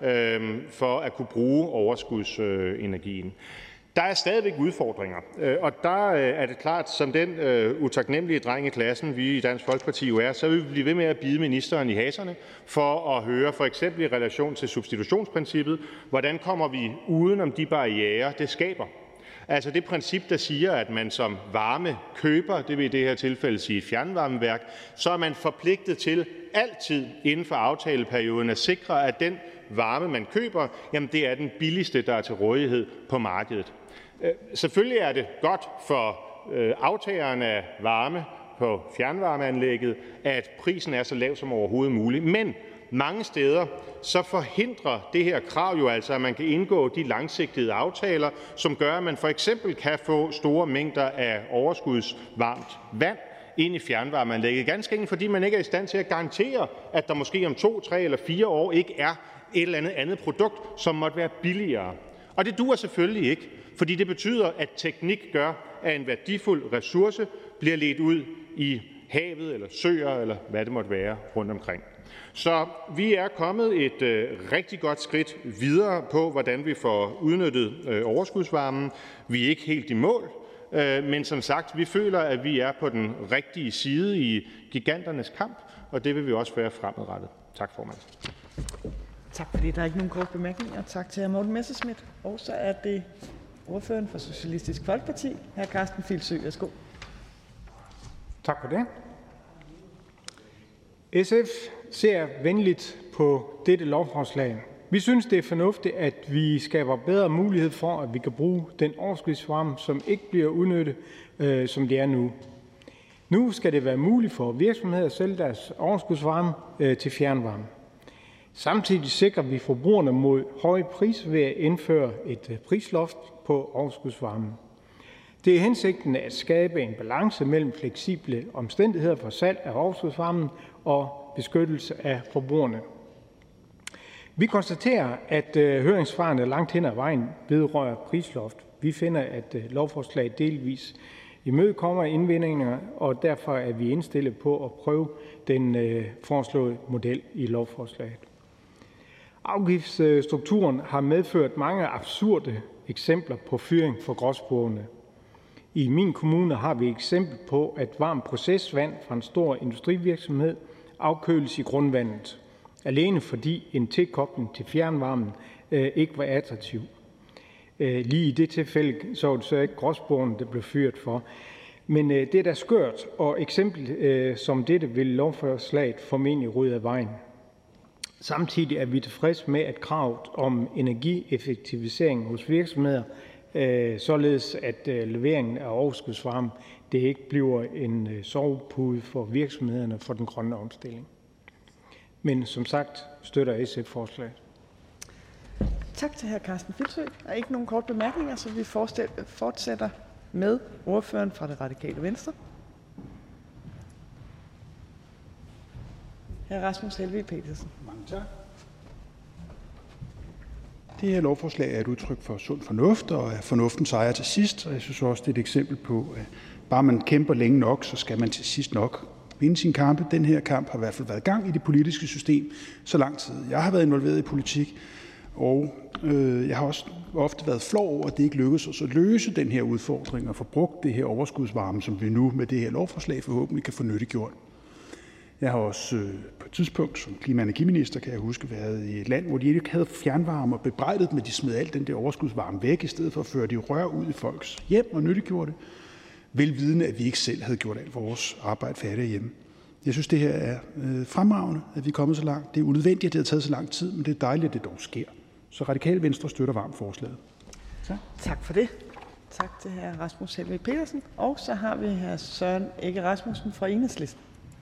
for at kunne bruge overskudsenergien. Der er stadigvæk udfordringer, og der er det klart, som den utaknemmelige dreng i klassen, vi i Dansk Folkeparti jo er, så vil vi blive ved med at bide ministeren i haserne for at høre, for eksempel i relation til substitutionsprincippet, hvordan kommer vi uden om de barrierer, det skaber. Altså det princip, der siger, at man som varmekøber, det vil i det her tilfælde sige et fjernvarmeværk, så er man forpligtet til altid inden for aftaleperioden at sikre, at den varme, man køber, jamen det er den billigste, der er til rådighed på markedet. Selvfølgelig er det godt for aftageren af varme på fjernvarmeanlægget, at prisen er så lav som overhovedet muligt, men mange steder så forhindrer det her krav jo altså, at man kan indgå de langsigtede aftaler, som gør, at man for eksempel kan få store mængder af overskudsvarmt vand ind i fjernvarmeanlægget. Ganske enkelt fordi man ikke er i stand til at garantere, at der måske om 2, 3 eller 4 år ikke er et eller andet produkt, som måtte være billigere. Og det duer selvfølgelig ikke, fordi det betyder, at teknik gør, at en værdifuld ressource bliver ledt ud i havet eller søer eller hvad det måtte være rundt omkring. Så vi er kommet et rigtig godt skridt videre på, hvordan vi får udnyttet overskudsvarmen. Vi er ikke helt i mål, men som sagt, vi føler, at vi er på den rigtige side i giganternes kamp, og det vil vi også være fremadrettet. Tak, formand. Tak for det. Der er ikke nogen korte bemærkninger. Tak til hr. Morten Messerschmidt. Og så er det ordføreren for Socialistisk Folkeparti, hr. Karsten Filsø. Værsgo. Tak for det. SF ser venligt på dette lovforslag. Vi synes, det er fornuftigt, at vi skaber bedre mulighed for, at vi kan bruge den overskudsvarme, som ikke bliver udnyttet, som det er nu. Nu skal det være muligt for virksomheder at sælge deres overskudsvarme til fjernvarme. Samtidig sikrer vi forbrugerne mod høje priser ved at indføre et prisloft på overskudsvarmen. Det er hensigten at skabe en balance mellem fleksible omstændigheder for salg af overskudsvarmen og beskyttelse af forbrugerne. Vi konstaterer, at høringssvarene langt hen ad vejen vedrører prisloft. Vi finder, at lovforslaget delvis imødekommer indvendingerne, og derfor er vi indstillet på at prøve den foreslåede model i lovforslaget. Afgiftsstrukturen har medført mange absurde eksempler på fyring for gråspurvene. I min kommune har vi et eksempel på, at varmt procesvand fra en stor industrivirksomhed afkøles i grundvandet, alene fordi en tilkobling til fjernvarmen ikke var attraktiv. Lige i det tilfælde så var det så ikke gråspurvene, der blev fyret for. Men det er da skørt, og eksempel som dette vil lovforslaget formentlig rydde af vejen. Samtidig er vi tilfreds med, at kravet om energieffektivisering hos virksomheder, således at leveringen af overskudsvarme, det ikke bliver en sovepude for virksomhederne for den grønne omstilling. Men som sagt støtter SF forslaget. Tak til hr. Karsten Filsø. Der er ikke nogen korte bemærkninger, så vi fortsætter med ordføreren fra Det Radikale Venstre. Hr. Rasmus Helveg Petersen. Mange tak. Det her lovforslag er et udtryk for sund fornuft, og at fornuften sejrer til sidst. Og jeg synes også, det er et eksempel på, at bare man kæmper længe nok, så skal man til sidst nok vinde sin kampe. Den her kamp har i hvert fald været i gang i det politiske system så lang tid. Jeg har været involveret i politik, og jeg har også ofte været flov over, at det ikke lykkedes os at løse den her udfordring og få brugt det her overskudsvarme, som vi nu med det her lovforslag forhåbentlig kan få nyttiggjort. Jeg har også på et tidspunkt som klima- og energiminister, kan jeg huske, været i et land, hvor de ikke havde fjernvarme og bebrejdet med, at de smed alt den der overskudsvarme væk, i stedet for at føre det rør ud i folks hjem og nyttiggjorde det, velvidende, at vi ikke selv havde gjort alt vores arbejde færdigt hjemme. Jeg synes, det her er fremragende, at vi er kommet så langt. Det er unødvendigt, at det har taget så lang tid, men det er dejligt, at det dog sker. Så Radikale Venstre støtter varmt forslaget. Tak for det. Tak til hr. Rasmus Helveg Petersen. Og så har vi hr. Søren Egge Rasmussen fra Enhedslisten.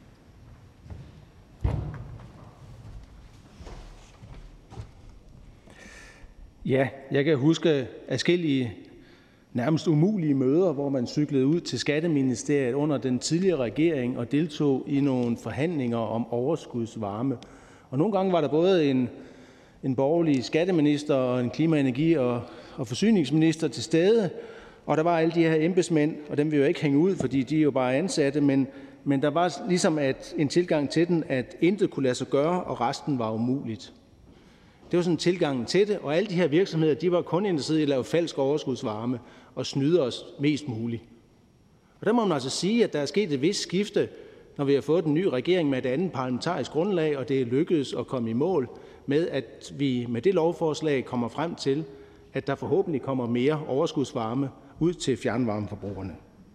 Ja, jeg kan huske adskillige nærmest umulige møder, hvor man cyklede ud til Skatteministeriet under den tidligere regering og deltog i nogle forhandlinger om overskudsvarme. Og nogle gange var der både en borgerlig skatteminister og en klima-, energi- og forsyningsminister til stede, og der var alle de her embedsmænd, og dem vil jo ikke hænge ud, fordi de er jo bare ansatte, men der var ligesom en tilgang til den, at intet kunne lade sig gøre, og resten var umuligt. Det var sådan tilgangen til det, og alle de her virksomheder, de var kun interesseret i at lave falsk overskudsvarme og snyde os mest muligt. Og der må man altså sige, at der er sket et vist skifte, når vi har fået en ny regering med et andet parlamentarisk grundlag, og det er lykkedes at komme i mål med, at vi med det lovforslag kommer frem til, at der forhåbentlig kommer mere overskudsvarme ud til fjernvarmeforbrugerne.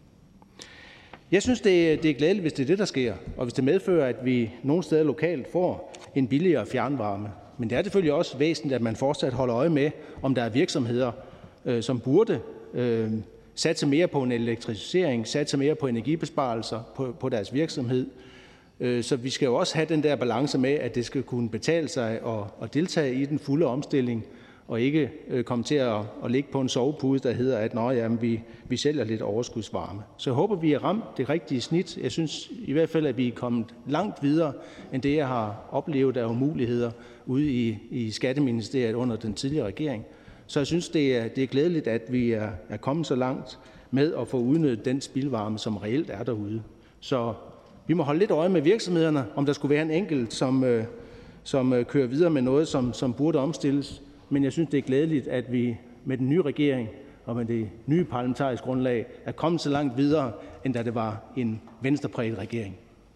Jeg synes, det er glædeligt, hvis det er det, der sker, og hvis det medfører, at vi nogle steder lokalt får en billigere fjernvarme. Men det er selvfølgelig også væsentligt, at man fortsat holder øje med, om der er virksomheder, som burde satse mere på en elektrificering, satse mere på energibesparelser på deres virksomhed. Så vi skal jo også have den der balance med, at det skal kunne betale sig at deltage i den fulde omstilling, og ikke komme til at ligge på en sovepude, der hedder, at vi sælger lidt overskudsvarme. Så jeg håber, vi har ramt det rigtige snit. Jeg synes i hvert fald, at vi er kommet langt videre, end det, jeg har oplevet af muligheder ude i Skatteministeriet under den tidligere regering. Så jeg synes, det er glædeligt, at vi er kommet så langt med at få udnyttet den spildvarme, som reelt er derude. Så vi må holde lidt øje med virksomhederne, om der skulle være en enkelt, som kører videre med noget, som burde omstilles. Men jeg synes, det er glædeligt, at vi med den nye regering og med det nye parlamentariske grundlag er kommet så langt videre, end da det var en venstrepræget regering.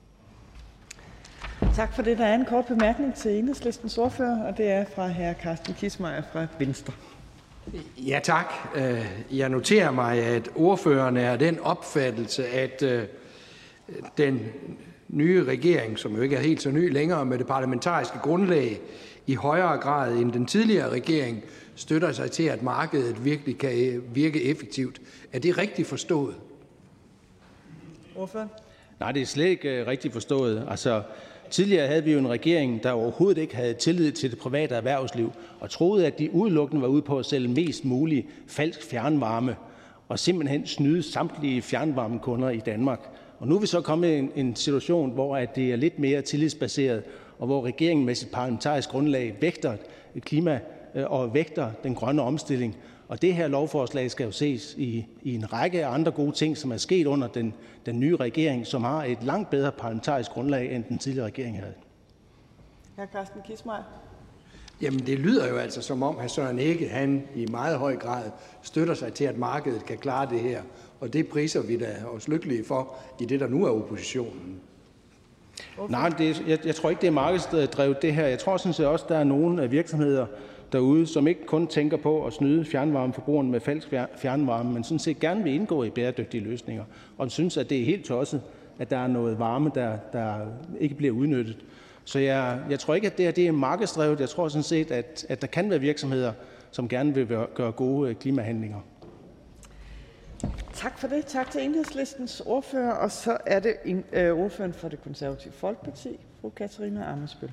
Tak for det. Der er en kort bemærkning til Enhedslistens ordfører, og det er fra hr. Carsten Kissmeyer fra Venstre. Ja, tak. Jeg noterer mig, at ordføreren er den opfattelse, at den nye regering, som jo ikke er helt så ny længere med det parlamentariske grundlag, i højere grad end den tidligere regering støtter sig til, at markedet virkelig kan virke effektivt. Er det rigtigt forstået? Ordføreren? Nej, det er slet ikke rigtigt forstået. Altså, tidligere havde vi jo en regering, der overhovedet ikke havde tillid til det private erhvervsliv, og troede, at de udelukkende var ude på at sælge mest mulig falsk fjernvarme, og simpelthen snyde samtlige fjernvarmekunder i Danmark. Og nu er vi så kommet i en situation, hvor det er lidt mere tillidsbaseret, og hvor regeringen med sit parlamentariske grundlag vægter klima og vægter den grønne omstilling, Og det her lovforslag skal jo ses i en række andre gode ting, som er sket under den nye regering, som har et langt bedre parlamentarisk grundlag, end den tidligere regering havde. Hr. Carsten Kissmeyer. Jamen, det lyder jo altså som om, at Søren Egge, han i meget høj grad støtter sig til, at markedet kan klare det her. Og det priser vi da os lykkelige for i det, der nu er oppositionen. Nej, jeg tror ikke, det er markedsdrevet det her. Jeg tror sådan set også, der er nogle virksomheder derude, som ikke kun tænker på at snyde fjernvarmeforbrugerne med falsk fjernvarme, men sådan set gerne vil indgå i bæredygtige løsninger, og synes, at det er helt tosset, at der er noget varme, der ikke bliver udnyttet. Så jeg tror ikke, at det er markedsdrevet. Jeg tror sådan set, at der kan være virksomheder, som gerne vil gøre gode klimahandlinger. Tak for det. Tak til Enhedslistens ordfører. Og så er det ordføreren for Det Konservative Folkeparti, fru Katarina Ammitzbøll.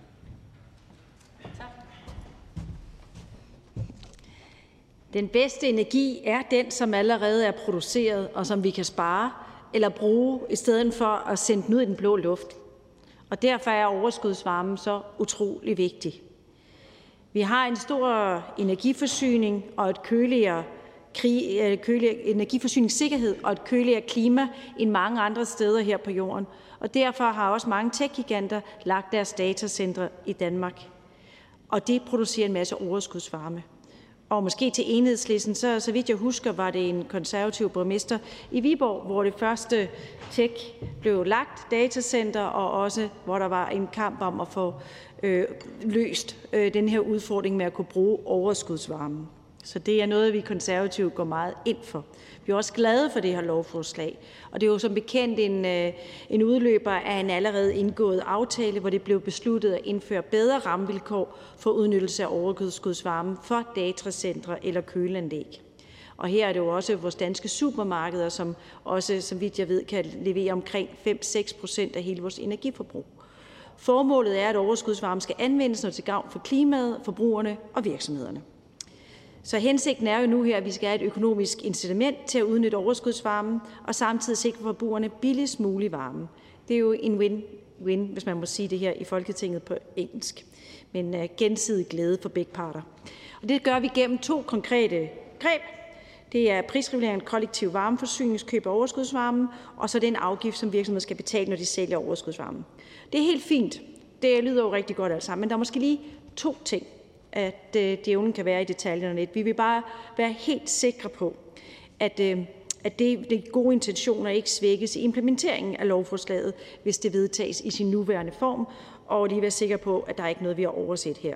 Den bedste energi er den, som allerede er produceret, og som vi kan spare eller bruge, i stedet for at sende den ud i den blå luft. Og derfor er overskudsvarmen så utrolig vigtig. Vi har en stor energiforsyning og et køligere energiforsyningssikkerhed og et køligere klima end mange andre steder her på jorden. Og derfor har også mange tech-giganter lagt deres datacentre i Danmark. Og det producerer en masse overskudsvarme. Og måske til Enhedslisten, så vidt jeg husker, var det en konservativ borgmester i Viborg, hvor det første tech blev lagt, datacenter, og også hvor der var en kamp om at få løst den her udfordring med at kunne bruge overskudsvarmen. Så det er noget, vi konservative går meget ind for. Vi er også glade for det her lovforslag, og det er jo som bekendt en udløber af en allerede indgået aftale, hvor det blev besluttet at indføre bedre rammevilkår for udnyttelse af overskudsvarme for datacentre eller køleanlæg. Og her er det jo også vores danske supermarkeder, som også, så vidt jeg ved, kan levere omkring 5-6% af hele vores energiforbrug. Formålet er, at overskudsvarme skal anvendes til gavn for klimaet, forbrugerne og virksomhederne. Så hensigten er jo nu her, at vi skal have et økonomisk incitament til at udnytte overskudsvarmen og samtidig sikre forbrugerne billigst mulig varme. Det er jo en win-win, hvis man må sige det her i Folketinget på engelsk, men gensidig glæde for begge parter. Og det gør vi gennem 2 konkrete greb. Det er prisregulering af kollektiv varmeforsyningskøb af overskudsvarmen, og så den afgift, som virksomheder skal betale, når de sælger overskudsvarmen. Det er helt fint. Det lyder jo rigtig godt alt sammen, men der er måske lige 2 ting, at djævlen kan være i detaljerne lidt. Vi vil bare være helt sikre på, at de gode intentioner ikke svækkes i implementeringen af lovforslaget, hvis det vedtages i sin nuværende form, og lige være sikre på, at der ikke er noget, vi har overset her.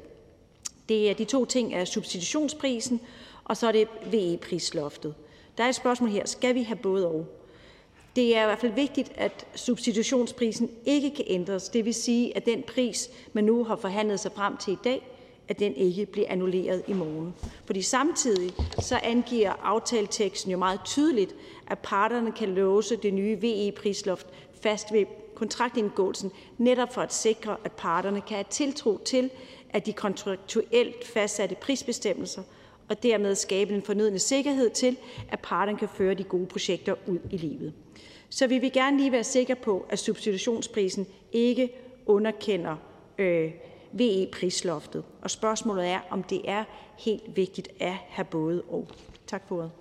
De 2 ting er substitutionsprisen, og så er det VE-prisloftet. Der er et spørgsmål her. Skal vi have både og? Det er i hvert fald vigtigt, at substitutionsprisen ikke kan ændres. Det vil sige, at den pris, man nu har forhandlet sig frem til i dag, at den ikke bliver annulleret i morgen. Fordi samtidig så angiver aftaleteksten jo meget tydeligt, at parterne kan låse det nye VE-prisloft fast ved kontraktindgåelsen, netop for at sikre, at parterne kan have tiltro til, at de kontraktuelt fastsatte prisbestemmelser, og dermed skabe en fornødne sikkerhed til, at parterne kan føre de gode projekter ud i livet. Så vi vil gerne lige være sikre på, at substitutionsprisen ikke underkender VE-prisloftet. Og spørgsmålet er, om det er helt vigtigt at have både og. Tak for ordet.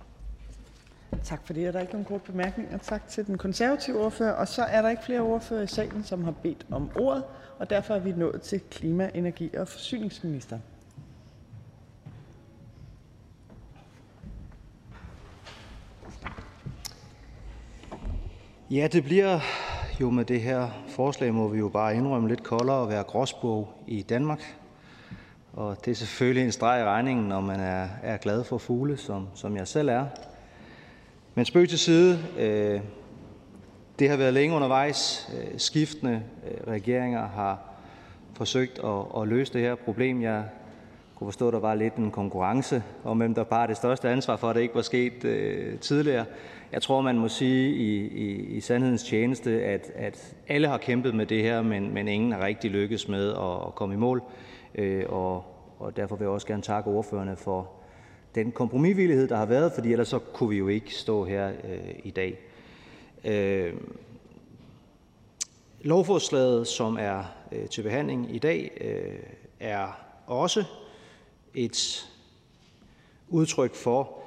Tak for det. Der er ikke nogen korte bemærkninger. Tak til den konservative ordfører. Og så er der ikke flere ordførere i salen, som har bedt om ordet, og derfor er vi nået til klima-, energi- og forsyningsministeren. Ja, det bliver jo med det her forslag, må vi jo bare indrømme, lidt koldere at være gråsbog i Danmark. Og det er selvfølgelig en streg i regningen, når man er glad for fugle, som jeg selv er. Men spøg til side, det har været længe undervejs. Skiftende regeringer har forsøgt at løse det her problem. Jeg kunne forstå, at der var lidt en konkurrence om, hvem der bare det største ansvar for, at det ikke var sket tidligere. Jeg tror, man må sige i sandhedens tjeneste, at alle har kæmpet med det her, men ingen har rigtig lykkes med at komme i mål. Og derfor vil jeg også gerne takke ordførerne for den kompromisvillighed, der har været, fordi ellers så kunne vi jo ikke stå her i dag. Lovforslaget, som er til behandling i dag, er også et udtryk for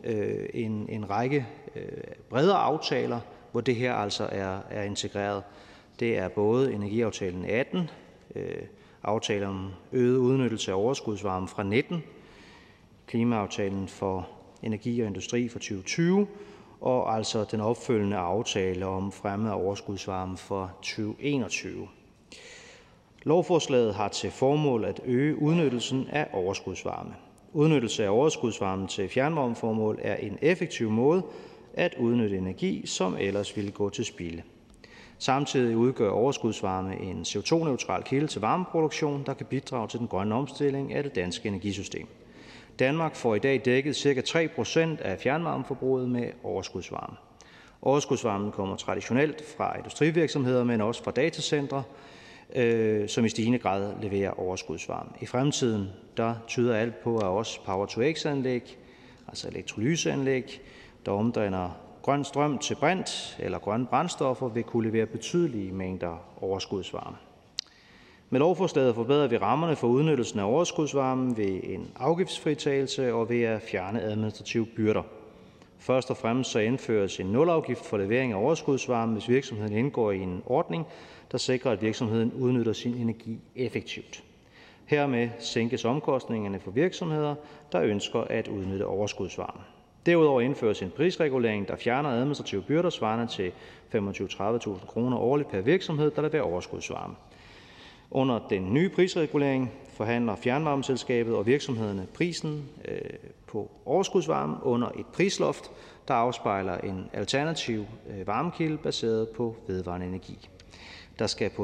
en række bredere aftaler, hvor det her altså er integreret. Det er både energiaftalen 18, aftale om øget udnyttelse af overskudsvarme fra 19, klimaaftalen for energi og industri for 2020, og altså den opfølgende aftale om fremme af overskudsvarme for 2021. Lovforslaget har til formål at øge udnyttelsen af overskudsvarme. Udnyttelse af overskudsvarme til fjernvarmeformål er en effektiv måde at udnytte energi, som ellers ville gå til spilde. Samtidig udgør overskudsvarme en CO2-neutral kilde til varmeproduktion, der kan bidrage til den grønne omstilling af det danske energisystem. Danmark får i dag dækket ca. 3% af fjernvarmeforbruget med overskudsvarme. Overskudsvarmen kommer traditionelt fra industrivirksomheder, men også fra datacentre, som i stigende grad leverer overskudsvarme. I fremtiden tyder alt på, at også Power-to-X-anlæg, altså elektrolyseanlæg, der omdanner grøn strøm til brint eller grønne brændstoffer, vil kunne levere betydelige mængder overskudsvarme. Med lovforslaget forbedrer vi rammerne for udnyttelsen af overskudsvarmen ved en afgiftsfritagelse og ved at fjerne administrative byrder. Først og fremmest så indføres en nulafgift for levering af overskudsvarme, hvis virksomheden indgår i en ordning, der sikrer, at virksomheden udnytter sin energi effektivt. Hermed sænkes omkostningerne for virksomheder, der ønsker at udnytte overskudsvarme. Derudover indføres en prisregulering, der fjerner administrative byrder svarende til 25-30.000 kroner årligt per virksomhed, der leverer overskudsvarme. Under den nye prisregulering forhandler fjernvarmeselskabet og virksomhederne prisen på overskudsvarme under et prisloft, der afspejler en alternativ varmekilde baseret på vedvarende energi. Det skal på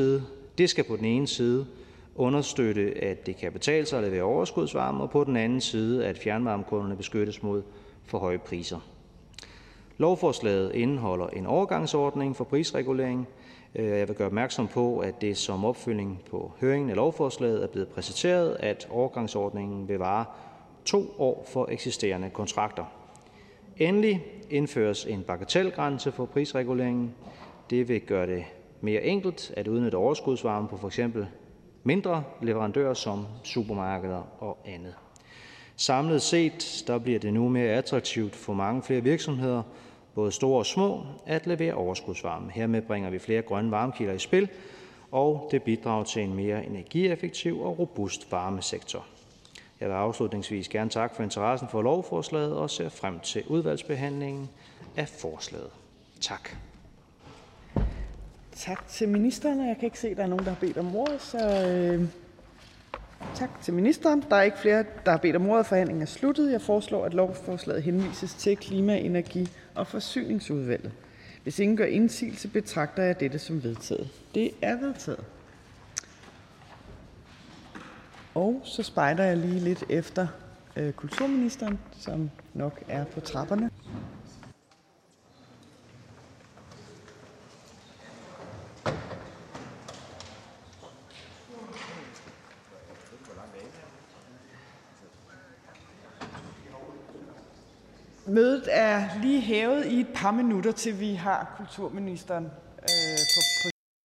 den ene side understøtte, at det kan betale sig at levere overskudsvarme, og på den anden side, at fjernvarmekunderne beskyttes mod for høje priser. Lovforslaget indeholder en overgangsordning for prisregulering. Jeg vil gøre opmærksom på, at det som opfølgning på høringen af lovforslaget er blevet præciseret, at overgangsordningen vil vare 2 år for eksisterende kontrakter. Endelig indføres en bagatelgrænse for prisreguleringen. Det vil gøre det mere enkelt at udnytte overskudsvarme på f.eks. mindre leverandører som supermarkeder og andet. Samlet set bliver det nu mere attraktivt for mange flere virksomheder, både store og små, at levere overskudsvarme. Hermed bringer vi flere grønne varmekilder i spil, og det bidrager til en mere energieffektiv og robust varmesektor. Jeg vil afslutningsvis gerne takke for interessen for lovforslaget og ser frem til udvalgsbehandlingen af forslaget. Tak. Tak til ministeren. Jeg kan ikke se, at der er nogen, der har bedt om ordet, så tak til ministeren. Der er ikke flere, der har bedt om ordet. Forhandlingen er sluttet. Jeg foreslår, at lovforslaget henvises til Klima-, Energi- og Forsyningsudvalget. Hvis ingen gør indsigelse, betragter jeg dette som vedtaget. Det er vedtaget. Og så spejder jeg lige lidt efter kulturministeren, som nok er på trapperne. Mødet er lige hævet i et par minutter, til vi har kulturministeren på.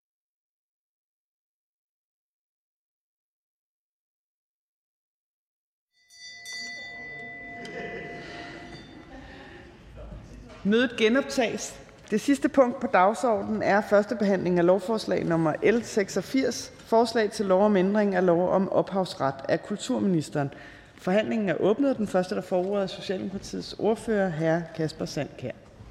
Mødet genoptages. Det sidste punkt på dagsordenen er første behandling af lovforslag nummer L 86, forslag til lov om ændring af lov om ophavsret af kulturministeren. Forhandlingen er åbnet. Den første, der får ordet, er Socialdemokratiets ordfører, hr. Kasper Sand Kjær.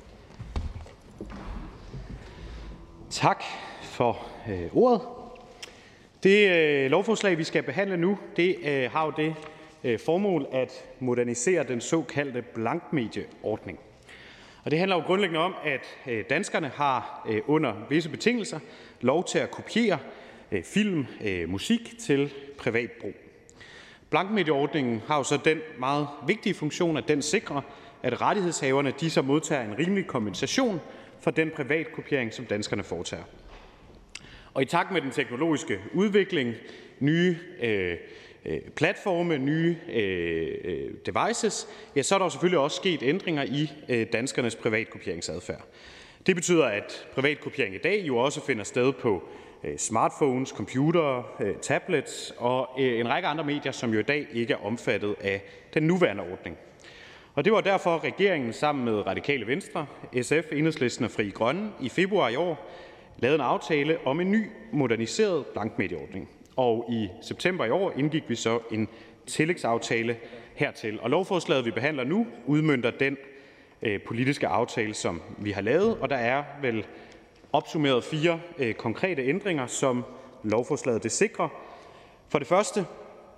Tak for ordet. Det lovforslag, vi skal behandle nu, det har jo det formål at modernisere den såkaldte blankmedieordning. Og det handler jo grundlæggende om, at danskerne har under visse betingelser lov til at kopiere film, musik til privat brug. Blankmedieordningen har jo så den meget vigtige funktion, at den sikrer, at rettighedshaverne de så modtager en rimelig kompensation for den privatkopiering, som danskerne foretager. Og i takt med den teknologiske udvikling, nye platforme, nye devices, ja, så er der selvfølgelig også sket ændringer i danskernes privatkopieringsadfærd. Det betyder, at privatkopiering i dag jo også finder sted på smartphones, computere, tablets og en række andre medier, som jo i dag ikke er omfattet af den nuværende ordning. Og det var derfor, regeringen sammen med Radikale Venstre, SF, Enhedslisten og Frie Grønne i februar i år lavede en aftale om en ny moderniseret blankmedieordning. Og i september i år indgik vi så en tillægsaftale hertil. Og lovforslaget, vi behandler nu, udmønter den politiske aftale, som vi har lavet, og der er vel opsummeret 4 konkrete ændringer, som lovforslaget det sikrer. For det første,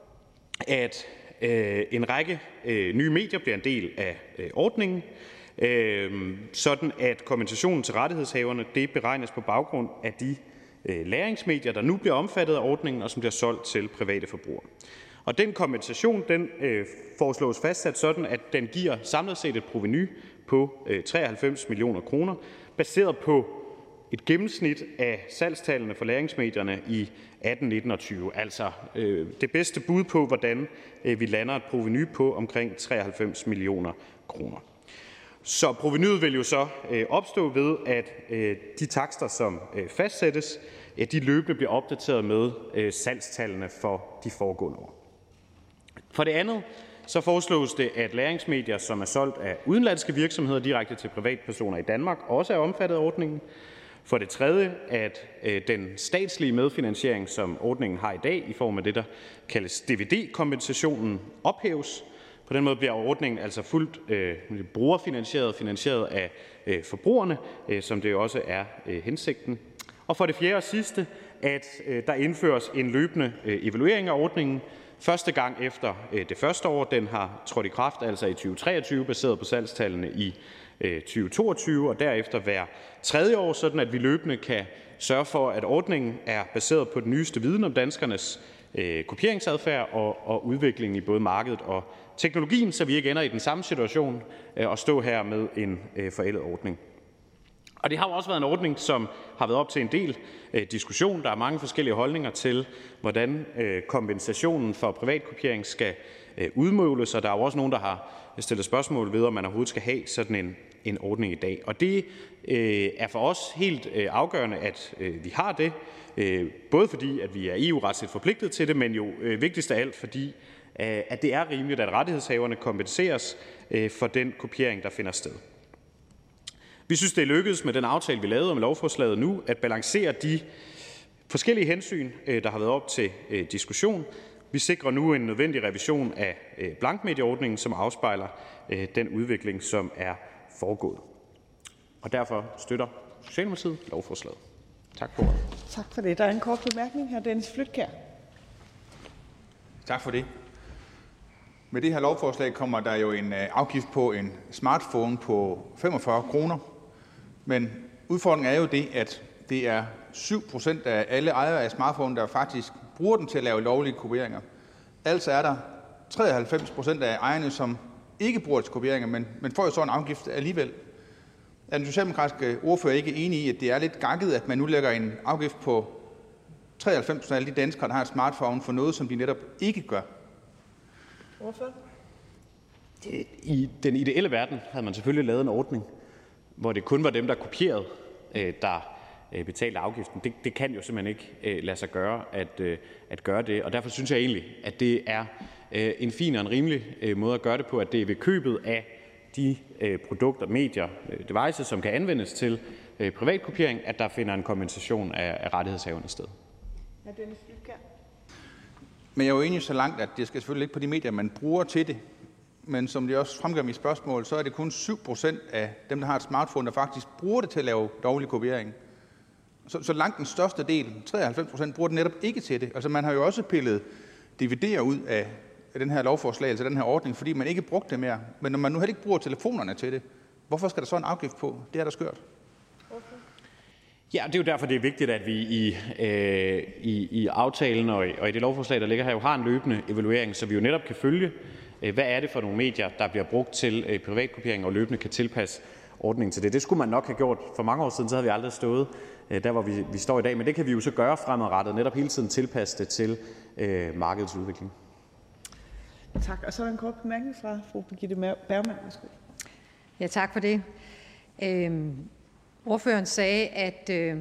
at en række nye medier bliver en del af ordningen, sådan at kompensationen til rettighedshaverne det beregnes på baggrund af de lagringsmedier, der nu bliver omfattet af ordningen, og som bliver solgt til private forbrugere. Og den kompensation den foreslås fastsat sådan, at den giver samlet set et provenu på 93 millioner kroner, baseret på et gennemsnit af salgstallene for lagringsmedierne i 18, 19 og 20. Altså det bedste bud på, hvordan vi lander et provenu på omkring 93 millioner kroner. Så provenuet vil jo så opstå ved, at de takster, som fastsættes, de løbende bliver opdateret med salgstallene for de foregående år. For det andet så foreslås det, at lagringsmedier, som er solgt af udenlandske virksomheder direkte til privatpersoner i Danmark, også er omfattet af ordningen. For det tredje, at den statslige medfinansiering, som ordningen har i dag, i form af det, der kaldes DVD-kompensationen, ophæves. På den måde bliver ordningen altså fuldt brugerfinansieret, finansieret af forbrugerne, som det jo også er hensigten. Og for det fjerde og sidste, at der indføres en løbende evaluering af ordningen. Første gang efter det første år, den har trådt i kraft, altså i 2023, baseret på salgstallene i 2022, og derefter hver tredje år, sådan at vi løbende kan sørge for, at ordningen er baseret på den nyeste viden om danskernes kopieringsadfærd og udviklingen i både markedet og teknologien, så vi ikke ender i den samme situation og stå her med en forældet ordning. Og det har jo også været en ordning, som har været op til en del diskussion. Der er mange forskellige holdninger til, hvordan kompensationen for privatkopiering skal udmåles, og der er jo også nogen, der har stillet spørgsmål ved, om man overhovedet skal have sådan en ordning i dag. Og det er for os helt afgørende, at vi har det, både fordi, at vi er EU-retsligt forpligtet til det, men jo vigtigst af alt, fordi at det er rimeligt, at rettighedshaverne kompenseres for den kopiering, der finder sted. Vi synes, det er lykkedes med den aftale, vi lavede om lovforslaget nu, at balancere de forskellige hensyn, der har været op til diskussion. Vi sikrer nu en nødvendig revision af blankmedieordningen, som afspejler den udvikling, som er foregået. Og derfor støtter Socialdemokratiet lovforslaget. Tak for ordet. Tak for det. Der er en kort bemærkning her, Dennis Flydtkjær. Tak for det. Med det her lovforslag kommer der jo en afgift på en smartphone på 45 kroner. Men udfordringen er jo det, at det er 7% af alle ejere af smartphone, der faktisk bruger den til at lave lovlige kopieringer. Altså er der 93% af ejerne, som ikke bruger det til kopieringer, men får jo så en afgift alligevel. Er den socialdemokratiske ordfører ikke enig i, at det er lidt gakket, at man nu lægger en afgift på 93% af alle de danskere, der har et smartphone, for noget, som de netop ikke gør? Ordfører? I den ideelle verden havde man selvfølgelig lavet en ordning, hvor det kun var dem, der kopierede, der betalte afgiften. Det kan jo simpelthen ikke lade sig gøre at gøre det, og derfor synes jeg egentlig, at det er en fin og en rimelig måde at gøre det på, at det er ved købet af de produkter, medier, devices, som kan anvendes til privatkopiering, at der finder en kompensation af rettighedshaverne sted. Men jeg er jo enig så langt, at det skal selvfølgelig ikke på de medier, man bruger til det. Men som det også fremgår i mit spørgsmål, så er det kun 7% af dem, der har et smartphone, der faktisk bruger det til at lave lovlig kopiering. Så langt den største del, 93%, bruger det netop ikke til det. Altså man har jo også pillet DVD'er ud af den her lovforslag, altså den her ordning, fordi man ikke brugte det mere. Men når man nu heller ikke bruger telefonerne til det, hvorfor skal der så en afgift på? Det er da skørt. Ja, det er jo derfor, det er vigtigt, at vi i aftalen og i det lovforslag, der ligger her, jo har en løbende evaluering, så vi jo netop kan følge, hvad er det for nogle medier, der bliver brugt til privatkopiering, og løbende kan tilpasse ordningen til det. Det skulle man nok have gjort for mange år siden, så havde vi aldrig stået der, hvor vi står i dag. Men det kan vi jo så gøre fremadrettet, netop hele tiden tilpasse det til markedets udvikling. Tak, og så er der en kort bemærkning fra fru Birgitte Bergman. Ja, tak for det. Ordføreren sagde, at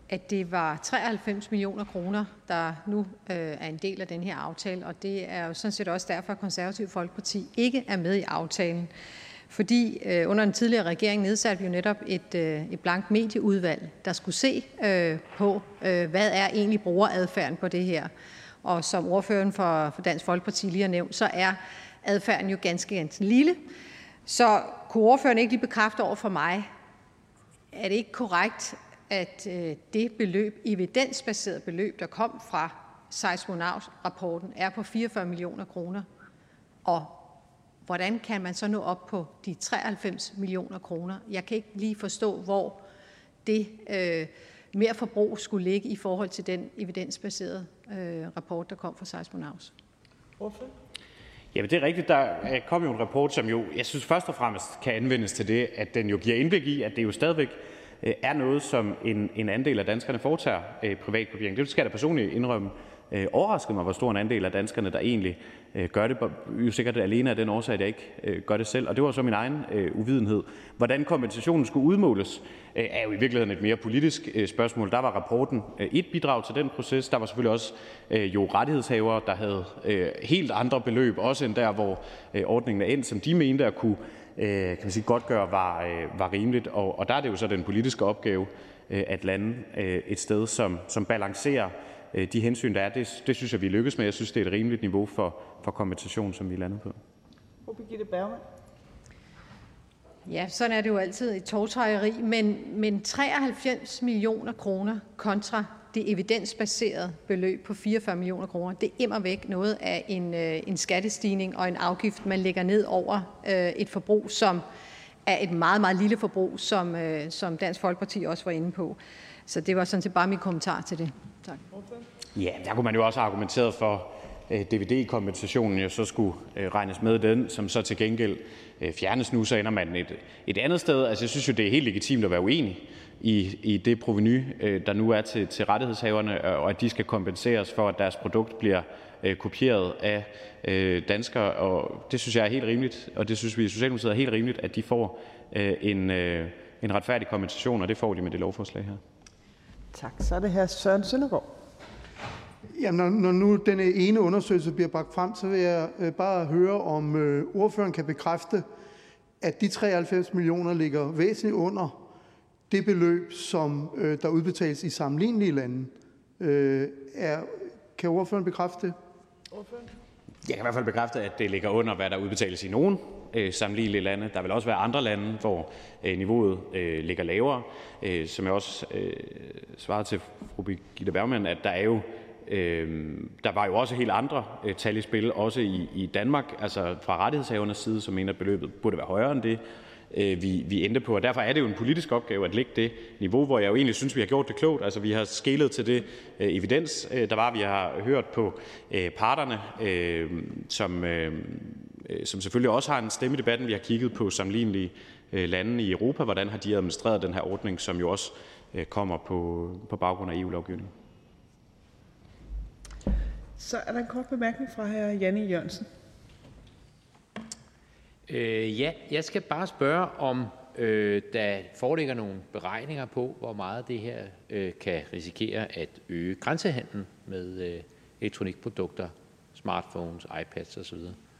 at det var 93 millioner kroner, der nu er en del af den her aftale, og det er jo sådan set også derfor, at Konservative Folkeparti ikke er med i aftalen. Fordi under den tidligere regering nedsatte vi jo netop et blankt medieudvalg, der skulle se på, hvad er egentlig brugeradfærden på det her. Og som ordføreren for Dansk Folkeparti lige har nævnt, så er adfærden jo ganske lille. Så kunne ordføreren ikke lige bekræfte over for mig, er det ikke korrekt, at det beløb, evidensbaseret beløb, der kom fra Seismonaut-rapporten, er på 44 millioner kroner? Og hvordan kan man så nå op på de 93 millioner kroner? Jeg kan ikke lige forstå, hvor det mere forbrug skulle ligge i forhold til den evidensbaserede rapport, der kom fra Seismonaut. Jamen det er rigtigt, der kom jo en rapport, som jo, jeg synes først og fremmest kan anvendes til det, at den jo giver indblik i, at det jo stadigvæk er noget, som en andel af danskerne foretager privatkopiering. Det skal jeg da personligt indrømme. Overraskede mig, hvor stor en andel af danskerne, der egentlig gør det. Jo sikkert alene af den årsag, at jeg ikke gør det selv. Og det var så min egen uvidenhed. Hvordan kompensationen skulle udmåles, er jo i virkeligheden et mere politisk spørgsmål. Der var rapporten et bidrag til den proces. Der var selvfølgelig også jo rettighedshavere, der havde helt andre beløb, også end der, hvor ordningen er endt, som de mente at kunne kan man sige, godtgøre var rimeligt. Og der er det jo så den politiske opgave at lande et sted, som balancerer de hensyn, der er. Det synes jeg, vi lykkes med. Jeg synes, det er et rimeligt niveau for kompensation, som vi lander på. Birgitte Bergman. Ja, sådan er det jo altid et tovtrækkeri, men 93 millioner kroner kontra det evidensbaserede beløb på 44 millioner kroner, det er immervæk noget af en skattestigning og en afgift, man lægger ned over et forbrug, som er et meget, meget lille forbrug, som Dansk Folkeparti også var inde på. Så det var sådan set bare min kommentar til det. Tak. Ja, der kunne man jo også have argumenteret for, DVD-kompensationen jo så skulle regnes med den, som så til gengæld fjernes nu, så ender man et andet sted. Altså jeg synes jo, det er helt legitimt at være uenig i det provenu, der nu er til rettighedshaverne, og at de skal kompenseres for, at deres produkt bliver kopieret af danskere. Og det synes jeg er helt rimeligt, og det synes vi i Socialdemokratiet er helt rimeligt, at de får en retfærdig kompensation, og det får de med det lovforslag her. Tak. Så er det her Søren Søndergaard. Jamen, når nu denne ene undersøgelse bliver bragt frem, så vil jeg bare høre, om ordføreren kan bekræfte, at de 93 millioner ligger væsentligt under det beløb, som der udbetales i sammenlignelige lande. Kan ordføreren bekræfte det? Jeg kan i hvert fald bekræfte, at det ligger under, hvad der udbetales i nogle sammenlignelige lande. Der vil også være andre lande, hvor niveauet ligger lavere. Som jeg også svarede til fru Birgitte Bergman, at der var jo også helt andre tal i spil, også i Danmark, altså fra rettighedshavernes side, som mener, at beløbet burde være højere end det, vi endte på. Og derfor er det jo en politisk opgave at lægge det niveau, hvor jeg jo egentlig synes, vi har gjort det klogt. Altså vi har skelet til det evidens, der var. Vi har hørt på parterne, som selvfølgelig også har en stemme i debatten. Vi har kigget på sammenlignelige lande i Europa, hvordan har de administreret den her ordning, som jo også kommer på baggrund af EU-lovgivning. Så er der en kort bemærkning fra hr. Jan E. Jørgensen. Ja, jeg skal bare spørge, om der foreligger nogle beregninger på, hvor meget det her kan risikere at øge grænsehandlen med elektronikprodukter, smartphones, iPads osv.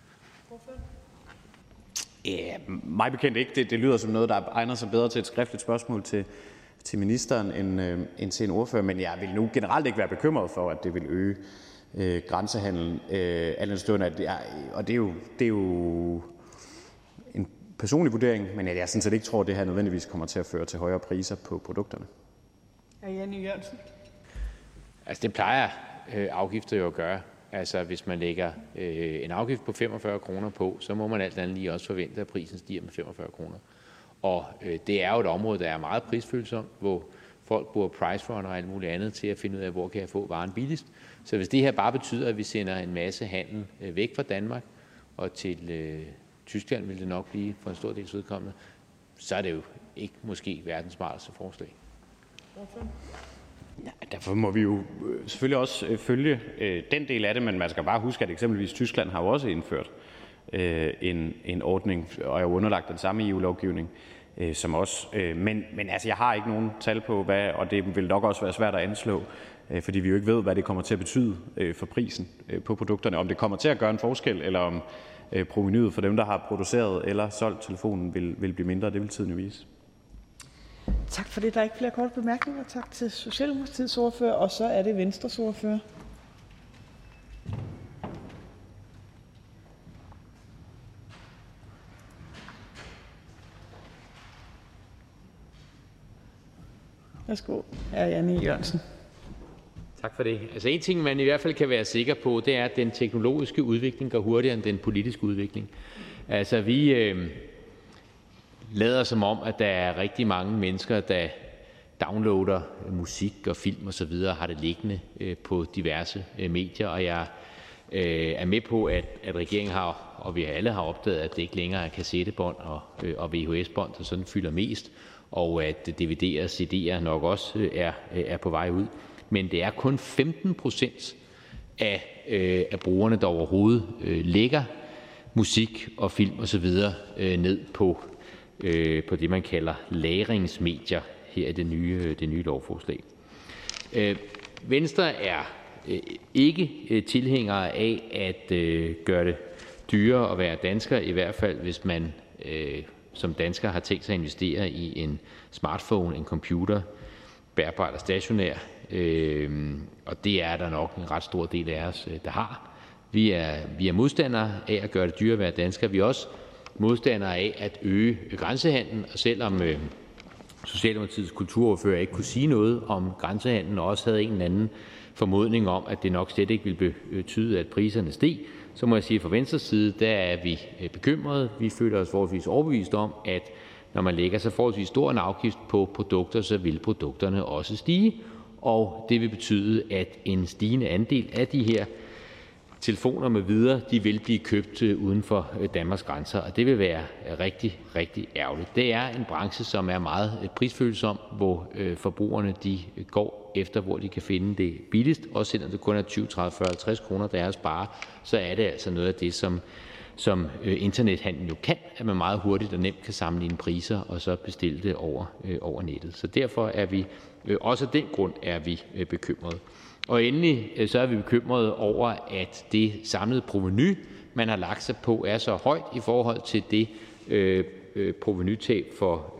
Ja, mig bekendt ikke. Det lyder som noget, der egner sig bedre til et skriftligt spørgsmål til ministeren end til en ordfører, men jeg vil nu generelt ikke være bekymret for, at det vil øge grænsehandlen. Og det er jo en personlig vurdering, men jeg sådan set ikke tror, at det her nødvendigvis kommer til at føre til højere priser på produkterne. Hr. Jan E. Jørgensen. Altså det plejer afgifter jo at gøre. Altså hvis man lægger en afgift på 45 kroner på, så må man alt andet lige også forvente, at prisen stiger med 45 kroner. Og det er jo et område, der er meget prisfølsomt, hvor folk bruger pricerunner og alt muligt andet til at finde ud af, hvor kan jeg få varen billigst. Så hvis det her bare betyder, at vi sender en masse handel væk fra Danmark og til Tyskland, vil det nok blive for en stor del vedkommende, så er det jo ikke måske verdens smarteste forslag. Ja, derfor må vi jo selvfølgelig også følge den del af det, men man skal bare huske, at eksempelvis Tyskland har jo også indført en ordning, og er jo underlagt den samme EU-lovgivning. som os. Men altså, jeg har ikke nogen tal på, hvad, og det vil nok også være svært at anslå, fordi vi jo ikke ved, hvad det kommer til at betyde for prisen på produkterne. Om det kommer til at gøre en forskel, eller om provenuet for dem, der har produceret eller solgt telefonen, vil blive mindre. Det vil tiden jo vise. Tak for det. Der er ikke flere korte bemærkninger. Tak til Socialdemokratiets ordfører, og så er det Venstres ordfører. Værsgo, hr. Jan E. Jørgensen. Tak for det. Altså en ting, man i hvert fald kan være sikker på, det er, at den teknologiske udvikling går hurtigere end den politiske udvikling. Altså vi lader som om, at der er rigtig mange mennesker, der downloader musik og film osv. og har det liggende på diverse medier, og jeg er med på, at regeringen har, og vi alle har opdaget, at det ikke længere er kassettebånd og VHS-bånd, der sådan fylder mest, og at DVD'er og CD'er nok også er på vej ud. Men det er kun 15% af brugerne, der overhovedet lægger musik og film osv. ned på det, man kalder lagringsmedier her i det nye lovforslag. Venstre er ikke tilhængere af at gøre det dyrere at være dansker, i hvert fald hvis man som dansker har tænkt sig at investere i en smartphone, en computer, bærbar eller stationær, og det er der nok en ret stor del af os, der har. Vi er modstandere af at gøre det dyrere at være dansker. Vi er også modstandere af at øge grænsehandlen, og selvom Socialdemokratiets kulturordfører ikke kunne sige noget om grænsehandlen, og også havde en eller anden formodning om, at det nok slet ikke ville betyde, at priserne steg, så må jeg sige, at fra Venstres side, der er vi bekymrede. Vi føler os forholdsvis overbevist om, at når man lægger så forholdsvis stor en afgift på produkter, så vil produkterne også stige, og det vil betyde, at en stigende andel af de her telefoner med videre, de vil blive købt uden for Danmarks grænser, og det vil være rigtig, rigtig ærgerligt. Det er en branche, som er meget prisfølsom, hvor forbrugerne de går efter, hvor de kan finde det billigst, også selvom det kun er 20, 30, 40, 50 kroner, der er at spare, så er det altså noget af det, som internethandel jo kan, at man meget hurtigt og nemt kan sammenligne priser og så bestille det over nettet. Så derfor er vi, også af den grund er vi bekymrede. Og endelig så er vi bekymrede over, at det samlede provenu, man har lagt sig på, er så højt i forhold til det provenutab for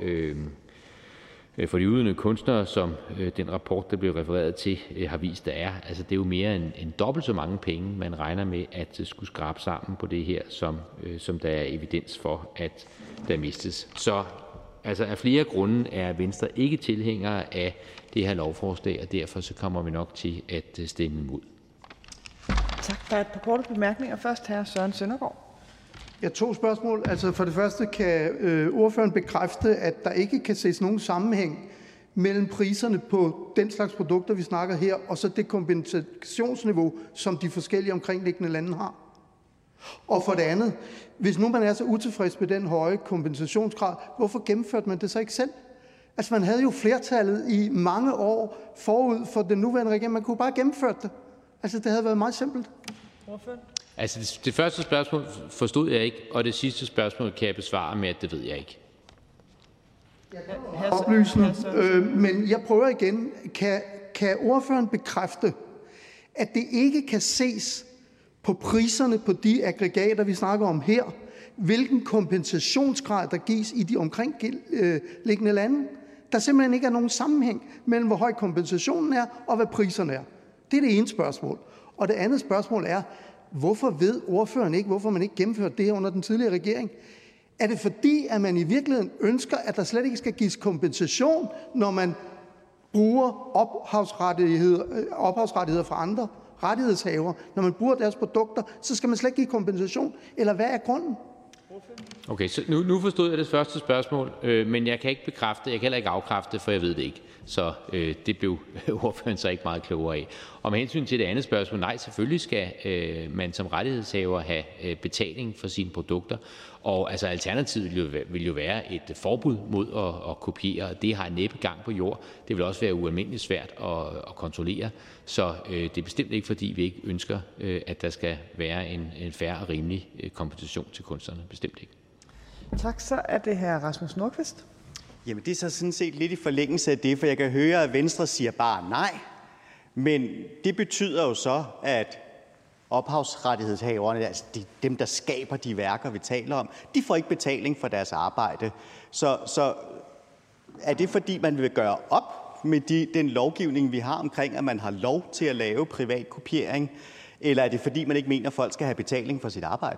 de udøvende kunstnere, som den rapport, der blev refereret til, har vist, der er. Altså det er jo mere end dobbelt så mange penge, man regner med at skulle skrabe sammen på det her, som der er evidens for, at der mistes. Så altså af flere grunde er Venstre ikke tilhængere af det her lovforslag, og derfor så kommer vi nok til at stemme imod. Tak. Der er et par korte bemærkninger. Først hr. Søren Søndergaard. Ja, 2 spørgsmål. Altså for det første, kan ordføreren bekræfte, at der ikke kan ses nogen sammenhæng mellem priserne på den slags produkter, vi snakker her, og så det kompensationsniveau, som de forskellige omkringliggende lande har? Og for det andet, hvis nu man er så utilfreds med den høje kompensationsgrad, hvorfor gennemførte man det så ikke selv? Altså man havde jo flertallet i mange år forud for den nuværende regering. Man kunne bare gennemføre det. Altså det havde været meget simpelt. Altså det første spørgsmål forstod jeg ikke, og det sidste spørgsmål kan jeg besvare med, at det ved jeg ikke. Oplysende. Men jeg prøver igen. Kan ordføreren bekræfte, at det ikke kan ses på priserne på de aggregater, vi snakker om her, hvilken kompensationsgrad der gives i de omkringliggende lande? Der simpelthen ikke er nogen sammenhæng mellem, hvor høj kompensationen er, og hvad priserne er. Det er det ene spørgsmål. Og det andet spørgsmål er, hvorfor ved ordføreren ikke, hvorfor man ikke gennemførte det her under den tidligere regering? Er det fordi, at man i virkeligheden ønsker, at der slet ikke skal gives kompensation, når man bruger ophavsrettigheder fra andre rettighedshavere? Når man bruger deres produkter, så skal man slet ikke give kompensation? Eller hvad er grunden? Okay, så nu forstod jeg det første spørgsmål, men jeg kan ikke bekræfte, jeg kan heller ikke afkræfte, for jeg ved det ikke. Så det blev ordføreren så ikke meget klogere af. Og med hensyn til det andet spørgsmål, nej, selvfølgelig skal man som rettighedshaver have betaling for sine produkter. Og altså alternativet vil jo være et forbud mod at kopiere. Det har næppe gang på jord. Det vil også være ualmindeligt svært at kontrollere. Så det er bestemt ikke, fordi vi ikke ønsker, at der skal være en fair og rimelig kompensation til kunstnerne. Bestemt ikke. Tak. Så er det hr. Rasmus Nordqvist. Jamen det er så sådan set lidt i forlængelse af det, for jeg kan høre, at Venstre siger bare nej. Men det betyder jo så, at ophavsrettighedshaverne, altså dem, der skaber de værker, vi taler om, de får ikke betaling for deres arbejde. Så er det fordi, man vil gøre op med den lovgivning, vi har omkring, at man har lov til at lave privat kopiering? Eller er det fordi, man ikke mener, at folk skal have betaling for sit arbejde?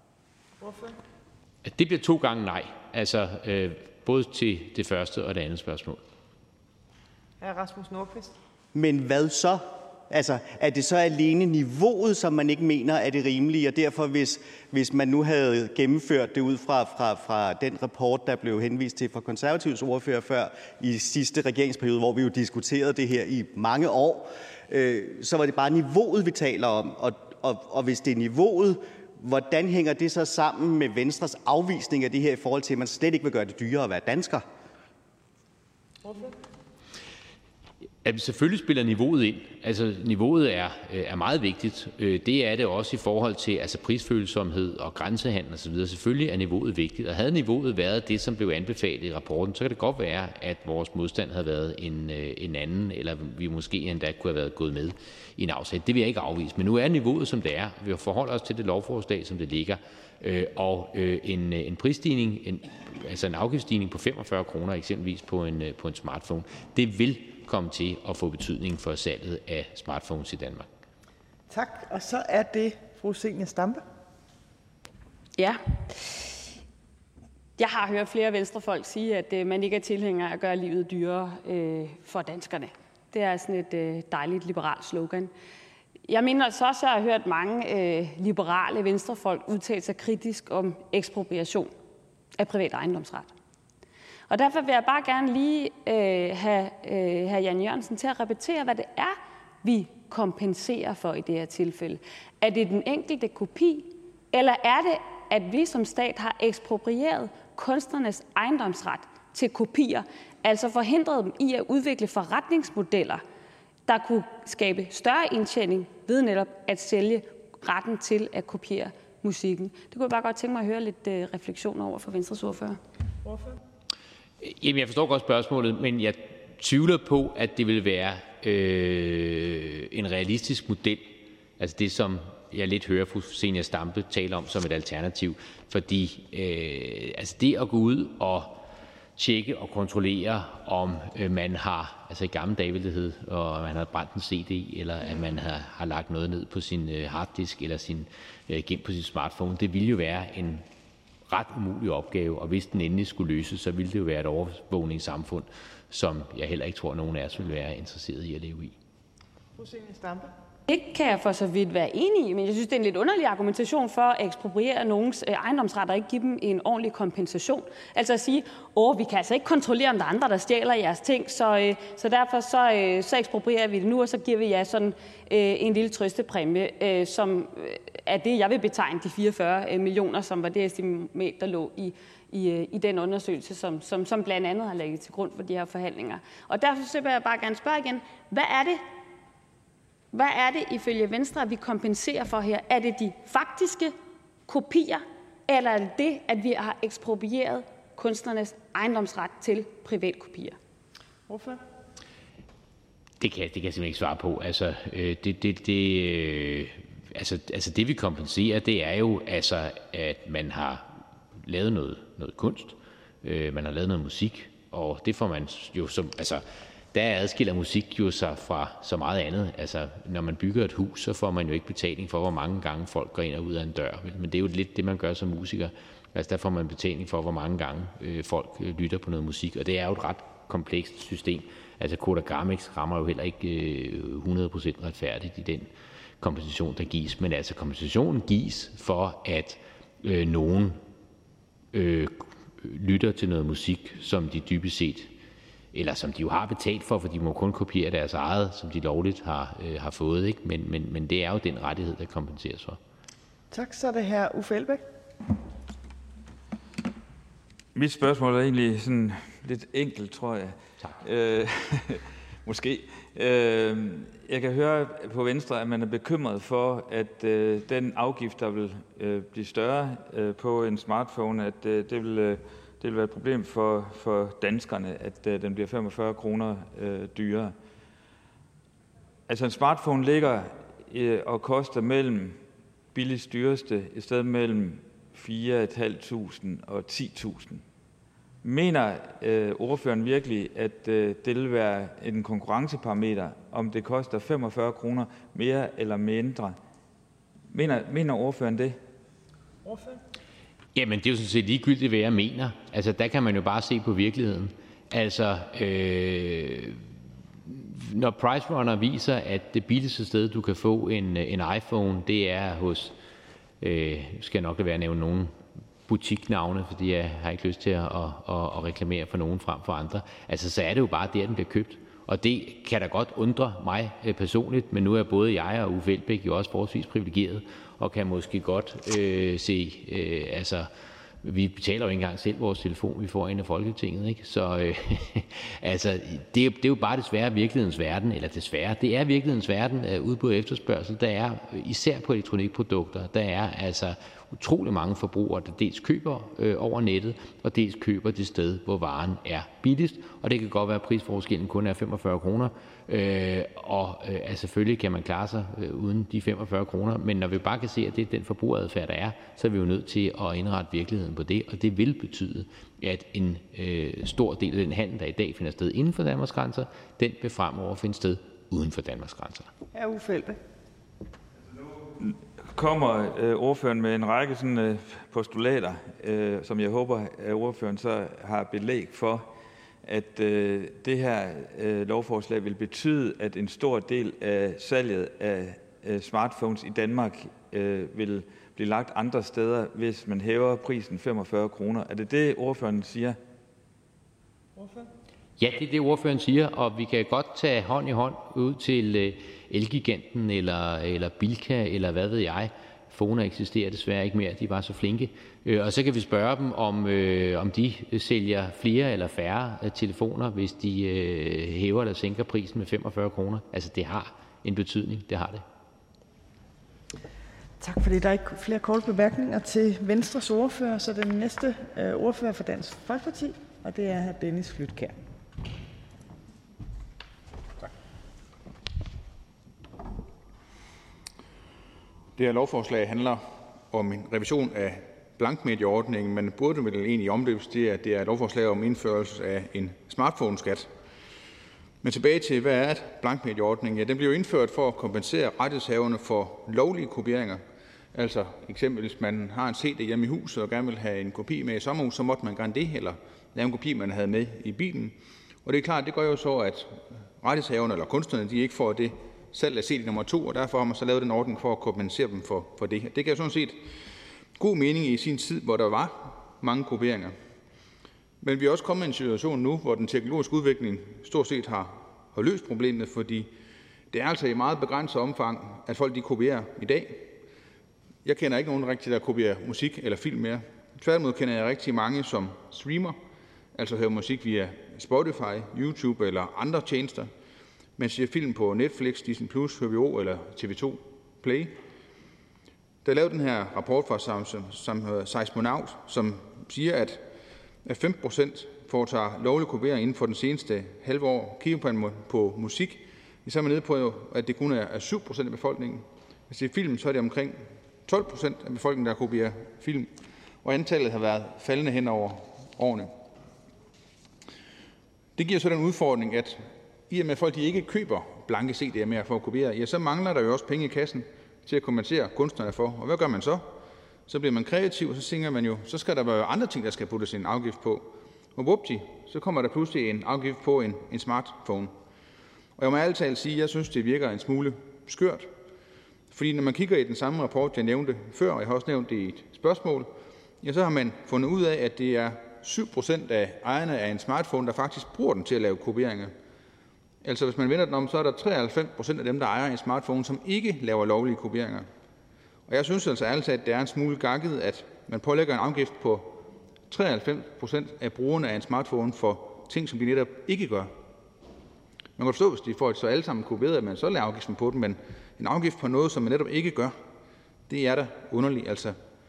Det bliver 2 gange nej. Altså både til det første og det andet spørgsmål. Hr. Rasmus Nordqvist. Men hvad så? Altså, er det så alene niveauet, som man ikke mener er det rimelige, og derfor, hvis man nu havde gennemført det ud fra den rapport, der blev henvist til fra Konservativs ordfører før i sidste regeringsperiode, hvor vi jo diskuterede det her i mange år, så var det bare niveauet, vi taler om. Og hvis det er niveauet, hvordan hænger det så sammen med Venstres afvisning af det her i forhold til, at man slet ikke vil gøre det dyrere at være dansker? At selvfølgelig spiller niveauet ind. Altså niveauet er meget vigtigt. Det er det også i forhold til prisfølsomhed og grænsehandel osv. Selvfølgelig er niveauet vigtigt. Og havde niveauet været det, som blev anbefalet i rapporten, så kan det godt være, at vores modstand havde været en anden, eller vi måske endda kunne have været gået med i en aftale. Det vil jeg ikke afvise. Men nu er niveauet, som det er. Vi forholder os til det lovforslag, som det ligger. Og en prisstigning, altså en afgiftsstigning på 45 kroner eksempelvis på en smartphone, det vil komme til at få betydning for salget af smartphones i Danmark. Tak, og så er det fru Zenia Stampe. Ja. Jeg har hørt flere venstrefolk sige, at man ikke er tilhænger af at gøre livet dyrere for danskerne. Det er sådan et dejligt liberalt slogan. Jeg mener så også, at jeg har hørt mange liberale venstrefolk udtale sig kritisk om ekspropriation af privat ejendomsret. Og derfor vil jeg bare gerne lige have hr. Jan E. Jørgensen til at repetere, hvad det er, vi kompenserer for i det her tilfælde. Er det den enkelte kopi, eller er det, at vi som stat har eksproprieret kunstnernes ejendomsret til kopier, altså forhindret dem i at udvikle forretningsmodeller, der kunne skabe større indtjening ved netop at sælge retten til at kopiere musikken? Det kunne jeg bare godt tænke mig at høre lidt refleksion over fra Venstres ordfører. Jamen, jeg forstår godt spørgsmålet, men jeg tvivler på, at det vil være en realistisk model. Altså det, som jeg lidt hører fru Zenia Stampe tale om som et alternativ. Fordi det at gå ud og tjekke og kontrollere, om man har, altså i gamle dage ville det hedde, og man har brændt en CD, eller at man har lagt noget ned på sin harddisk, eller gemt på sin smartphone, det ville jo være en ret umulig opgave, og hvis den endelig skulle løses, så ville det jo være et overvågningssamfund, som jeg heller ikke tror, nogen af os vil være interesseret i at leve i. Det kan jeg for så vidt være enig i, men jeg synes, det er en lidt underlig argumentation for at ekspropriere nogens ejendomsret og ikke give dem en ordentlig kompensation. Altså at sige, vi kan altså ikke kontrollere, om der er andre, der stjæler jeres ting, så derfor så eksproprierer vi det nu, og så giver vi jer sådan en lille trøstepræmie, som er det, jeg vil betegne de 44 millioner, som var det estimat, der lå i den undersøgelse, som blandt andet har ligget til grund for de her forhandlinger. Og derfor så vil jeg bare gerne spørge igen, hvad er det ifølge Venstre, at vi kompenserer for her? Er det de faktiske kopier, eller er det, at vi har eksproprieret kunstnernes ejendomsret til privatkopier? Hvorfor? Det kan jeg simpelthen ikke svare på. Altså, det vi kompenserer, det er jo, at man har lavet noget kunst, man har lavet noget musik, og det får man jo som... Der adskiller musik jo sig fra så meget andet. Altså, når man bygger et hus, så får man jo ikke betaling for, hvor mange gange folk går ind og ud af en dør. Men det er jo lidt det, man gør som musiker. Altså, der får man betaling for, hvor mange gange folk lytter på noget musik. Og det er jo et ret komplekst system. Altså, Koda Gramex rammer jo heller ikke 100% retfærdigt i den kompensation, der gives. Men altså, kompensationen gives for, at nogen lytter til noget musik, som de dybest set eller som de jo har betalt for de må kun kopiere deres eget, som de lovligt har fået. Ikke? Men det er jo den rettighed, der kompenseres for. Tak, så er det her Uffe Elbæk. Mit spørgsmål er egentlig sådan lidt enkelt, tror jeg. Måske. Jeg kan høre på Venstre, at man er bekymret for, at den afgift, der vil blive større på en smartphone, at det det vil være et problem for danskerne, at den bliver 45 kroner dyrere. Altså en smartphone ligger og koster mellem billigst dyreste et sted mellem 4.500 og 10.000. Mener ordføreren virkelig, at det vil være en konkurrenceparameter, om det koster 45 kroner mere eller mindre? Mener ordføreren det? Ordføreren? Jamen, det er jo sådan set ligegyldigt, hvad jeg mener. Altså, der kan man jo bare se på virkeligheden. Altså, når PriceRunner viser, at det billigste sted, du kan få en iPhone, det er hos, skal jeg nok lade være at nævne nogen butiknavne, fordi jeg har ikke lyst til at reklamere for nogen frem for andre, altså så er det jo bare der, den bliver købt. Og det kan da godt undre mig personligt, men nu er både jeg og Uffe Elbæk jo også forholdsvis privilegeret, og kan måske godt se, altså vi betaler jo ikke engang selv vores telefon, vi får en af Folketinget, ikke? Så altså, det er jo bare desværre virkelighedens verden, eller desværre, det er virkelighedens verden af udbud og efterspørgsel. Der er, især på elektronikprodukter, der er altså utrolig mange forbrugere, der dels køber over nettet, og dels køber det sted, hvor varen er billigst. Og det kan godt være, at prisforskellen kun er 45 kroner, og selvfølgelig kan man klare sig uden de 45 kroner, men når vi bare kan se, at det er den forbrugeradfærd, der er, så er vi jo nødt til at indrette virkeligheden på det, og det vil betyde, at en stor del af den handel, der i dag finder sted inden for Danmarks grænser, den vil fremover finde sted uden for Danmarks grænser. Hr. Uffe Elbæk. Kommer ordføreren med en række sådan, postulater, som jeg håber, at ordføreren så har belæg for, at det her lovforslag vil betyde, at en stor del af salget af smartphones i Danmark vil blive lagt andre steder, hvis man hæver prisen 45 kroner. Er det det, ordføreren siger? Ordføreren? Ja, det er det, ordføreren siger, og vi kan godt tage hånd i hånd ud til Elgiganten eller Bilka, eller hvad ved jeg. Fona eksisterer desværre ikke mere, de var så flinke. Og så kan vi spørge dem, om de sælger flere eller færre telefoner, hvis de hæver eller sænker prisen med 45 kroner. Altså, det har en betydning, det har det. Tak for det. Der er ikke flere korte bemærkninger til Venstres ordfører, så den næste ordfører for Dansk Folkeparti, og det er hr. Dennis Flydtkjær. Det her lovforslag handler om en revision af blankmedieordningen, men burde vel egentlig omdøbes til, at det er et lovforslag om indførelse af en smartphone-skat. Men tilbage til, hvad er et blankmedieordning? Ja, den blev indført for at kompensere rettighedshaverne for lovlige kopieringer. Altså eksempelvis, man har en CD hjemme i huset og gerne vil have en kopi med i sommerhus, så måtte man gerne det, eller lave en kopi, man havde med i bilen. Og det er klart, det gør jo så, at rettighedshaverne eller kunstnerne, de ikke får det salg af CD nummer 2, og derfor har man så lavet den ordning for at kompensere dem for det. Det gav sådan set god mening i sin tid, hvor der var mange kopieringer. Men vi er også kommet i en situation nu, hvor den teknologiske udvikling stort set har løst problemet, fordi det er altså i meget begrænset omfang, at folk de kopierer i dag. Jeg kender ikke nogen rigtig, der kopierer musik eller film mere. Tværtimod kender jeg rigtig mange, som streamer, altså hører musik via Spotify, YouTube eller andre tjenester, man ser film på Netflix, Disney+, HBO eller TV2 Play. Der er lavet den her rapport fra Seismonaut, som siger, at 5% foretager lovlig kopiering inden for den seneste halve år. Kigger man på musik, så er man nede på, at det kun er 7% af befolkningen. Hvis det er film, så er det omkring 12% af befolkningen, der kopierer film, og antallet har været faldende hen over årene. Det giver så den udfordring, at i og med, at folk ikke køber blanke CD'er mere for at kopiere, ja, så mangler der jo også penge i kassen til at kompensere kunstnerne for. Og hvad gør man så? Så bliver man kreativ, og så tænker man jo, så skal der være andre ting, der skal puttes en afgift på. Og whoopty, så kommer der pludselig en afgift på en smartphone. Og jeg må ærligt talt sige, at jeg synes, det virker en smule skørt. Fordi når man kigger i den samme rapport, jeg nævnte før, og jeg har også nævnt det i et spørgsmål, ja, så har man fundet ud af, at det er 7% af ejerne af en smartphone, der faktisk bruger den til at lave kopieringer. Altså hvis man vender den om, så er der 93% af dem, der ejer en smartphone, som ikke laver lovlige kopieringer. Og jeg synes altså ærligt, at det er en smule gakket, at man pålægger en afgift på 93% af brugerne af en smartphone for ting, som de netop ikke gør. Man kan forstå, hvis de får det så alle sammen kopieret, at man så laver afgiften på den, men en afgift på noget, som man netop ikke gør, det er da underligt. Altså,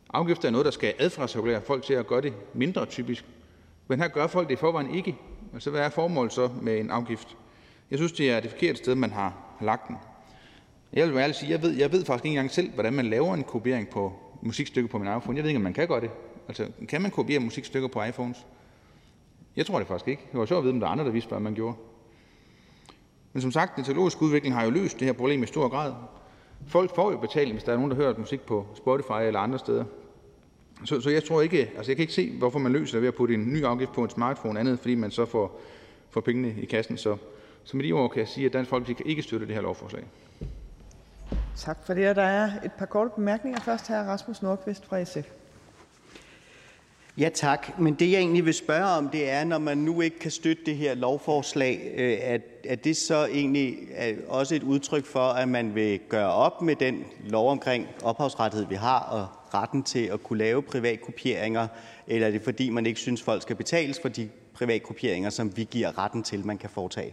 Afgifter er noget, der skal adfærdsregulere folk til at gøre det mindre typisk. Men her gør folk det i forvejen ikke. Altså, hvad er formålet så med en afgift? Jeg synes, det er det forkerte sted, man har lagt den. Jeg vil være ærlig sige, jeg ved faktisk ikke engang selv, hvordan man laver en kopiering på musikstykker på min iPhone. Jeg ved ikke, om man kan gøre det. Altså, kan man kopiere musikstykker på iPhones? Jeg tror det faktisk ikke. Det var sjovt at vide, om der er andre, der vidste, hvad man gjorde. Men som sagt, den teknologiske udvikling har jo løst det her problem i stor grad. Folk får jo betaling, hvis der er nogen, der hører musik på Spotify eller andre steder. Så jeg tror ikke, altså jeg kan ikke se, hvorfor man løser det ved at putte en ny afgift på en smartphone andet, fordi man så får pengene i kassen. Så med de ord kan jeg sige, at Dansk Folkeparti kan ikke støtte det her lovforslag. Tak for det. Der er et par korte bemærkninger. Først her Rasmus Nordqvist fra SF. Ja, tak. Men det, jeg egentlig vil spørge om, det er, når man nu ikke kan støtte det her lovforslag, er det så egentlig også et udtryk for, at man vil gøre op med den lov omkring ophavsrettighed, vi har, og retten til at kunne lave privatkopieringer, eller er det fordi, man ikke synes, folk skal betales for de privatkopieringer, som vi giver retten til, man kan foretage?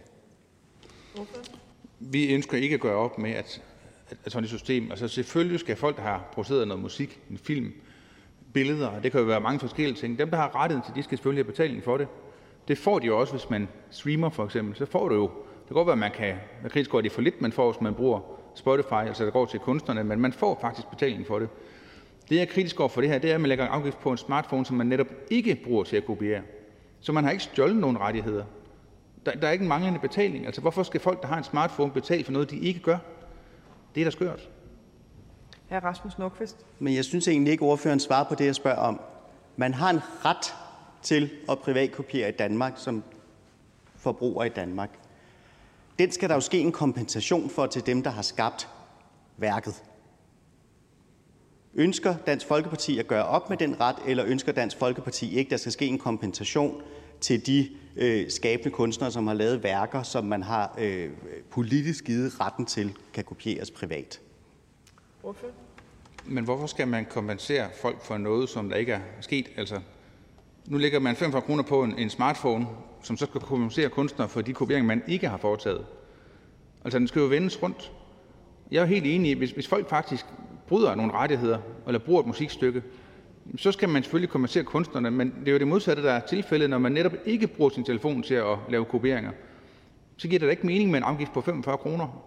Vi ønsker ikke at gøre op med at sådan et system. Altså selvfølgelig skal folk, der har produceret noget musik, en film, billeder, det kan jo være mange forskellige ting. Dem, der har rettigheden til, de skal selvfølgelig have betaling for det. Det får de jo også, hvis man streamer for eksempel. Så får du jo, det kan godt være, at man kan være kritisk over, at det er for lidt, man får, hvis man bruger Spotify, altså der går til kunstnerne, men man får faktisk betaling for det. Det, jeg er kritisk over for det her, det er, at man lægger en afgift på en smartphone, som man netop ikke bruger til at kopiere. Så man har ikke stjålet nogen rettigheder. Der er ikke en manglende betaling. Altså hvorfor skal folk, der har en smartphone, betale for noget, de ikke gør? Det er da skørt. Hr. Rasmus Nordqvist. Men jeg synes egentlig ikke, ordføreren svarer på det, jeg spørger om. Man har en ret til at privatkopiere i Danmark som forbruger i Danmark. Den skal der jo ske en kompensation for til dem, der har skabt værket. Ønsker Dansk Folkeparti at gøre op med den ret, eller ønsker Dansk Folkeparti ikke, der skal ske en kompensation til de skabende kunstnere, som har lavet værker, som man har politisk givet retten til, kan kopieres privat? Men hvorfor skal man kompensere folk for noget, som der ikke er sket? Altså, nu lægger man 45 kroner på en smartphone, som så skal kompensere kunstnere for de kopieringer, man ikke har foretaget. Altså, den skal jo vendes rundt. Jeg er helt enig i, hvis folk faktisk bryder nogle rettigheder, eller bruger et musikstykke, så skal man selvfølgelig kompensere kunstnerne, men det er jo det modsatte, der er tilfældet, når man netop ikke bruger sin telefon til at lave kopieringer. Så giver det da ikke mening med en afgift på 45 kroner.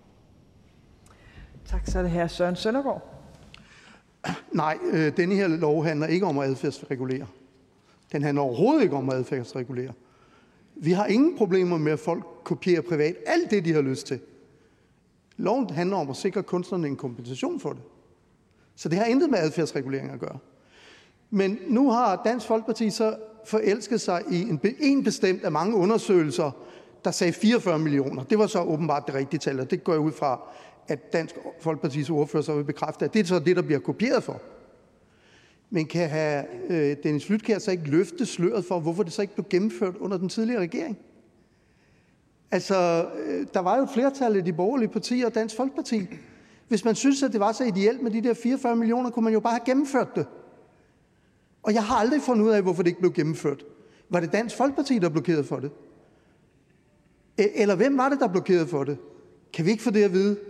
Tak, så er det her Søren Søndergaard. Nej, denne her lov handler ikke om at adfærdsregulere. Den handler overhovedet ikke om at adfærdsregulere. Vi har ingen problemer med, at folk kopierer privat alt det, de har lyst til. Loven handler om at sikre kunstnerne en kompensation for det. Så det har intet med adfærdsregulering at gøre. Men nu har Dansk Folkeparti så forelsket sig i en bestemt af mange undersøgelser, der sagde 44 millioner. Det var så åbenbart det rigtige tal, og det går jeg ud fra, at Dansk Folkepartis ordfører så vil bekræfte, at det er så det, der bliver kopieret for. Men kan Dennis Flydtkjær så ikke løfte sløret for, hvorfor det så ikke blev gennemført under den tidligere regering? Altså, der var jo et flertal af de borgerlige partier og Dansk Folkeparti. Hvis man synes, at det var så ideelt med de der 44 millioner, kunne man jo bare have gennemført det. Og jeg har aldrig fundet ud af, hvorfor det ikke blev gennemført. Var det Dansk Folkeparti, der blokerede for det? Eller hvem var det, der blokerede for det? Kan vi ikke få det at vide?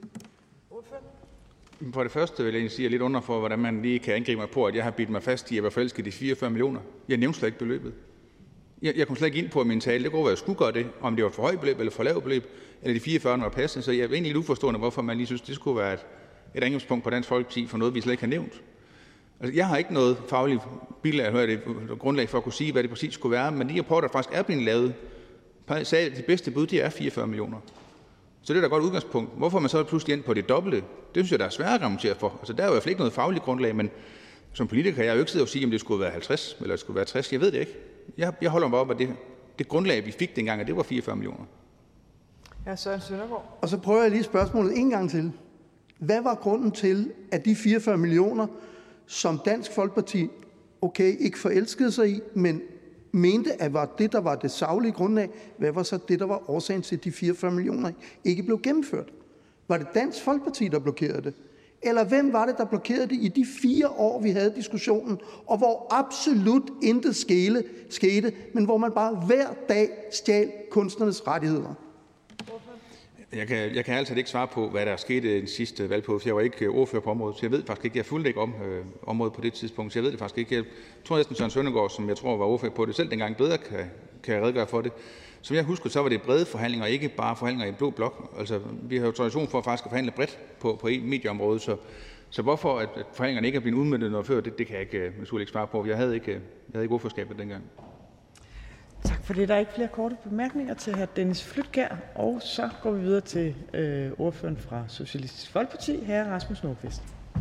For det første vil jeg sige, lidt under for, hvordan man lige kan angribe mig på, at jeg har bidt mig fast i, at jeg var forelsket i 44 millioner. Jeg nævnte slet ikke beløbet. Jeg kom slet ikke ind på min tale. Det kunne være, at jeg skulle gøre det, om det var et for højt beløb eller for lavt beløb, eller de 44 var passende. Så jeg er egentlig lidt uforstående, hvorfor man lige synes, det skulle være et angrebspunkt på Dansk Folkeparti for noget, vi slet ikke har nævnt. Altså, jeg har ikke noget fagligt grundlag for at kunne sige, hvad det præcis skulle være, men de rapporter, der faktisk er blevet lavet, sagde, at de bedste bud, de er 44 millioner. Så det er da et godt udgangspunkt. Hvorfor man så pludselig ind på det dobbelte, det synes jeg, der er svært at argumentere for. Altså, der er jo i hvert fald ikke noget fagligt grundlag, men som politiker kan jeg jo ikke sidde og sige, om det skulle være 50 eller det skulle være 60. Jeg ved det ikke. Jeg holder mig op af det grundlag, vi fik dengang, at det var 44 millioner. Ja, Søren Søndergaard. Og så prøver jeg lige spørgsmålet en gang til. Hvad var grunden til, at de 44 millioner, som Dansk Folkeparti ikke forelskede sig i, men mente, at var det, der var det saglige grundlag, hvad var så det, der var årsagen til, at de 44 millioner ikke blev gennemført? Var det Dansk Folkeparti, der blokerede det? Eller hvem var det, der blokerede det i de 4 år, vi havde diskussionen, og hvor absolut intet skete, men hvor man bare hver dag stjal kunstnernes rettigheder? Jeg kan altså ikke svare på, hvad der skete i den sidste valgperiode, for jeg var ikke ordfører på området, så jeg ved faktisk ikke. Jeg fulgte ikke området på det tidspunkt, så jeg ved det faktisk ikke. Jeg tror næsten, Søren Søndergaard, som jeg tror var ordfører på det selv dengang, bedre kan redegøre for det. Som jeg husker, så var det brede forhandlinger, ikke bare forhandlinger i blå blok. Altså, vi har jo tradition for faktisk at forhandle bredt på medieområdet, så hvorfor at forhandlingerne ikke er blevet udmøntet noget før, det kan jeg ikke naturligt svare på. Jeg havde ikke ordførerskabet dengang. Tak for det. Der er ikke flere korte bemærkninger til hr. Dennis Flydtkjær. Og så går vi videre til ordføreren fra Socialistisk Folkeparti, hr. Rasmus Nordqvist.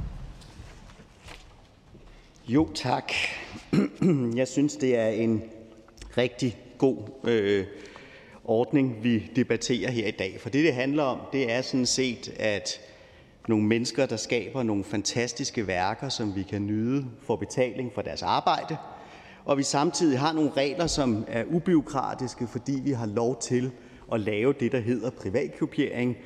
Jo, tak. Jeg synes, det er en rigtig god ordning, vi debatterer her i dag. For det handler om, det er sådan set, at nogle mennesker, der skaber nogle fantastiske værker, som vi kan nyde, får betaling for deres arbejde, og vi samtidig har nogle regler, som er ubureaukratiske, fordi vi har lov til at lave det, der hedder privatkopiering,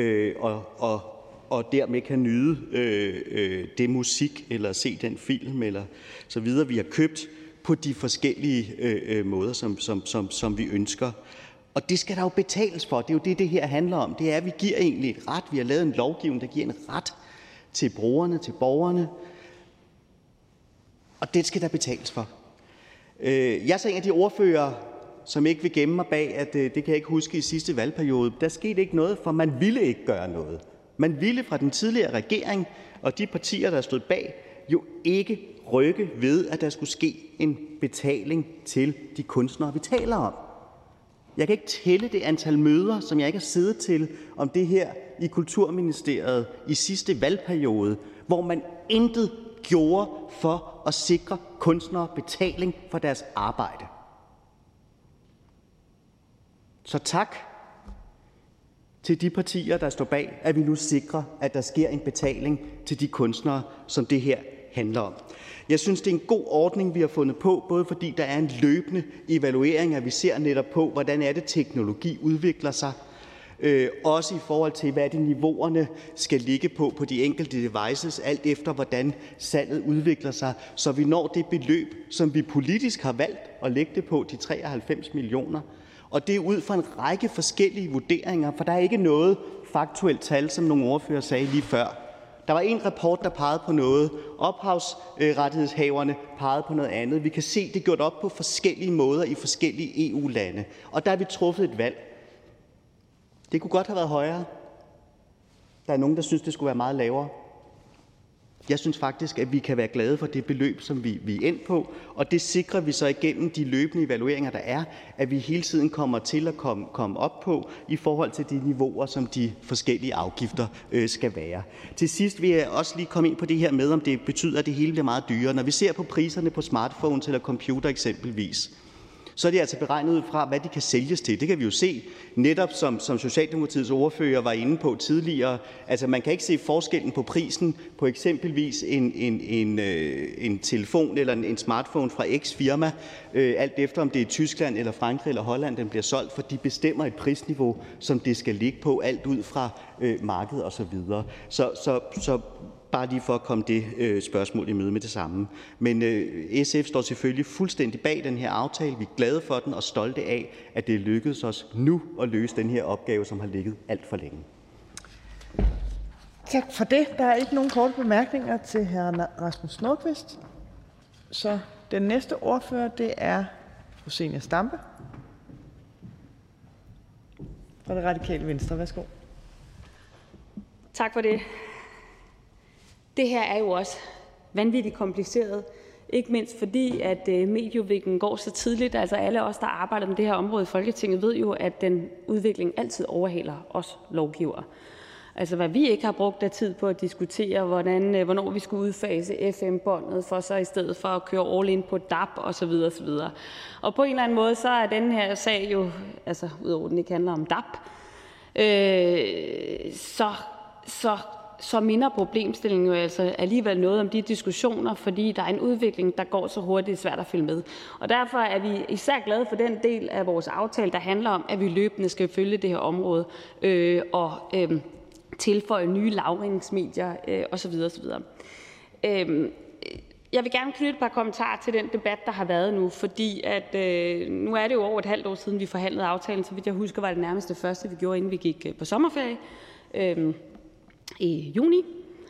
og dermed kan nyde det musik, eller se den film, eller så videre, vi har købt på de forskellige måder, som vi ønsker. Og det skal der jo betales for. Det er jo det her handler om. Det er, at vi giver egentlig et ret. Vi har lavet en lovgivning, der giver en ret til brugerne, til borgerne, og det skal der betales for. Jeg er så en af de ordførere, som ikke vil gemme mig bag, at det kan jeg ikke huske i sidste valgperiode. Der skete ikke noget, for man ville ikke gøre noget. Man ville fra den tidligere regering og de partier, der stod bag, jo ikke rykke ved, at der skulle ske en betaling til de kunstnere, vi taler om. Jeg kan ikke tælle det antal møder, som jeg ikke har siddet til om det her i Kulturministeriet i sidste valgperiode, hvor man intet gjorde for at sikre kunstnere betaling for deres arbejde. Så tak til de partier, der står bag, at vi nu sikrer, at der sker en betaling til de kunstnere, som det her handler om. Jeg synes, det er en god ordning, vi har fundet på, både fordi der er en løbende evaluering, at vi ser netop på, hvordan er det, teknologi udvikler sig, også i forhold til, hvad det niveauerne skal ligge på de enkelte devices, alt efter hvordan salget udvikler sig, så vi når det beløb, som vi politisk har valgt at lægge det på, de 93 millioner. Og det er ud fra en række forskellige vurderinger, for der er ikke noget faktuelt tal, som nogle ordfører sagde lige før. Der var en rapport, der pegede på noget. Ophavsrettighedshaverne pegede på noget andet. Vi kan se, det er gjort op på forskellige måder i forskellige EU-lande. Og der har vi truffet et valg. Det kunne godt have været højere. Der er nogen, der synes, det skulle være meget lavere. Jeg synes faktisk, at vi kan være glade for det beløb, som vi er endt på, og det sikrer vi så igennem de løbende evalueringer, der er, at vi hele tiden kommer til at komme op på i forhold til de niveauer, som de forskellige afgifter skal være. Til sidst vil jeg også lige komme ind på det her med, om det betyder, at det hele bliver meget dyrere. Når vi ser på priserne på smartphones eller computer eksempelvis, så er det altså beregnet ud fra, hvad de kan sælges til. Det kan vi jo se, netop som Socialdemokratiets ordfører var inde på tidligere. Altså man kan ikke se forskellen på prisen på eksempelvis en telefon eller en smartphone fra X firma, alt efter om det er i Tyskland eller Frankrig eller Holland, den bliver solgt, for de bestemmer et prisniveau, som det skal ligge på, alt ud fra markedet osv. Så bare lige for at komme det spørgsmål i møde med det samme. Men SF står selvfølgelig fuldstændig bag den her aftale. Vi er glade for den og stolte af, at det lykkedes os nu at løse den her opgave, som har ligget alt for længe. Tak for det. Der er ikke nogen korte bemærkninger til hr. Rasmus Nordqvist. Så den næste ordfører, det er fru Zenia Stampe fra Det Radikale Venstre. Værsgo. Tak for det. Det her er jo også vanvittigt kompliceret, ikke mindst fordi, at medieudviklingen går så tidligt. Altså alle os, der arbejder med det her område i Folketinget, ved jo, at den udvikling altid overhaler os lovgivere. Altså hvad vi ikke har brugt af tid på at diskutere, hvornår vi skulle udfase FM-båndet, for så i stedet for at køre all in på DAB osv. osv. Og på en eller anden måde, så er den her sag jo, altså udover den ikke handler om DAB, så minder problemstillingen jo altså alligevel noget om de diskussioner, fordi der er en udvikling, der går så hurtigt, det er svært at følge med. Og derfor er vi især glade for den del af vores aftale, der handler om, at vi løbende skal følge det her område og tilføje nye lavindningsmedier osv. osv. Jeg vil gerne knytte et par kommentarer til den debat, der har været nu, fordi at, nu er det jo over et halvt år siden, vi forhandlede aftalen. Så vidt jeg husker, var det nærmest det første, vi gjorde, inden vi gik på sommerferie i juni.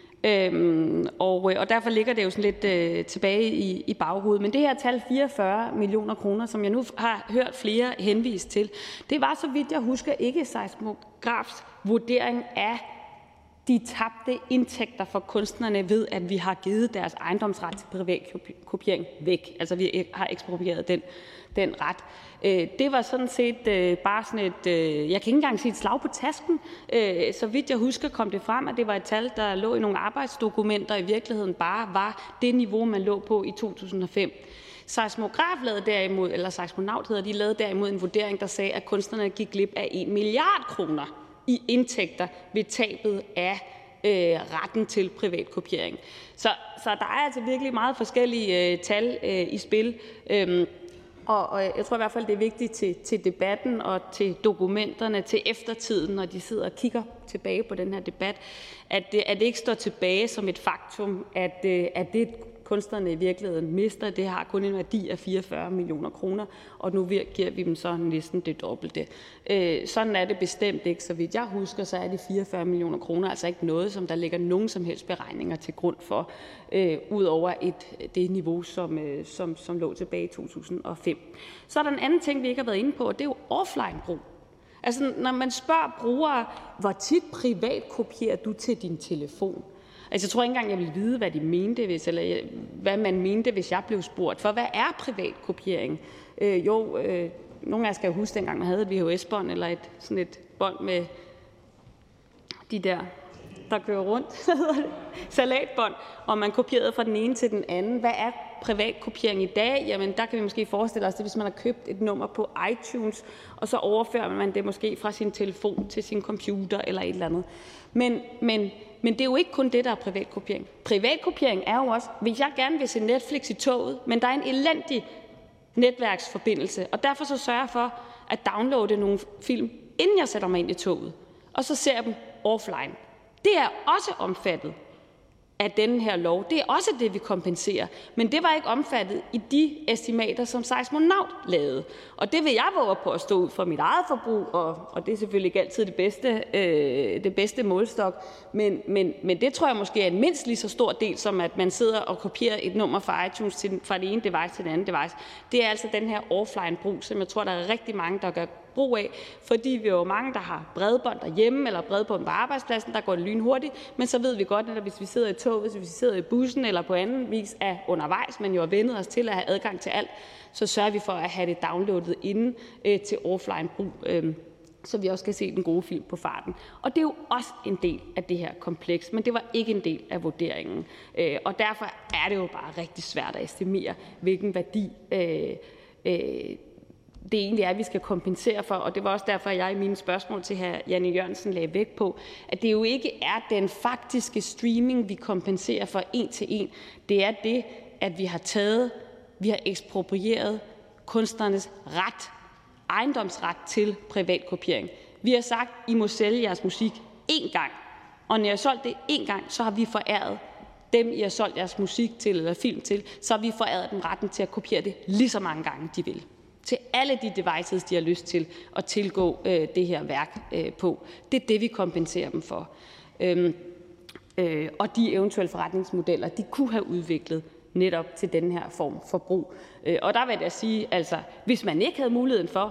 Og derfor ligger det jo sådan lidt tilbage i baghovedet. Men det her tal, 44 millioner kroner, som jeg nu har hørt flere henvise til, det var, så vidt jeg husker, ikke Seismografs vurdering af de tabte indtægter for kunstnerne ved, at vi har givet deres ejendomsret til privat kopiering væk. Altså vi har eksproprieret den ret. Det var sådan set bare sådan et, jeg kan ikke engang sige et slag på tasken. Så vidt jeg husker, kom det frem, at det var et tal, der lå i nogle arbejdsdokumenter, i virkeligheden bare var det niveau, man lå på i 2005. Seismograf lavede derimod, eller Seismonaut hedder de, lavede derimod en vurdering, der sagde, at kunstnerne gik glip af 1 milliard kroner i indtægter ved tabet af retten til privat kopiering. Så der er altså virkelig meget forskellige tal i spil. Og jeg tror i hvert fald, det er vigtigt til debatten og til dokumenterne, til eftertiden, når de sidder og kigger tilbage på den her debat, at det ikke står tilbage som et faktum, at det kunstnerne i virkeligheden mister, det har kun en værdi af 44 millioner kroner, og nu giver vi dem så næsten det dobbelte. Sådan er det bestemt ikke. Så vidt jeg husker, så er det 44 millioner kroner, altså ikke noget, som der ligger nogen som helst beregninger til grund for, udover det niveau, som lå tilbage i 2005. Så er der en anden ting, vi ikke har været inde på, og det er jo offline-brug. Altså, når man spørger brugere, hvor tit privat kopierer du til din telefon? Altså, jeg tror ikke engang, jeg ville vide, hvad de mente, hvad man mente, hvis jeg blev spurgt. For hvad er privat kopiering? Nogle af jer skal jo huske, dengang man havde et VHS-bånd, eller sådan et bånd med de der kører rundt, salatbånd, og man kopierede fra den ene til den anden. Hvad er privat kopiering i dag? Jamen, der kan vi måske forestille os det, hvis man har købt et nummer på iTunes, og så overfører man det måske fra sin telefon til sin computer eller et eller andet. Men det er jo ikke kun det, der er privatkopiering. Privatkopiering er jo også, hvis jeg gerne vil se Netflix i toget, men der er en elendig netværksforbindelse, og derfor så sørger jeg for at downloade nogle film, inden jeg sætter mig ind i toget, og så ser jeg dem offline. Det er også omfattet af denne her lov. Det er også det, vi kompenserer. Men det var ikke omfattet i de estimater, som Seismonaut lavede. Og det vil jeg våge på at stå ud for mit eget forbrug, og det er selvfølgelig ikke altid det bedste målstok. Men det tror jeg måske er en mindst lige så stor del, som at man sidder og kopierer et nummer fra iTunes fra det ene device til det andet device. Det er altså den her offline-brug, som jeg tror, der er rigtig mange, der gør brug af, fordi vi er jo mange, der har bredbånd derhjemme eller bredbånd på arbejdspladsen, der går det lynhurtigt, men så ved vi godt, at hvis vi sidder i toget, hvis vi sidder i bussen eller på anden vis er undervejs, men jo har vendet os til at have adgang til alt, så sørger vi for at have det downloadet inden til offline brug, så vi også kan se den gode film på farten. Og det er jo også en del af det her kompleks, men det var ikke en del af vurderingen. Og derfor er det jo bare rigtig svært at estimere, hvilken værdi det egentlig er, vi skal kompensere for, og det var også derfor, jeg i mine spørgsmål til hr. Jan E. Jørgensen lagde vægt på, at det jo ikke er den faktiske streaming, vi kompenserer for en til en. Det er det, at vi har eksproprieret kunstnernes ejendomsret til privatkopiering. Vi har sagt, I må sælge jeres musik én gang, og når I har solgt det én gang, så har vi foræret dem, I har solgt jeres musik til eller film til, så har vi foræret dem retten til at kopiere det lige så mange gange, de vil. Til alle de devices, de har lyst til at tilgå det her værk på. Det er det, vi kompenserer dem for. Og de eventuelle forretningsmodeller, de kunne have udviklet netop til den her form for brug. Og der vil jeg sige, altså, hvis man ikke havde muligheden for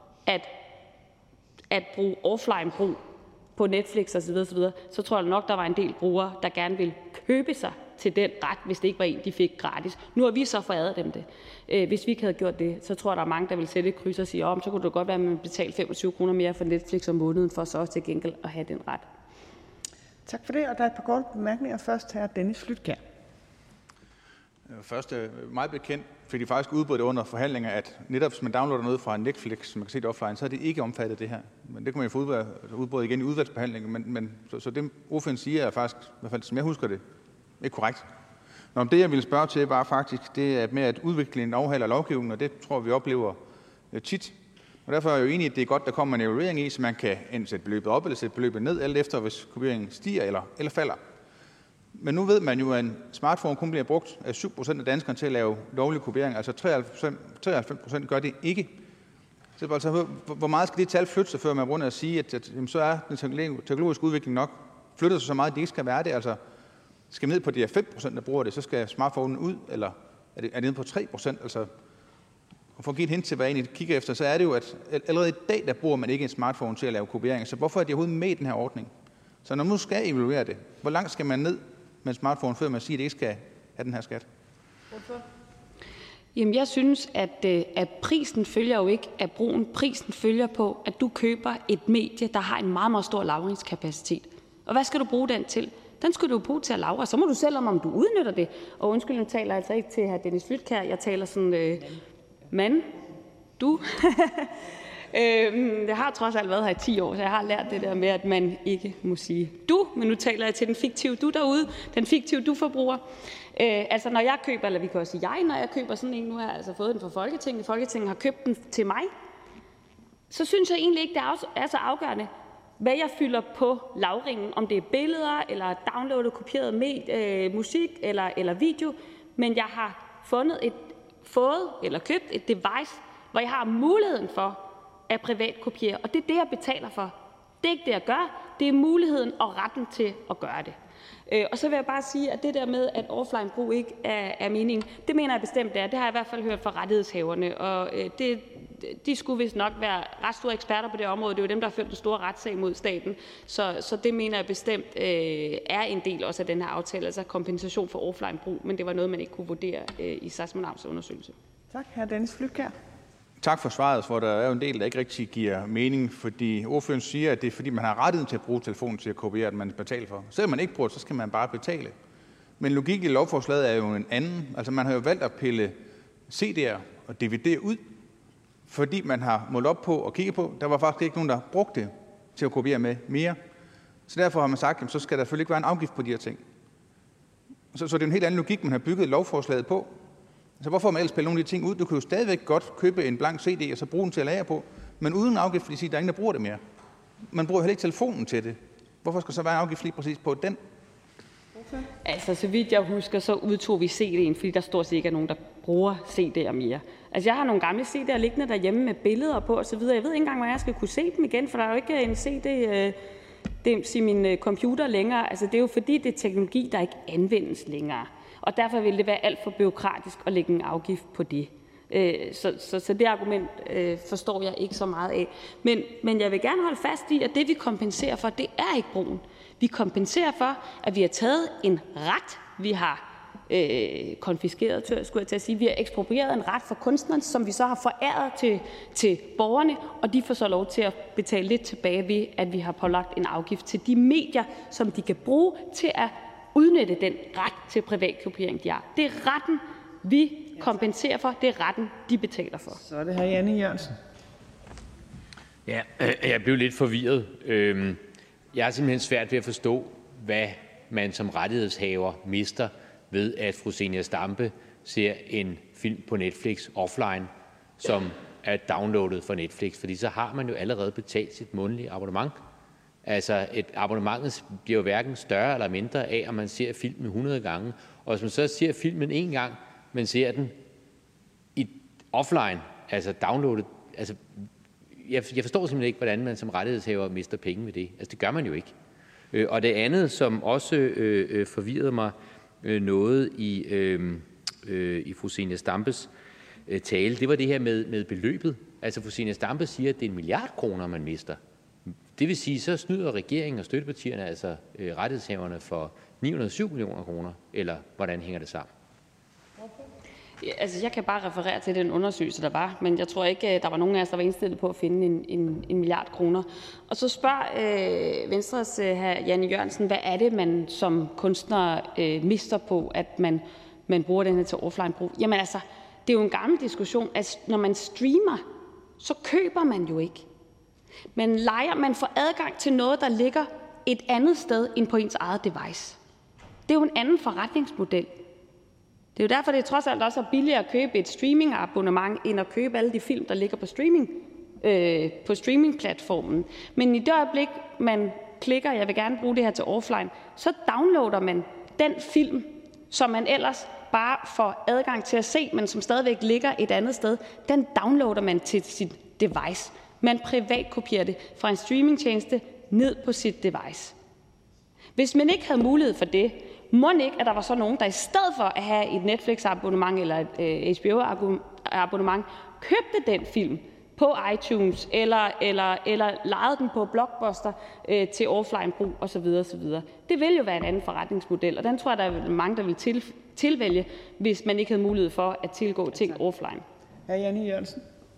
at bruge offline-brug på Netflix osv., så tror jeg nok, der var en del brugere, der gerne ville købe sig til den ret, hvis det ikke var en, de fik gratis. Nu har vi så foræret dem det. Hvis vi ikke havde gjort det, så tror jeg, der er mange, der vil sætte et kryds og sige, så kunne det godt være, at man betalte 25 kroner mere for Netflix om måneden, for så også til gengæld at have den ret. Tak for det, og der er et par korte bemærkninger. Først her Dennis Flydtkjær. Først meget bekendt, fik de faktisk udbudt under forhandlinger, at netop hvis man downloader noget fra Netflix, som man kan se det offline, så er det ikke omfattet det her. Men det kan man jo få udbudt igen i udvalgsbehandlingen. Så det ordføreren siger er faktisk, i hvert fald som jeg husker det, ikke korrekt. Nå, det jeg ville spørge til var faktisk det at med, at udviklingen afholder lovgivningen, og det tror vi oplever tit. Og derfor er jeg jo enig i, at det er godt, der kommer en evaluering i, så man kan enten sætte beløbet op eller sætte beløbet ned, alt efter hvis kopieringen stiger eller falder. Men nu ved man jo, at en smartphone kun bliver brugt af 7% af danskerne til at lave lovlig kopiering. Altså 93% gør det ikke. Så altså, hvor meget skal det tal flytte sig, før man rundt og sige, at jamen, så er den teknologiske udvikling nok flyttet sig så meget, at det ikke skal være det? Altså, skal vi ned på de 5%, der bruger det, så skal smartphonen ud, eller er det nede på 3%? Altså, og for at give et hint til, hvad jeg egentlig kigger efter, så er det jo, at allerede i dag, der bruger man ikke en smartphone til at lave kopiering. Så hvorfor er de overhovedet med i den her ordning? Så når man nu skal evaluere det, hvor langt skal man ned med en smartphone, før man siger, at det ikke skal have den her skat? Jamen, jeg synes, at prisen følger jo ikke af brugen. Prisen følger på, at du køber et medie, der har en meget, meget stor lagringskapacitet. Og hvad skal du bruge den til? Den skal du bruge til at lagre. Så må du selv om du udnytter det. Og undskyld, jeg taler altså ikke til hr. Dennis Flydtkjær. Jeg taler sådan, du. Jeg har trods alt været her i 10 år, så jeg har lært det der med, at man ikke må sige du. Men nu taler jeg til den fiktive du derude. Den fiktive du-forbruger. Altså når jeg køber, eller vi kan også sige jeg, når jeg køber sådan en, nu har jeg altså fået den fra Folketinget. Folketinget har købt den til mig. Så synes jeg egentlig ikke, det er så afgørende, hvad jeg fylder på lagringen, om det er billeder, eller downloadet, kopieret musik eller video, men jeg har fået eller købt et device, hvor jeg har muligheden for at privat kopiere, og det er det, jeg betaler for. Det er ikke det, jeg gør, det er muligheden og retten til at gøre det. Og så vil jeg bare sige, at det der med, at offline brug ikke er meningen, det mener jeg bestemt er. Det har jeg i hvert fald hørt fra rettighedshaverne, og de skulle vist nok være ret store eksperter på det område. Det er jo dem, der har ført den store retssag mod staten. Så det mener jeg bestemt er en del også af den her aftale, altså kompensation for offline brug, men det var noget, man ikke kunne vurdere i Seismonauts undersøgelse. Tak, hr. Dennis Flydtkjær. Tak for svaret, for der er jo en del, der ikke rigtig giver mening, fordi ordføreren siger, at det er fordi, man har rettigheden til at bruge telefonen til at kopiere, at man betaler for. Selvom man ikke bruger det, så skal man bare betale. Men logik i lovforslaget er jo en anden. Altså man har jo valgt at pille CD'er og DVD'er ud, fordi man har målt op på og kigget på, der var faktisk ikke nogen, der brugte det til at kopiere med mere. Så derfor har man sagt, at så skal der selvfølgelig ikke være en afgift på de her ting. Så det er en helt anden logik, man har bygget lovforslaget på. Så hvorfor har man ellers pillet nogle af de ting ud? Du kan jo stadigvæk godt købe en blank CD og så bruge den til at lagre på, men uden afgift, fordi der er ingen, der bruger det mere. Man bruger heller ikke telefonen til det. Hvorfor skal så være en afgift lige præcis på den? Altså, så vidt jeg husker, så udtog vi CD'en, fordi der stort set ikke er nogen, der bruger CD'er mere. Altså, jeg har nogle gamle CD'er liggende derhjemme med billeder på og så videre. Jeg ved ikke engang, hvor jeg skal kunne se dem igen, for der er jo ikke en CD i min computer længere. Altså, det er jo fordi, det er teknologi, der ikke anvendes længere. Og derfor vil det være alt for bureaukratisk at lægge en afgift på det. Så det argument forstår jeg ikke så meget af. Men jeg vil gerne holde fast i, at det vi kompenserer for, det er ikke brugen. Vi kompenserer for, at vi har taget en ret, vi har konfiskeret, skulle jeg til at sige. Vi har eksproprieret en ret for kunstneren, som vi så har foræret til borgerne, og de får så lov til at betale lidt tilbage ved, at vi har pålagt en afgift til de medier, som de kan bruge til at udnytte den ret til privatkopiering, de har. Det er retten, vi kompenserer for. Det er retten, de betaler for. Så er det hr. Jan E. Jørgensen. Ja, jeg blev lidt forvirret. Jeg har simpelthen svært ved at forstå, hvad man som rettighedshaver mister ved, at fru Zenia Stampe ser en film på Netflix offline, som er downloadet fra Netflix. Fordi så har man jo allerede betalt sit månedlige abonnement. Altså, abonnementet bliver jo hverken større eller mindre af, om man ser filmen 100 gange. Og hvis man så ser filmen en gang, men ser den i offline, altså downloadet, altså, jeg forstår simpelthen ikke, hvordan man som rettighedshaver mister penge ved det. Altså, det gør man jo ikke. Og det andet, som også forvirrede mig noget i fru Zenia Stampes tale, det var det her med beløbet. Altså, fru Zenia Stampe siger, at det er 1 milliard kroner, man mister. Det vil sige, så snyder regeringen og støttepartierne, altså rettighedshaverne, for 907 millioner kroner, eller hvordan hænger det sammen? Ja, altså, jeg kan bare referere til den undersøgelse, der var, men jeg tror ikke, der var nogen af os, der var indstillet på at finde en milliard kroner. Og så spørger Venstres hr. Jan E. Jørgensen, hvad er det, man som kunstner mister på, at man bruger den her til offline brug? Jamen altså, det er jo en gammel diskussion, at når man streamer, så køber man jo ikke. Man får adgang til noget, der ligger et andet sted end på ens eget device. Det er jo en anden forretningsmodel. Det er jo derfor, det trods alt også er billigere at købe et streamingabonnement, end at købe alle de film, der ligger på streamingplatformen. Men i det øjeblik, man klikker, jeg vil gerne bruge det her til offline, så downloader man den film, som man ellers bare får adgang til at se, men som stadigvæk ligger et andet sted, den downloader man til sit device. Man privatkopierer det fra en streamingtjeneste ned på sit device. Hvis man ikke havde mulighed for det, må ikke, at der var så nogen, der i stedet for at have et Netflix-abonnement eller et HBO-abonnement, købte den film på iTunes eller lejede den på Blockbuster til offline-brug osv. osv. Det vil jo være en anden forretningsmodel, og den tror jeg, der er mange, der vil tilvælge, hvis man ikke havde mulighed for at tilgå ting offline. Hr. Jan E. Jørgensen.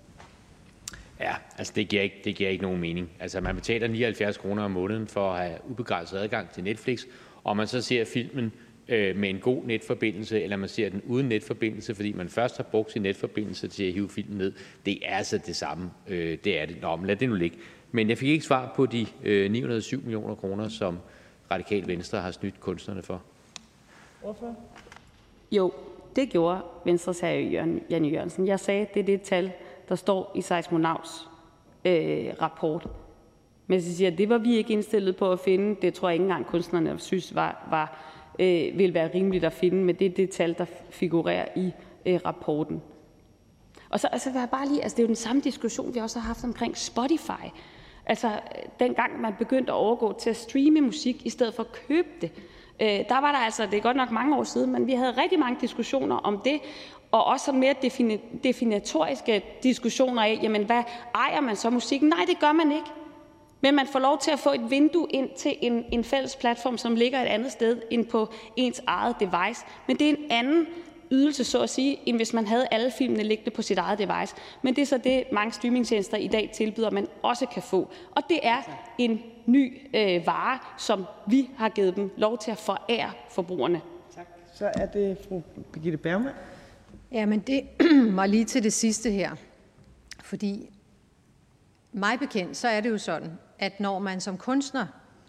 Ja, altså det giver ikke nogen mening. Altså man betaler 79 kroner om måneden for at have ubegrænset adgang til Netflix, og man så ser filmen med en god netforbindelse, eller man ser den uden netforbindelse, fordi man først har brugt sin netforbindelse til at hive filmen ned. Det er altså det samme. Det er det. Nå, men lad det nu ligge. Men jeg fik ikke svar på de 907 millioner kroner, som Radikale Venstre har snydt kunstnerne for. Hvorfor? Jo, det gjorde Venstres hr. Jan E. Jørgensen. Jeg sagde, det er det tal, der står i Seismonauts rapport. Men så siger, det var vi ikke indstillet på at finde. Det tror jeg ikke engang kunstnerne synes ville være rimeligt at finde, men det er det tal, der figurerer i rapporten. Og så vil jeg bare lige, altså det er jo den samme diskussion, vi også har haft omkring Spotify. Altså dengang man begyndte at overgå til at streame musik i stedet for at købe det, der var der altså, det er godt nok mange år siden, men vi havde rigtig mange diskussioner om det, og også sådan mere definitoriske diskussioner af, jamen hvad ejer man så musikken? Nej, det gør man ikke. Men man får lov til at få et vindue ind til en fælles platform, som ligger et andet sted end på ens eget device. Men det er en anden ydelse, så at sige, end hvis man havde alle filmene liggende på sit eget device. Men det er så det, mange streamingtjenester i dag tilbyder, man også kan få. Og det er en ny vare, som vi har givet dem lov til at forære forbrugerne. Tak. Så er det fru Birgitte Bergman. Ja, men det var lige til det sidste her. Fordi mig bekendt, så er det jo sådan, at når man som kunstner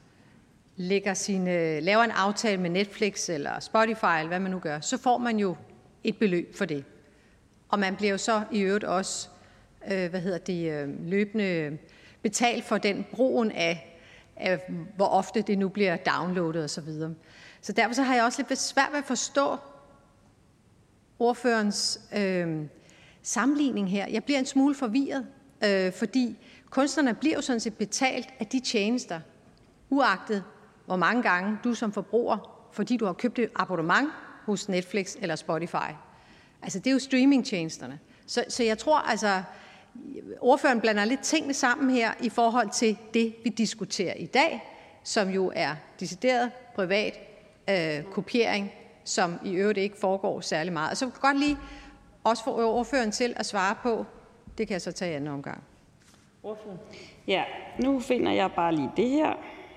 laver en aftale med Netflix eller Spotify, eller hvad man nu gør, så får man jo et beløb for det. Og man bliver jo så i øvrigt også løbende betalt for den brugen af, hvor ofte det nu bliver downloadet osv. Så derfor så har jeg også lidt svært ved at forstå ordførerens sammenligning her. Jeg bliver en smule forvirret, fordi kunstnerne bliver jo sådan set betalt af de tjenester, uagtet hvor mange gange du som forbruger, fordi du har købt et abonnement hos Netflix eller Spotify. Altså det er jo streamingtjenesterne. Så jeg tror altså, ordføreren blander lidt tingene sammen her i forhold til det, vi diskuterer i dag, som jo er decideret privat kopiering, som i øvrigt ikke foregår særlig meget. Og så kan jeg godt lige også få ordføreren til at svare på, det kan jeg så tage i anden omgang. Ja, nu finder jeg bare lige det her.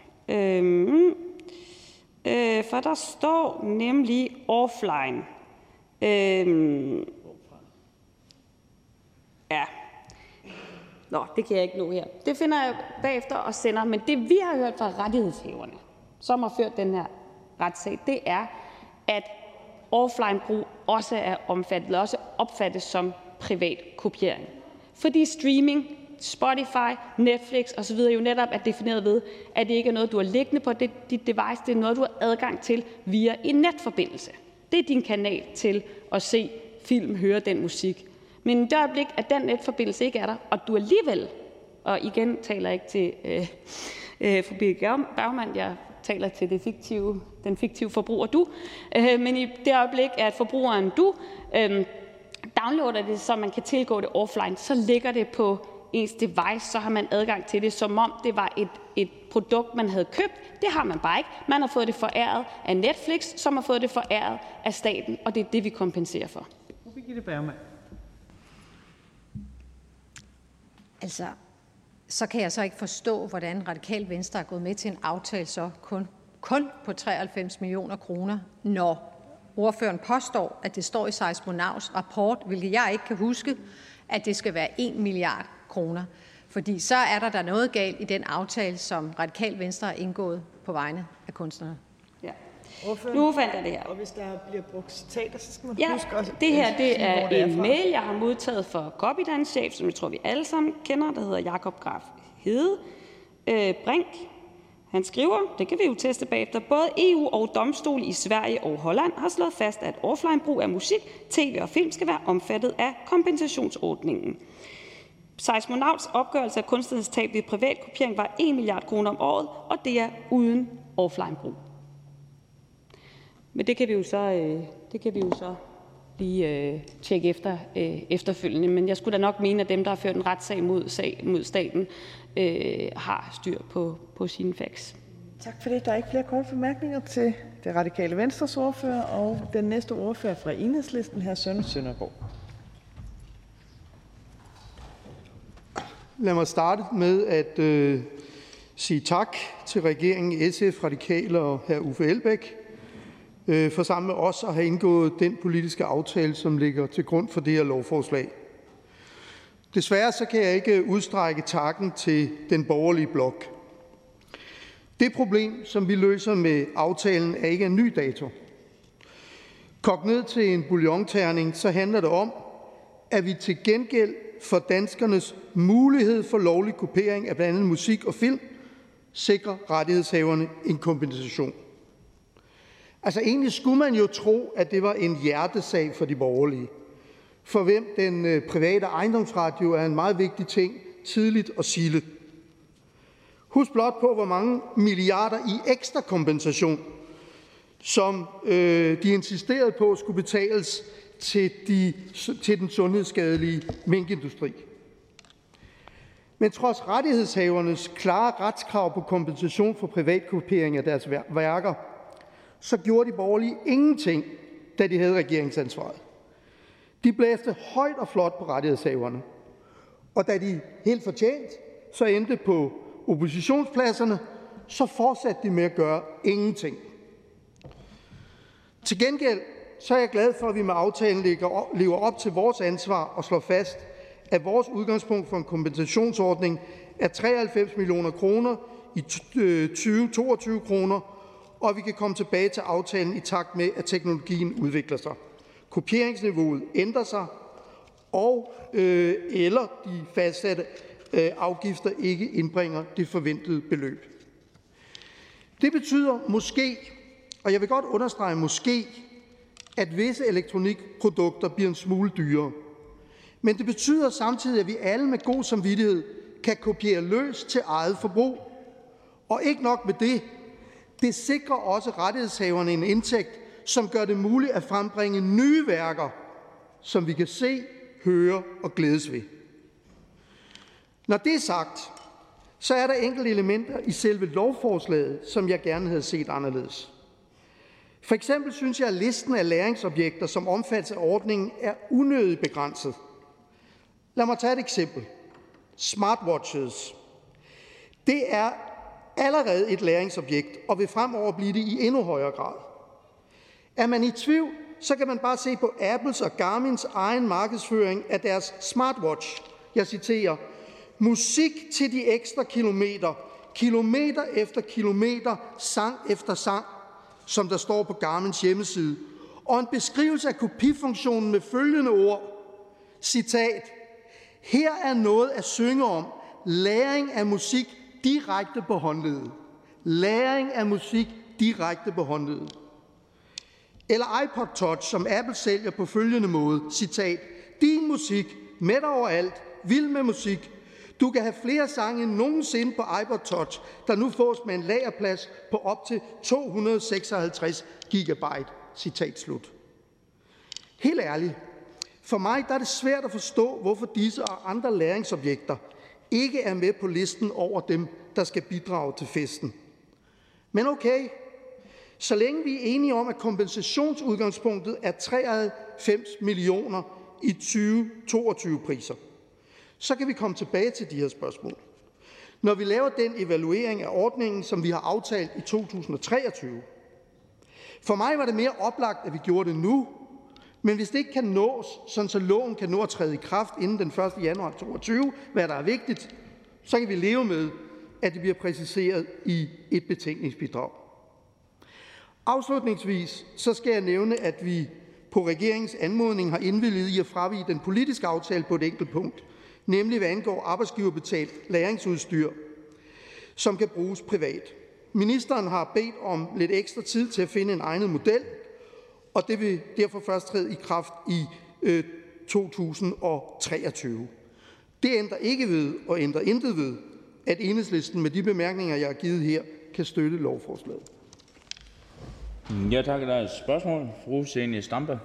For der står nemlig offline. Ja. Nå, det kan jeg ikke nå her. Det finder jeg bagefter og sender. Men det vi har hørt fra rettighedshaverne, som har ført den her retssag, det er, at offline-brug også er omfattet, også opfattes som privat kopiering. Fordi streaming, Spotify, Netflix osv. jo netop er defineret ved, at det ikke er noget, du har liggende på dit device, det er noget, du har adgang til via en netforbindelse. Det er din kanal til at se film, høre den musik. Men i det øjeblik, at den netforbindelse ikke er der, og du alligevel, og igen taler jeg ikke til fru Birgitte Bergman, jeg taler til den fiktive forbruger du, men i det øjeblik, at forbrugeren du downloader det, så man kan tilgå det offline, så ligger det på ens device, så har man adgang til det, som om det var et produkt, man havde købt. Det har man bare ikke. Man har fået det foræret af Netflix, som har fået det foræret af staten, og det er det, vi kompenserer for. Birgitte Bergman. Altså, så kan jeg så ikke forstå, hvordan Radikale Venstre er gået med til en aftale så kun på 93 millioner kroner, når ordføreren påstår, at det står i Seismonauts rapport, hvilket jeg ikke kan huske, at det skal være 1 milliard kroner. Fordi så er der noget galt i den aftale, som Radikale Venstre har indgået på vegne af kunstnere. Ja. Nu fandt jeg det her. Og hvis der bliver brugt citater, så skal man huske også. Det her det er en mail, jeg har modtaget fra Copydan-chef, som jeg tror, vi alle sammen kender, der hedder Jakob Graf Hede Brink. Han skriver, det kan vi jo teste bagefter, både EU og domstol i Sverige og Holland har slået fast, at offline-brug af musik, tv og film skal være omfattet af kompensationsordningen. Seismonauts opgørelse af kunstnerisk tab ved privat kopiering var 1 milliard kroner om året, og det er uden offline-brug. Men det kan vi jo så lige tjekke efter efterfølgende. Men jeg skulle da nok mene, at dem, der har ført en retssag mod staten, har styr på sine facts. Tak for det. Der er ikke flere korte bemærkninger til det radikale Venstres ordfører, og den næste ordfører fra Enhedslisten, hr. Søren Søndergaard. Lad mig starte med at sige tak til regeringen, SF, Radikale og hr. Uffe Elbæk for sammen med os at have indgået den politiske aftale, som ligger til grund for det her lovforslag. Desværre så kan jeg ikke udstrække takken til den borgerlige blok. Det problem, som vi løser med aftalen, er ikke en ny dato. Kogt ned til en bouillonterning, så handler det om, at vi til gengæld for danskernes mulighed for lovlig kopiering af blandt andet musik og film, sikrer rettighedshaverne en kompensation. Altså egentlig skulle man jo tro, at det var en hjertesag for de borgerlige, for hvem den private ejendomsret jo er en meget vigtig ting, tidligt og silde. Husk blot på, hvor mange milliarder i ekstra kompensation, som de insisterede på skulle betales til den sundhedsskadelige minkindustri. Men trods rettighedshavernes klare retskrav på kompensation for privatkopiering af deres værker, så gjorde de borgerlige ingenting, da de havde regeringsansvaret. De blæste højt og flot på rettighedshaverne, og da de helt fortjent så endte på oppositionspladserne, så fortsatte de med at gøre ingenting. Til gengæld så er jeg glad for, at vi med aftalen lever op til vores ansvar og slår fast, at vores udgangspunkt for en kompensationsordning er 93 millioner kroner i 2022 kroner, og vi kan komme tilbage til aftalen i takt med, at teknologien udvikler sig. Kopieringsniveauet ændrer sig, og eller de fastsatte afgifter ikke indbringer det forventede beløb. Det betyder måske, og jeg vil godt understrege måske, at visse elektronikprodukter bliver en smule dyrere. Men det betyder samtidig, at vi alle med god samvittighed kan kopiere løs til eget forbrug. Og ikke nok med det, det sikrer også rettighedshaverne en indtægt, som gør det muligt at frembringe nye værker, som vi kan se, høre og glædes ved. Når det er sagt, så er der enkelte elementer i selve lovforslaget, som jeg gerne havde set anderledes. For eksempel synes jeg, at listen af læringsobjekter, som omfattes af ordningen, er unødigt begrænset. Lad mig tage et eksempel. Smartwatches. Det er allerede et læringsobjekt, og vil fremover blive det i endnu højere grad. Er man i tvivl, så kan man bare se på Apples og Garmins egen markedsføring af deres smartwatch. Jeg citerer, musik til de ekstra kilometer, kilometer efter kilometer, sang efter sang, som der står på Garmins hjemmeside, og en beskrivelse af kopifunktionen med følgende ord, citat, her er noget at synge om, læring af musik direkte på håndledet. Læring af musik direkte på håndledet. Eller iPod Touch, som Apple sælger på følgende måde, citat, din musik, med dig overalt, vild med musik. Du kan have flere sange end nogensinde på iPod Touch, der nu fås med en lagerplads på op til 256 gigabyte, citat slut. Helt ærligt, for mig der er det svært at forstå, hvorfor disse og andre læringsobjekter ikke er med på listen over dem, der skal bidrage til festen. Men okay, så længe vi er enige om, at kompensationsudgangspunktet er 93 millioner i 2022-priser, så kan vi komme tilbage til de her spørgsmål. Når vi laver den evaluering af ordningen, som vi har aftalt i 2023. For mig var det mere oplagt, at vi gjorde det nu, men hvis det ikke kan nås, sådan så loven kan nå at træde i kraft inden den 1. januar 2022, hvad der er vigtigt, så kan vi leve med, at det bliver præciseret i et betænkningsbidrag. Afslutningsvis så skal jeg nævne, at vi på regeringens anmodning har indvilliget i at fravige den politiske aftale på et enkelt punkt, nemlig hvad angår arbejdsgiverbetalt læringsudstyr, som kan bruges privat. Ministeren har bedt om lidt ekstra tid til at finde en egnet model, og det vil derfor først træde i kraft i 2023. Det ændrer ikke ved og ændrer intet ved, at Enhedslisten med de bemærkninger, jeg har givet her, kan støtte lovforslaget. Ja, tak. Der er et spørgsmål. Fru Zenia Stampe.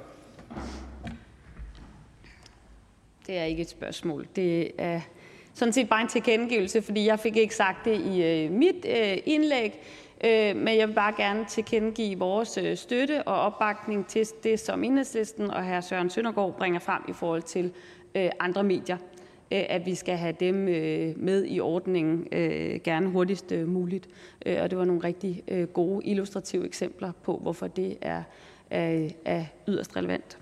Det er ikke et spørgsmål. Det er sådan set bare en tilkendegivelse, fordi jeg fik ikke sagt det i mit indlæg, men jeg vil bare gerne tilkendegive vores støtte og opbakning til det, som Enhedslisten og hr. Søren Søndergaard bringer frem i forhold til andre medier, at vi skal have dem med i ordningen gerne hurtigst muligt. Og det var nogle rigtig gode illustrative eksempler på, hvorfor det er yderst relevant.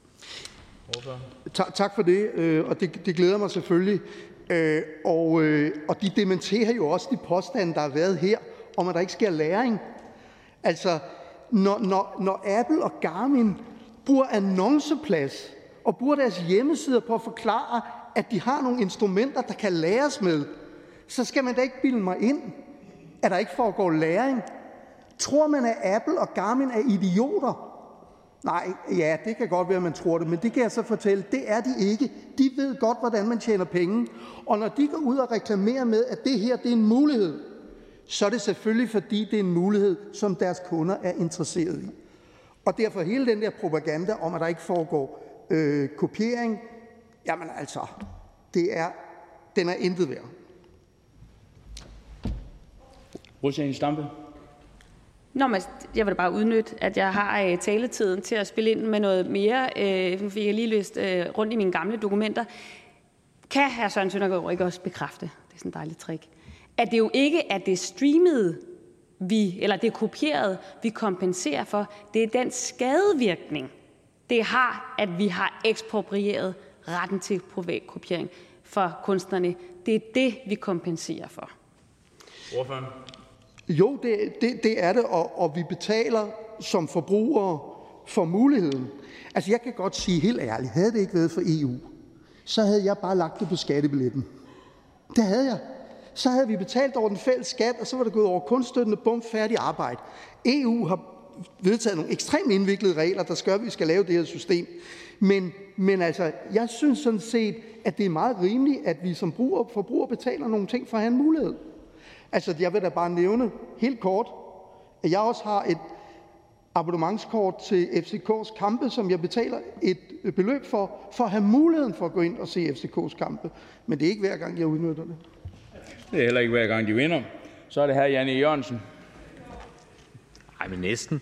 Tak for det, og det glæder mig selvfølgelig. Og de dementerer jo også de påstande, der har været her, om at der ikke sker læring. Altså, når Apple og Garmin bruger annonceplads og bruger deres hjemmesider på at forklare, at de har nogle instrumenter, der kan læres med, så skal man da ikke bilde mig ind, at der ikke foregår læring. Tror man, at Apple og Garmin er idioter? Nej, ja, det kan godt være, at man tror det, men det kan jeg så fortælle, det er de ikke. De ved godt, hvordan man tjener penge. Og når de går ud og reklamerer med, at det her det er en mulighed, så er det selvfølgelig, fordi det er en mulighed, som deres kunder er interesseret i. Og derfor hele den der propaganda om, at der ikke foregår kopiering, jamen altså, den er intet værd. Zenia Stampe. Nå, men jeg vil bare udnytte, at jeg har taletiden til at spille ind med noget mere. Nu fik jeg lige læst rundt i mine gamle dokumenter. Kan hr. Søren Søndergaard ikke også bekræfte, det er sådan et dejligt trick, at det jo ikke er det streamede, eller det kopierede, vi kompenserer for. Det er den skadevirkning, det har, at vi har eksproprieret retten til privat kopiering for kunstnerne. Det er det, vi kompenserer for. Ordføreren. Jo, det er det, og vi betaler som forbrugere for muligheden. Altså, jeg kan godt sige helt ærligt, havde det ikke været for EU, så havde jeg bare lagt det på skattebilletten. Det havde jeg. Så havde vi betalt over den fælles skat, og så var det gået over kunststøttende, bum, færdig arbejde. EU har vedtaget nogle ekstremt indviklede regler, der gør, at vi skal lave det her system. Men altså, jeg synes sådan set, at det er meget rimeligt, at vi som forbrugere betaler nogle ting for at have en mulighed. Altså, jeg vil da bare nævne helt kort, at jeg også har et abonnementskort til FCK's kampe, som jeg betaler et beløb for at have muligheden for at gå ind og se FCK's kampe. Men det er ikke hver gang, jeg udnytter det. Det er heller ikke hver gang, de vinder. Så er det her Jan E. Jørgensen. Nej, men næsten.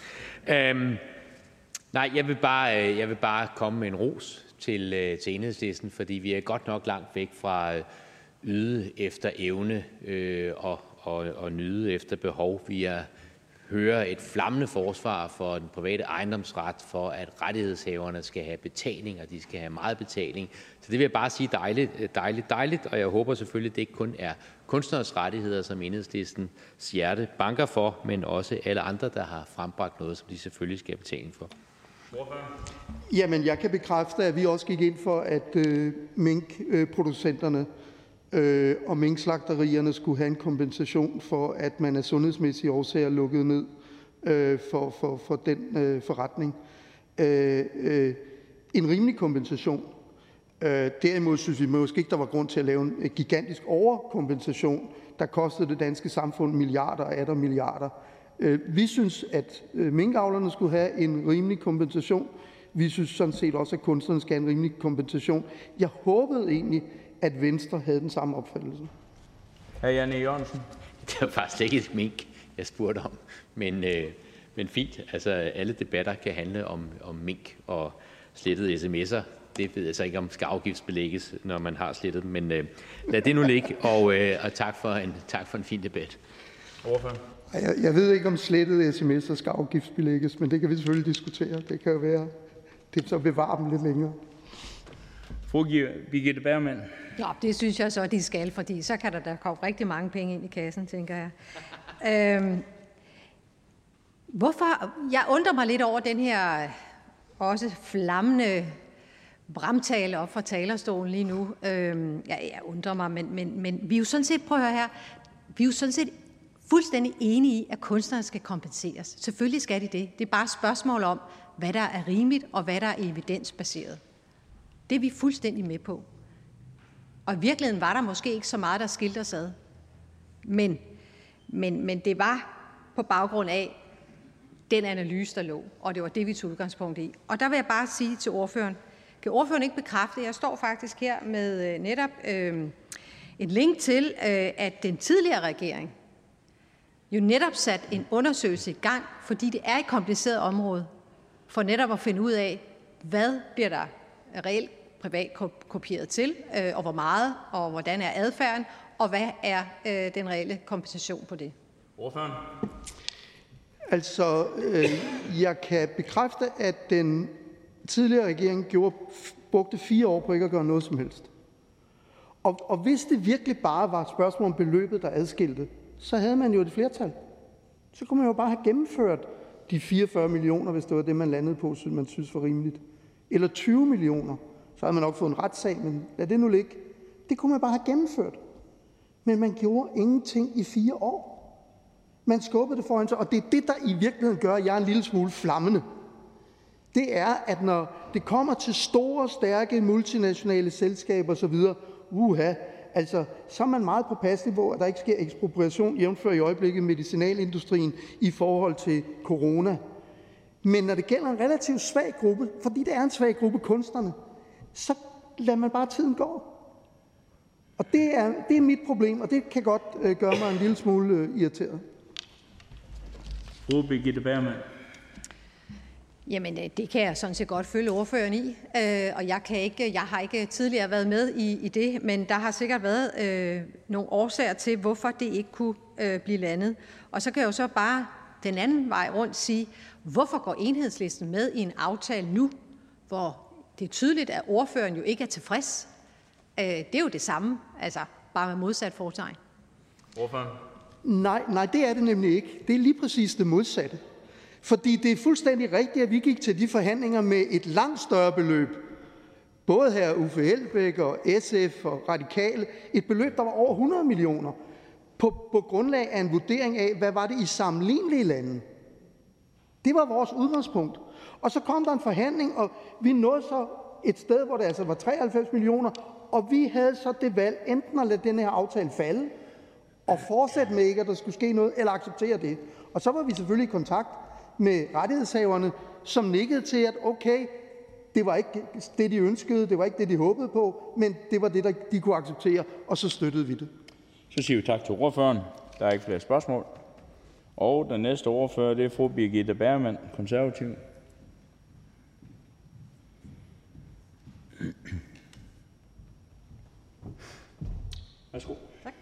Nej, jeg vil bare komme med en ros til Enhedslisten, fordi vi er godt nok langt væk fra yde efter evne og nyde efter behov. Vi hører et flammende forsvar for den private ejendomsret, for at rettighedshaverne skal have betaling, og de skal have meget betaling. Så det vil jeg bare sige dejligt, og jeg håber selvfølgelig, at det ikke kun er kunstneres rettigheder, som Enhedslistens hjerte banker for, men også alle andre, der har frembragt noget, som de selvfølgelig skal have betaling for. Jamen, jeg kan bekræfte, at vi også gik ind for, at minkproducenterne og minkslagterierne skulle have en kompensation for, at man af sundhedsmæssige årsager lukkede ned for den forretning. En rimelig kompensation. Derimod synes vi måske ikke, der var grund til at lave en gigantisk overkompensation, der kostede det danske samfund milliarder og atter milliarder. Vi synes, at minkavlerne skulle have en rimelig kompensation. Vi synes sådan set også, at kunstnerne skal have en rimelig kompensation. Jeg håbede egentlig, at Venstre havde den samme opfattelse. Hr. Jan E. Jørgensen. Det var faktisk ikke et mink, jeg spurgte om, men fint. Altså, alle debatter kan handle om mink og slettede sms'er. Det ved jeg så ikke, om skal afgiftsbelægges, når man har slettet dem, men lad det nu ligge, og tak for en fin debat. Ordfører. Jeg ved ikke, om slettede sms'er skal afgiftsbelægges, men det kan vi selvfølgelig diskutere. Det kan jo være, det så bevarer dem lidt længere. Fru Birgitte Bergman. Ja, det synes jeg så, de skal, fordi så kan der komme rigtig mange penge ind i kassen, tænker jeg. Jeg undrer mig lidt over den her også flammende bramtale op fra talerstolen lige nu. Jeg undrer mig, men vi er jo sådan set, prøv at høre her, vi er jo sådan set fuldstændig enige i, at kunstnere skal kompenseres. Selvfølgelig skal de det. Det er bare et spørgsmål om, hvad der er rimeligt og hvad der er evidensbaseret. Det er vi fuldstændig med på. Og i virkeligheden var der måske ikke så meget, der skilte os ad. Men det var på baggrund af den analyse, der lå, og det var det, vi tog udgangspunkt i. Og der vil jeg bare sige til ordføreren, kan ordføreren ikke bekræfte, jeg står faktisk her med netop et link til, at den tidligere regering jo netop sat en undersøgelse i gang, fordi det er et kompliceret område, for netop at finde ud af, hvad bliver der reelt privat kopieret til, og hvor meget, og hvordan er adfærden, og hvad er den reelle kompensation på det? Ordføreren. Altså, jeg kan bekræfte, at den tidligere regering brugte 4 år på ikke at gøre noget som helst. Og hvis det virkelig bare var et spørgsmål om beløbet, der adskilte, så havde man jo et flertal. Så kunne man jo bare have gennemført de 44 millioner, hvis det var det, man landede på, man synes var rimeligt. Eller 20 millioner. Så havde man nok fået en retssag, men lad det nu ligge. Det kunne man bare have gennemført. Men man gjorde ingenting i 4 år. Man skubbede det foran sig, og det er det, der i virkeligheden gør, at jeg er en lille smule flammende. Det er, at når det kommer til store, stærke multinationale selskaber osv., altså, så er man meget påpasselig på, at der ikke sker ekspropriation, jævnfør i øjeblikket medicinalindustrien i forhold til corona. Men når det gælder en relativt svag gruppe, fordi det er en svag gruppe, kunstnerne, så lader man bare tiden gå. Og det er mit problem, og det kan godt gøre mig en lille smule irriteret. Birgitte Bergman. Jamen, det kan jeg sådan set godt følge ordføreren i, og jeg har ikke tidligere været med i det, men der har sikkert været nogle årsager til, hvorfor det ikke kunne blive landet. Og så kan jeg jo så bare den anden vej rundt sige, hvorfor går Enhedslisten med i en aftale nu, hvor det er tydeligt, at ordføreren jo ikke er tilfreds? Det er jo det samme, altså bare med modsat fortegn. Ordføreren? Nej, det er det nemlig ikke. Det er lige præcis det modsatte. Fordi det er fuldstændig rigtigt, at vi gik til de forhandlinger med et langt større beløb. Både her Uffe Elbæk og SF og Radikale. Et beløb, der var over 100 millioner. På grundlag af en vurdering af, hvad var det i sammenlignelige lande. Det var vores udgangspunkt. Og så kom der en forhandling, og vi nåede så et sted, hvor det altså var 93 millioner. Og vi havde så det valg enten at lade den her aftale falde, og fortsætte med ikke, at der skulle ske noget, eller acceptere det. Og så var vi selvfølgelig i kontakt med rettighedshaverne, som nikkede til, at okay, det var ikke det, de ønskede, det var ikke det, de håbede på, men det var det, de kunne acceptere, og så støttede vi det. Så siger vi tak til ordføreren. Der er ikke flere spørgsmål. Og den næste ordfører, det er fru Birgitte Bergman, konservativ. Værsgo. Tak.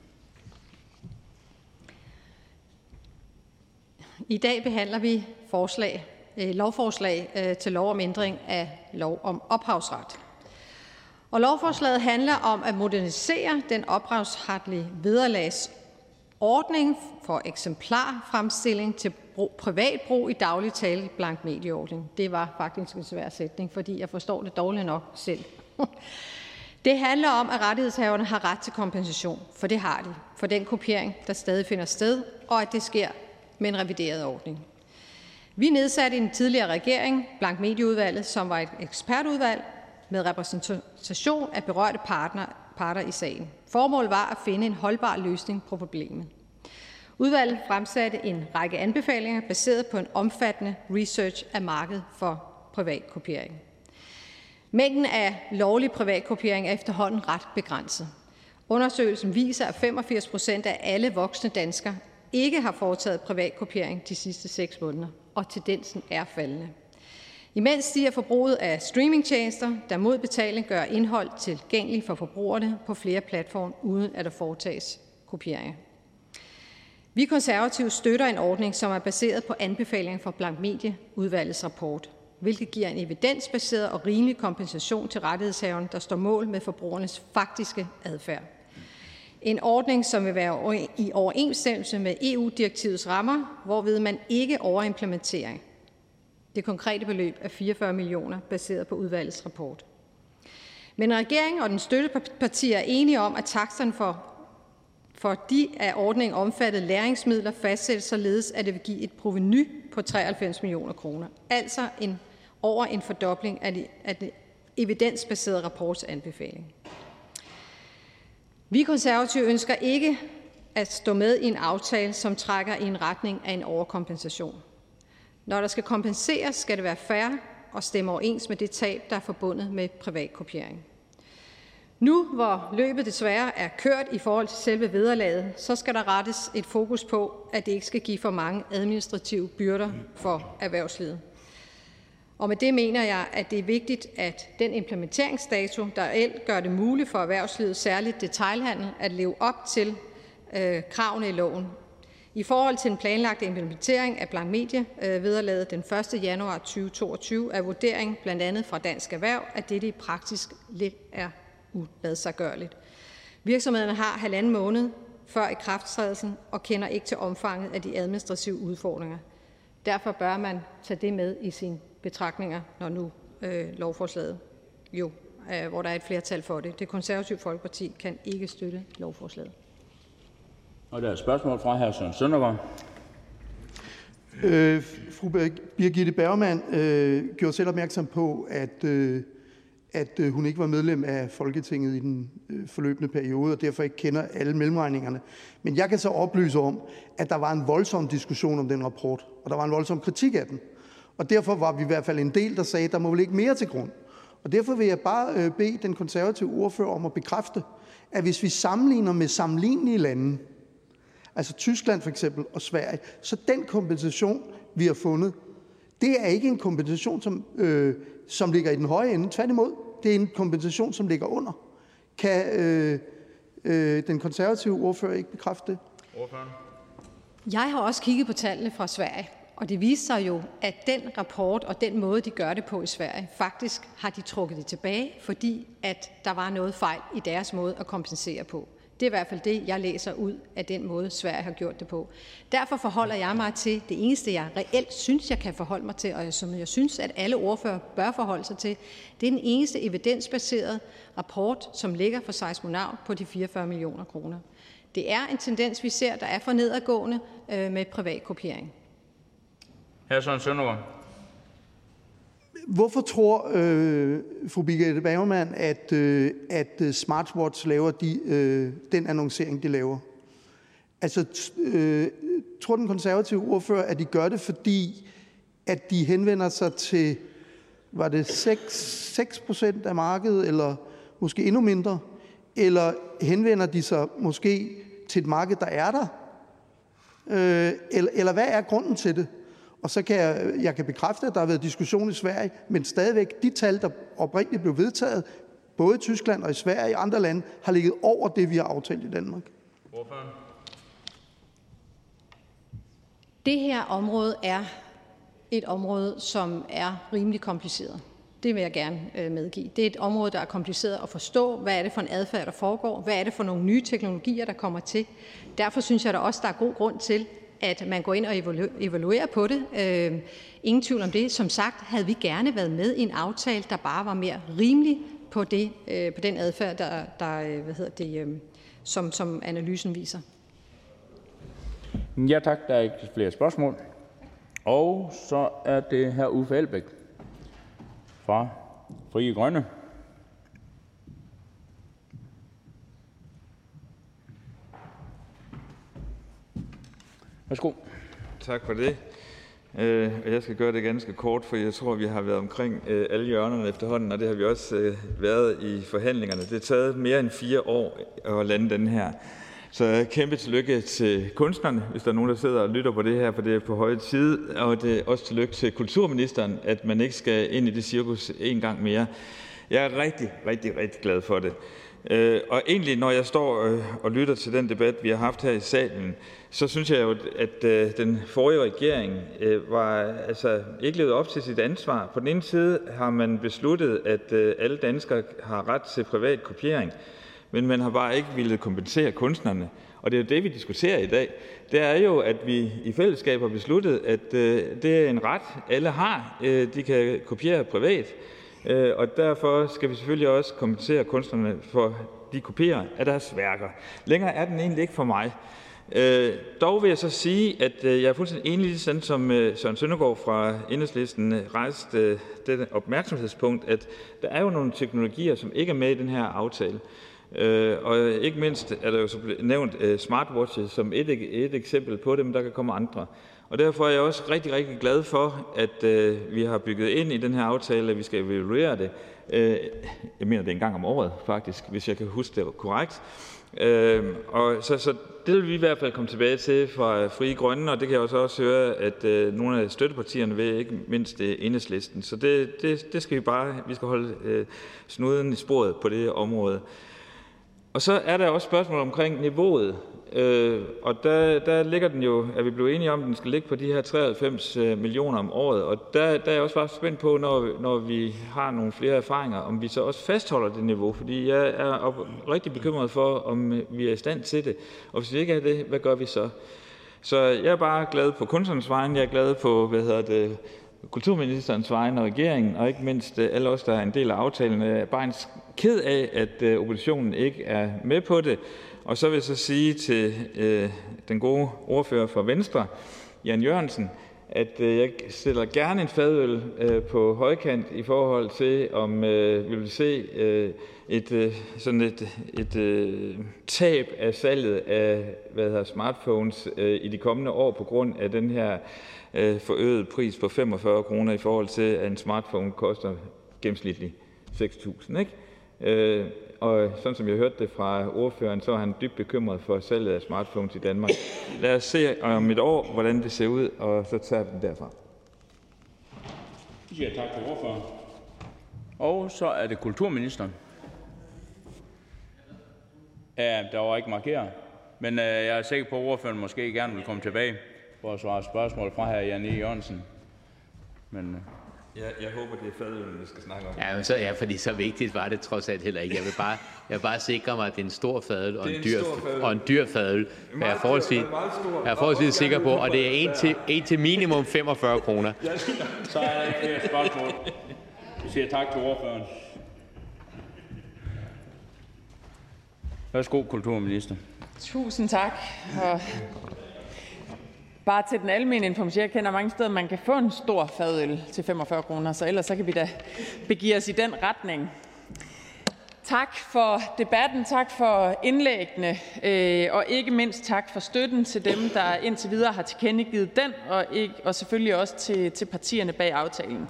I dag behandler vi lovforslag til lov om ændring af lov om ophavsret. Og lovforslaget handler om at modernisere den ophavsretlige vederlagsordning for eksemplarfremstilling til privat brug i daglig tale blank medieordning. Det var faktisk en svær sætning, fordi jeg forstår det dårligt nok selv. Det handler om, at rettighedshaverne har ret til kompensation, for det har de, for den kopiering, der stadig finder sted, og at det sker med en revideret ordning. Vi nedsatte i den tidligere regering blank medieudvalget, som var et ekspertudvalg med repræsentation af berørte parter i sagen. Formålet var at finde en holdbar løsning på problemet. Udvalget fremsatte en række anbefalinger baseret på en omfattende research af markedet for privatkopiering. Mængden af lovlig privatkopiering er efterhånden ret begrænset. Undersøgelsen viser, at 85% af alle voksne danskere ikke har foretaget privatkopiering de sidste 6 måneder, og tendensen er faldende. Imens stiger forbruget af streamingtjenester, der mod betaling gør indhold tilgængeligt for forbrugerne på flere platforme, uden at der foretages kopieringer. Vi konservative støtter en ordning, som er baseret på anbefalinger fra blank medieudvalgets rapport, hvilket giver en evidensbaseret og rimelig kompensation til rettighedshaverne, der står mål med forbrugernes faktiske adfærd. En ordning, som vil være i overensstemmelse med EU-direktivets rammer, hvorved man ikke overimplementerer. Det konkrete beløb er 44 millioner, baseret på udvalgets rapport. Men regeringen og den støtteparti er enige om, at taksterne for For de af ordningen omfattede læringsmidler fastsættes således, at det vil give et provenu på 93 millioner kroner. Altså over en fordobling af det evidensbaserede rapports anbefaling. Vi konservative ønsker ikke at stå med i en aftale, som trækker i en retning af en overkompensation. Når der skal kompenseres, skal det være fair og stemme overens med det tab, der er forbundet med privat kopiering. Nu, hvor løbet desværre er kørt i forhold til selve vederlaget, så skal der rettes et fokus på, at det ikke skal give for mange administrative byrder for erhvervslivet. Og med det mener jeg, at det er vigtigt, at den implementeringsdato, der reelt gør det muligt for erhvervslivet, særligt detailhandel, at leve op til kravene i loven. I forhold til den planlagte implementering af blankmedievederlaget den 1. januar 2022 er vurderingen blandt andet fra Dansk Erhverv, at dette i praksis lidt er uladsiggørligt. Virksomhederne har 1,5 måned før ikrafttrædelsen og kender ikke til omfanget af de administrative udfordringer. Derfor bør man tage det med i sine betragtninger, når nu lovforslaget hvor der er et flertal for det. Det Konservative Folkeparti kan ikke støtte lovforslaget. Og der er et spørgsmål fra hr. Søren Søndergaard. Fru Birgitte Bergman gjorde selv opmærksom på, at hun ikke var medlem af Folketinget i den forløbende periode, og derfor ikke kender alle mellemregningerne. Men jeg kan så oplyse om, at der var en voldsom diskussion om den rapport, og der var en voldsom kritik af den. Og derfor var vi i hvert fald en del, der sagde, at der må vel ikke mere til grund. Og derfor vil jeg bare bede den konservative ordfører om at bekræfte, at hvis vi sammenligner med sammenlignelige lande, altså Tyskland for eksempel og Sverige, så den kompensation, vi har fundet, det er ikke en kompensation, som ligger i den høje ende. Tværtimod, det er en kompensation, som ligger under. Kan den konservative ordfører ikke bekræfte det? Ordføreren. Jeg har også kigget på tallene fra Sverige, og det viser sig jo, at den rapport og den måde, de gør det på i Sverige, faktisk har de trukket det tilbage, fordi at der var noget fejl i deres måde at kompensere på. Det er i hvert fald det, jeg læser ud af den måde, Sverige har gjort det på. Derfor forholder jeg mig til det eneste, jeg reelt synes, jeg kan forholde mig til, og som jeg synes, at alle ordfører bør forholde sig til. Det er den eneste evidensbaserede rapport, som ligger for Seismonaut på de 44 millioner kroner. Det er en tendens, vi ser, der er for nedadgående med privat kopiering. Hr. Søren Søndergaard. Hvorfor tror fru Birgitte Bergman, at Smartwatch laver den annoncering, de laver? Altså, tror den konservative ordfører, at de gør det, fordi at de henvender sig til, var det 6% af markedet, eller måske endnu mindre? Eller henvender de sig måske til et marked, der er der? Eller hvad er grunden til det? Og så kan jeg bekræfte, at der har været diskussion i Sverige, men stadigvæk de tal, der oprindeligt blev vedtaget, både i Tyskland og i Sverige og i andre lande, har ligget over det, vi har aftalt i Danmark. Ordføreren. Det her område er et område, som er rimelig kompliceret. Det vil jeg gerne medgive. Det er et område, der er kompliceret at forstå. Hvad er det for en adfærd, der foregår? Hvad er det for nogle nye teknologier, der kommer til? Derfor synes jeg da også, der er god grund til, at man går ind og evaluerer på det. Ingen tvivl om det. Som sagt havde vi gerne været med i en aftale, der bare var mere rimelig på den adfærd, som analysen viser. Ja tak, der er ikke flere spørgsmål. Og så er det hr. Uffe Elbæk fra Frie Grønne. Værsgo. Tak for det. Jeg skal gøre det ganske kort, for jeg tror, vi har været omkring alle hjørnerne efterhånden, og det har vi også været i forhandlingerne. Det har taget mere end 4 år at lande den her. Så kæmpe tillykke til kunstnerne, hvis der er nogen, der sidder og lytter på det her, for det er på høje tid. Og det er også tillykke til kulturministeren, at man ikke skal ind i det cirkus en gang mere. Jeg er rigtig, rigtig, rigtig glad for det. Og egentlig, når jeg står og lytter til den debat, vi har haft her i salen, så synes jeg jo, at den forrige regering ikke levede op til sit ansvar. På den ene side har man besluttet, at alle danskere har ret til privat kopiering, men man har bare ikke ville kompensere kunstnerne. Og det er jo det, vi diskuterer i dag. Det er jo, at vi i fællesskab har besluttet, at det er en ret, alle har. De kan kopiere privat. Og derfor skal vi selvfølgelig også kompensere kunstnerne for de kopier af deres værker. Længere er den egentlig ikke for mig. Dog vil jeg så sige, at jeg er fuldstændig enig, sådan som Søren Søndergaard fra Enhedslisten rejste det opmærksomhedspunkt, at der er jo nogle teknologier, som ikke er med i den her aftale. Og ikke mindst er der jo så nævnt smartwatches som et eksempel på det, men der kan komme andre. Og derfor er jeg også rigtig, rigtig glad for, at vi har bygget ind i den her aftale, at vi skal evaluere det. Jeg mener, det er en gang om året faktisk, hvis jeg kan huske det korrekt. Og så det vil vi i hvert fald komme tilbage til fra Frie Grønne, og det kan jeg også høre, at nogle af støttepartierne vil, ikke mindst Enhedslisten. Så det skal vi skal holde snuden i sporet på det område. Og så er der også spørgsmål omkring niveauet, og der ligger den jo, at vi blev enige om, at den skal ligge på de her 93 millioner om året, og der er jeg også bare spændt på, når vi har nogle flere erfaringer, om vi så også fastholder det niveau, fordi jeg er rigtig bekymret for, om vi er i stand til det, og hvis vi ikke er det, hvad gør vi så? Så jeg er bare glad på kunstnernes vegne, jeg er glad på, kulturministerens vegne og regeringen, og ikke mindst alle os, der er en del af aftalen. Jeg er bare ked af, at oppositionen ikke er med på det. Og så vil jeg så sige til den gode ordfører fra Venstre, Jan Jørgensen, at jeg stiller gerne en fadøl på højkant i forhold til, om vi vil se et tab af salget af smartphones i de kommende år på grund af den her forøget pris på 45 kroner i forhold til, at en smartphone koster gennemsnitligt 6.000, ikke? Og sådan som jeg hørte det fra ordføreren, så er han dybt bekymret for salget af smartphones i Danmark. Lad os se om et år, hvordan det ser ud, og så tager vi den derfra. Vi siger tak til ordføreren. Og så er det kulturministeren. Ja, der var ikke markeret. Men jeg er sikker på, at ordføreren måske gerne vil komme tilbage for at svare spørgsmål fra hr. Jan E. Jørgensen. Men jeg håber, det er fadølen, vi skal snakke om. Ja, men fordi så vigtigt var det trods alt heller ikke. Jeg vil bare sikre mig, at det er en stor fadøl og en dyr fadøl. Jeg er forholdsvis sikker på, og det er en til minimum 45 kroner. Så er der ikke flere spørgsmål. Vi siger tak til ordføreren. Værsgo, kulturminister. Tusind tak. Og bare til den almene information, jeg kender mange steder, man kan få en stor fadøl til 45 kroner, så ellers så kan vi da begive os i den retning. Tak for debatten, tak for indlæggene, og ikke mindst tak for støtten til dem, der indtil videre har tilkendegivet den, og selvfølgelig også til partierne bag aftalen.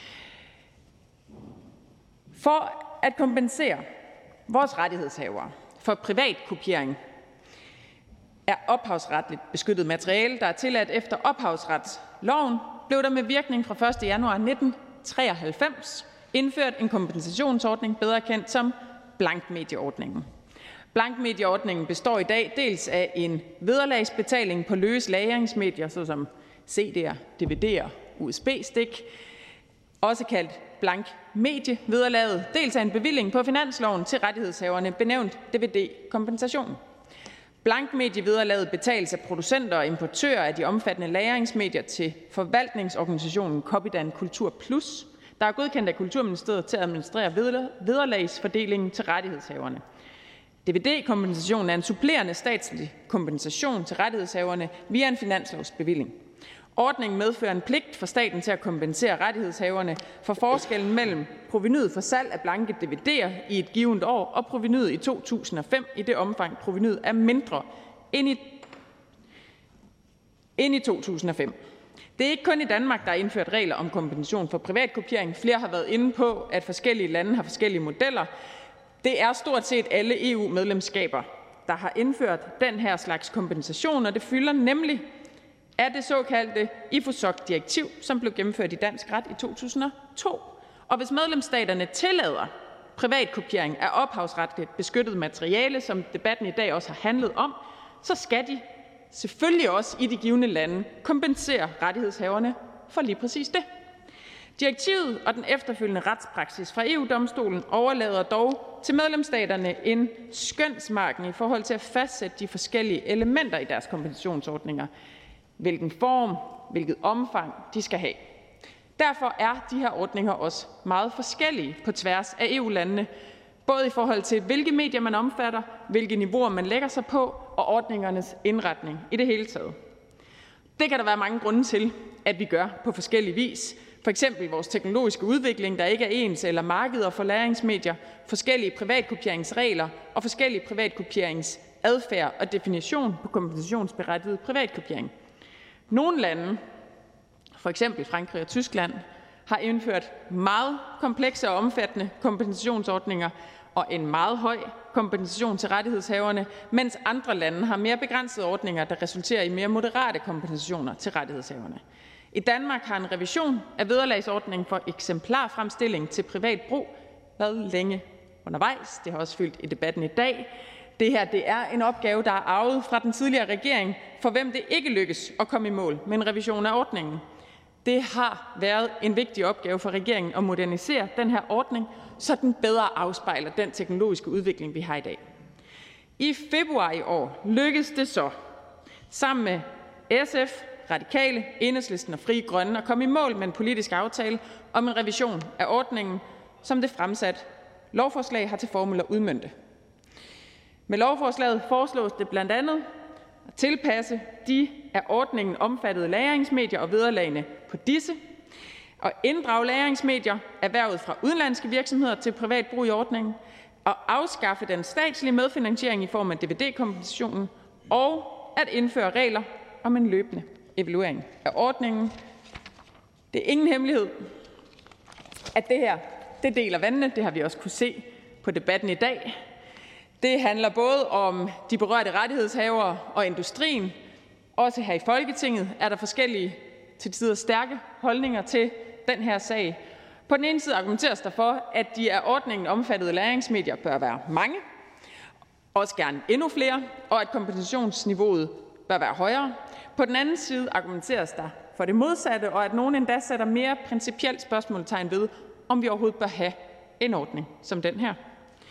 For at kompensere vores rettighedshavere for privat kopiering er ophavsretligt beskyttet materiale, der er tilladt efter ophavsretsloven, blev der med virkning fra 1. januar 1993 indført en kompensationsordning, bedre kendt som blankmedieordningen. Blankmedieordningen består i dag dels af en vederlagsbetaling på løse lagringsmedier, såsom CD'er, DVD'er, USB-stik, også kaldt blankmedievederlaget, dels af en bevilling på finansloven til rettighedshaverne benævnt DVD-kompensation. Blankmedievederlaget betales af producenter og importører af de omfattende lagringsmedier til forvaltningsorganisationen Copydan Kultur Plus, der er godkendt af Kulturministeriet til at administrere vederlagsfordelingen til rettighedshaverne. DVD-kompensationen er en supplerende statslig kompensation til rettighedshaverne via en finanslovsbevilling. Ordningen medfører en pligt for staten til at kompensere rettighedshaverne for forskellen mellem provenyet for salg af blanke DVD'er i et givet år og provenyet i 2005 i det omfang provenyet er mindre end i 2005. Det er ikke kun i Danmark, der er indført regler om kompensation for privatkopiering. Flere har været inde på, at forskellige lande har forskellige modeller. Det er stort set alle EU-medlemskaber, der har indført den her slags kompensation, og det fylder nemlig af det såkaldte IFOSOC-direktiv, som blev gennemført i dansk ret i 2002. Og hvis medlemsstaterne tillader privatkopiering af ophavsretligt beskyttet materiale, som debatten i dag også har handlet om, så skal de selvfølgelig også i de givne lande kompensere rettighedshaverne for lige præcis det. Direktivet og den efterfølgende retspraksis fra EU-domstolen overlader dog til medlemsstaterne en skønsmargen i forhold til at fastsætte de forskellige elementer i deres kompensationsordninger, hvilken form, hvilket omfang de skal have. Derfor er de her ordninger også meget forskellige på tværs af EU-landene, både i forhold til, hvilke medier man omfatter, hvilke niveauer man lægger sig på, og ordningernes indretning i det hele taget. Det kan der være mange grunde til, at vi gør på forskellige vis. For eksempel vores teknologiske udvikling, der ikke er ens, eller markeder for læringsmedier, forskellige privatkopieringsregler og forskellige privatkopieringsadfærd og definition på kompensationsberettiget privatkopiering. Nogle lande, for eksempel Frankrig og Tyskland, har indført meget komplekse og omfattende kompensationsordninger og en meget høj kompensation til rettighedshaverne, mens andre lande har mere begrænsede ordninger, der resulterer i mere moderate kompensationer til rettighedshaverne. I Danmark har en revision af vederlagsordningen for eksemplarfremstilling til privat brug været længe undervejs. Det har også fyldt i debatten i dag. Det her er en opgave, der er arvet fra den tidligere regering, for hvem det ikke lykkes at komme i mål med en revision af ordningen. Det har været en vigtig opgave for regeringen at modernisere den her ordning, så den bedre afspejler den teknologiske udvikling, vi har i dag. I februar i år lykkedes det så, sammen med SF, Radikale, Enhedslisten og Frie Grønne, at komme i mål med en politisk aftale om en revision af ordningen, som det fremsat lovforslag har til formål at udmønte. Med lovforslaget foreslås det blandt andet at tilpasse de af ordningen omfattede lagringsmedier og vederlagene på disse, og inddrage lagringsmedier erhvervet fra udenlandske virksomheder til privat brug i ordningen, og afskaffe den statslige medfinansiering i form af DVD-kompensationen, og at indføre regler om en løbende evaluering af ordningen. Det er ingen hemmelighed, at det her deler vandene. Det har vi også kunne se på debatten i dag. Det handler både om de berørte rettighedshavere og industrien. Også her i Folketinget er der forskellige, til tider stærke holdninger til den her sag. På den ene side argumenteres der for, at de af ordningen omfattede lagringsmedier bør være mange, også gerne endnu flere, og at kompensationsniveauet bør være højere. På den anden side argumenteres der for det modsatte, og at nogen endda sætter mere principielt spørgsmålstegn ved, om vi overhovedet bør have en ordning som den her.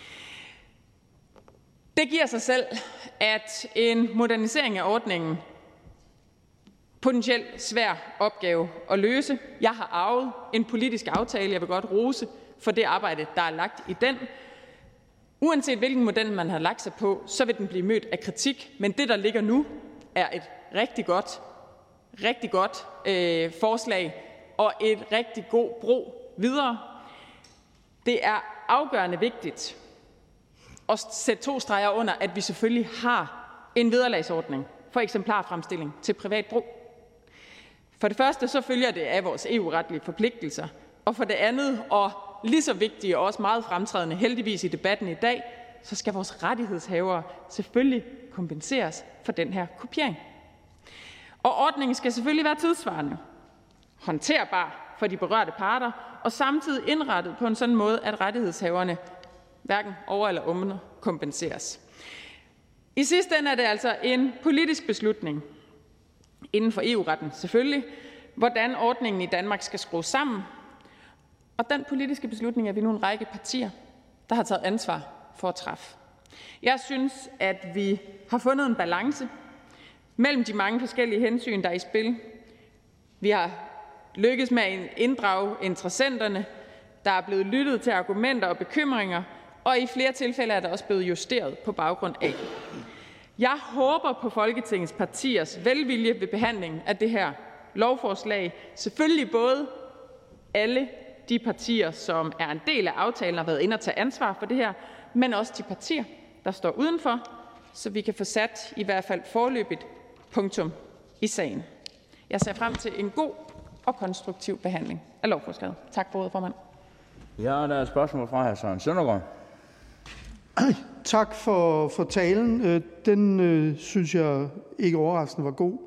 Det giver sig selv, at en modernisering af ordningen potentielt svær opgave at løse. Jeg har arvet en politisk aftale. Jeg vil godt rose for det arbejde, der er lagt i den. Uanset hvilken model man har lagt sig på, så vil den blive mødt af kritik. Men det, der ligger nu, er et rigtig godt forslag og et rigtig god bro videre. Det er afgørende vigtigt at sætte 2 streger under, at vi selvfølgelig har en vederlagsordning for eksemplarfremstilling til privat brug. For det første så følger det af vores EU-retlige forpligtelser, og for det andet, og lige så vigtigt og også meget fremtrædende heldigvis i debatten i dag, så skal vores rettighedshavere selvfølgelig kompenseres for den her kopiering. Og ordningen skal selvfølgelig være tidssvarende, håndterbar for de berørte parter, og samtidig indrettet på en sådan måde, at rettighedshaverne hverken over- eller underkompenseres. I sidste ende er det altså en politisk beslutning, inden for EU-retten selvfølgelig, hvordan ordningen i Danmark skal skrues sammen. Og den politiske beslutning er vi nu en række partier, der har taget ansvar for at træffe. Jeg synes, at vi har fundet en balance mellem de mange forskellige hensyn, der er i spil. Vi har lykkes med at inddrage interessenterne, der er blevet lyttet til argumenter og bekymringer, og i flere tilfælde er der også blevet justeret på baggrund af. Jeg håber på Folketingets partiers velvilje ved behandlingen af det her lovforslag. Selvfølgelig både alle de partier, som er en del af aftalen og har været inde og tage ansvar for det her, men også de partier, der står udenfor, så vi kan få sat i hvert fald foreløbigt punktum i sagen. Jeg ser frem til en god og konstruktiv behandling af lovforslaget. Tak for ordet, formand. Ja, der er et spørgsmål fra hr. Søren Søndergaard. Tak for talen. Den synes jeg ikke overraskende var god.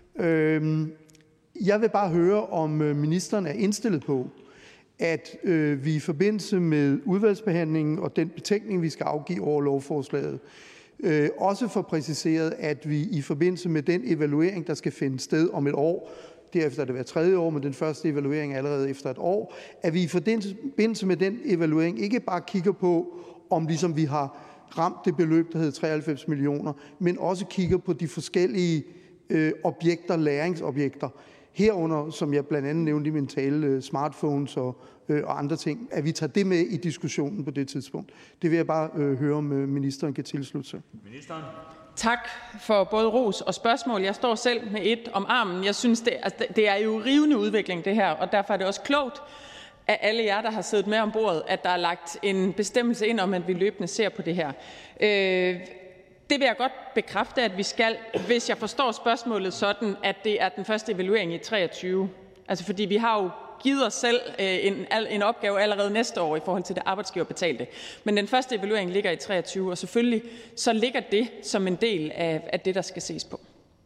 Jeg vil bare høre, om ministeren er indstillet på, at vi i forbindelse med udvalgsbehandlingen og den betænkning, vi skal afgive over lovforslaget, også får præciseret, at vi i forbindelse med den evaluering, der skal finde sted om et år, derefter er det hver 3. år, men den første evaluering allerede efter et år, at vi i forbindelse med den evaluering ikke bare kigger på, om ligesom vi har ramt det beløb, der hedder 93 millioner, men også kigger på de forskellige objekter, læringsobjekter, herunder, som jeg blandt andet nævnte i min tale, smartphones og andre ting, at vi tager det med i diskussionen på det tidspunkt. Det vil jeg bare høre, om ministeren kan tilslutte sig. Ministeren. Tak for både ros og spørgsmål. Jeg står selv med et om armen. Jeg synes, det er jo rivende udvikling, det her, og derfor er det også klogt af alle jer, der har siddet med om bordet, at der er lagt en bestemmelse ind om, at vi løbende ser på det her. Det vil jeg godt bekræfte, at vi skal, hvis jeg forstår spørgsmålet sådan, at det er den første evaluering i 2023. Altså fordi vi har jo givet os selv en opgave allerede næste år i forhold til det arbejdsgiverbetalte. Men den første evaluering ligger i 2023, og selvfølgelig så ligger det som en del af det, der skal ses på.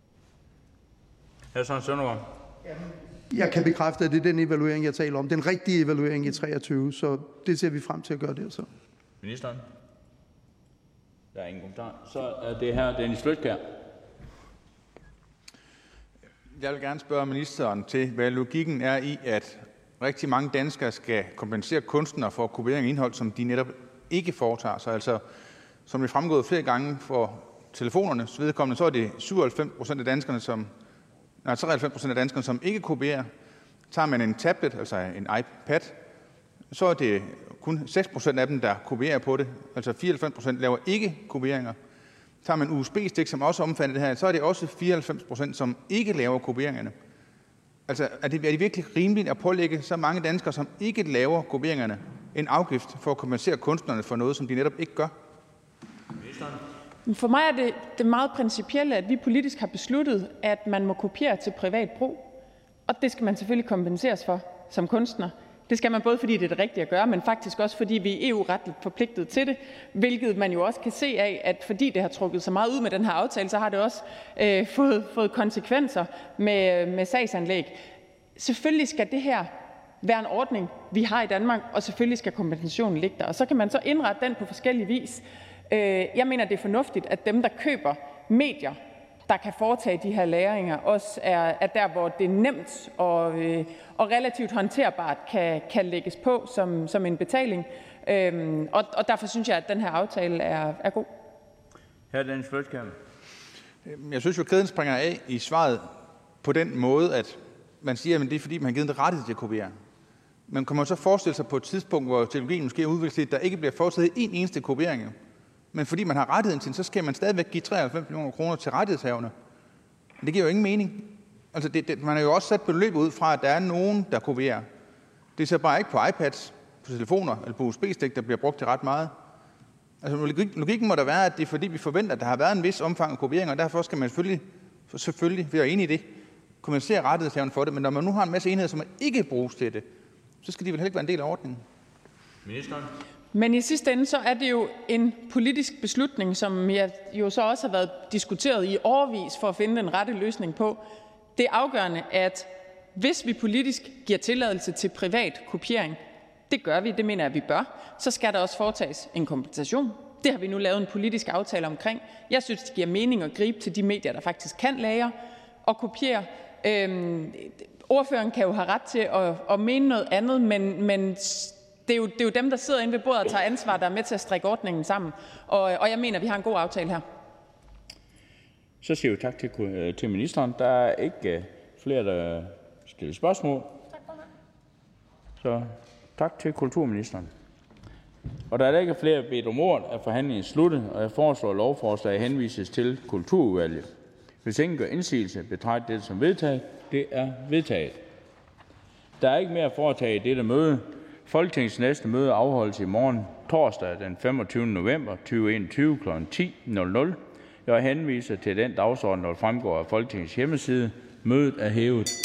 Hr. Søren Søndergaard. Jeg kan bekræfte, at det er den evaluering, jeg taler om. Den rigtige evaluering i 2023, så det ser vi frem til at gøre det så. Ministeren. Der er ingen kommentar. Så er det her Dennis Flydtkjær. Jeg vil gerne spørge ministeren til, hvad logikken er i, at rigtig mange danskere skal kompensere kunstnere for kopiering af indhold, som de netop ikke foretager sig. Altså, som det er fremgået flere gange for telefonernes vedkommende, så er det 93% af danskerne, som ikke kopierer. Tager man en tablet, altså en iPad, så er det kun 6% af dem, der kopierer på det. Altså 94% laver ikke kopieringer. Tager man USB-stik, som også omfatter det her, så er det også 94%, som ikke laver kopieringerne. Altså, er det virkelig rimeligt at pålægge så mange danskere, som ikke laver kopieringerne, en afgift for at kompensere kunstnerne for noget, som de netop ikke gør? For mig er det meget principielle, at vi politisk har besluttet, at man må kopiere til privat brug. Og det skal man selvfølgelig kompenseres for som kunstner. Det skal man både, fordi det er det rigtige at gøre, men faktisk også, fordi vi er EU-retligt forpligtet til det, hvilket man jo også kan se af, at fordi det har trukket så meget ud med den her aftale, så har det også fået konsekvenser med sagsanlæg. Selvfølgelig skal det her være en ordning, vi har i Danmark, og selvfølgelig skal kompensationen ligge der. Og så kan man så indrette den på forskellige vis. Jeg mener, det er fornuftigt, at dem, der køber medier, der kan foretage de her lagringer, også er der, hvor det er nemt og relativt håndterbart kan lægges på som en betaling. Og derfor synes jeg, at den her aftale er god. Hr. Dennis Flydtkjær. Jeg synes jo, kæden springer af i svaret på den måde, at man siger, at det er fordi, man har givet en rettighed til at kopiere. Men kan man så forestille sig på et tidspunkt, hvor teknologien måske er udviklet, der ikke bliver foretaget en eneste kopiering, men fordi man har rettigheden til, så skal man stadigvæk give 93 millioner kroner til rettighedshaverne. Det giver jo ingen mening. Altså man har jo også sat beløb ud fra, at der er nogen, der kopierer. Det er så bare ikke på iPads, på telefoner eller på USB-stik, der bliver brugt til ret meget. Altså logikken må der være, at det er fordi, vi forventer, at der har været en vis omfang af kopiering, og derfor skal man selvfølgelig, vi er enige i det, kompensere rettighedshaverne for det. Men når man nu har en masse enheder, som ikke bruges til det, så skal de vel heller ikke være en del af ordningen. Ministeren. Men i sidste ende, så er det jo en politisk beslutning, som jo så også har været diskuteret i årevis for at finde den rette løsning på. Det er afgørende, at hvis vi politisk giver tilladelse til privat kopiering, det gør vi, det mener jeg, vi bør, så skal der også foretages en kompensation. Det har vi nu lavet en politisk aftale omkring. Jeg synes, det giver mening at gribe til de medier, der faktisk kan lagre og kopiere. Ordføreren kan jo have ret til at mene noget andet, men det er jo dem, der sidder inde ved bordet og tager ansvar, der er med til at strikke ordningen sammen. Og jeg mener, vi har en god aftale her. Så siger vi tak til ministeren. Der er ikke flere, der stiller spørgsmål. Så tak til kulturministeren. Og da der ikke er flere bedt om ordet, er forhandlingen sluttet, og jeg foreslår, at lovforslaget henvises til Kulturudvalget. Hvis ingen gør indsigelse, betragter det som vedtaget. Det er vedtaget. Der er ikke mere at foretage i dette møde. Folketingets næste møde afholdes i morgen, torsdag den 25. november 2021 kl. 10.00. Jeg henviser til den dagsorden, der fremgår af Folketingets hjemmeside. Mødet er hævet.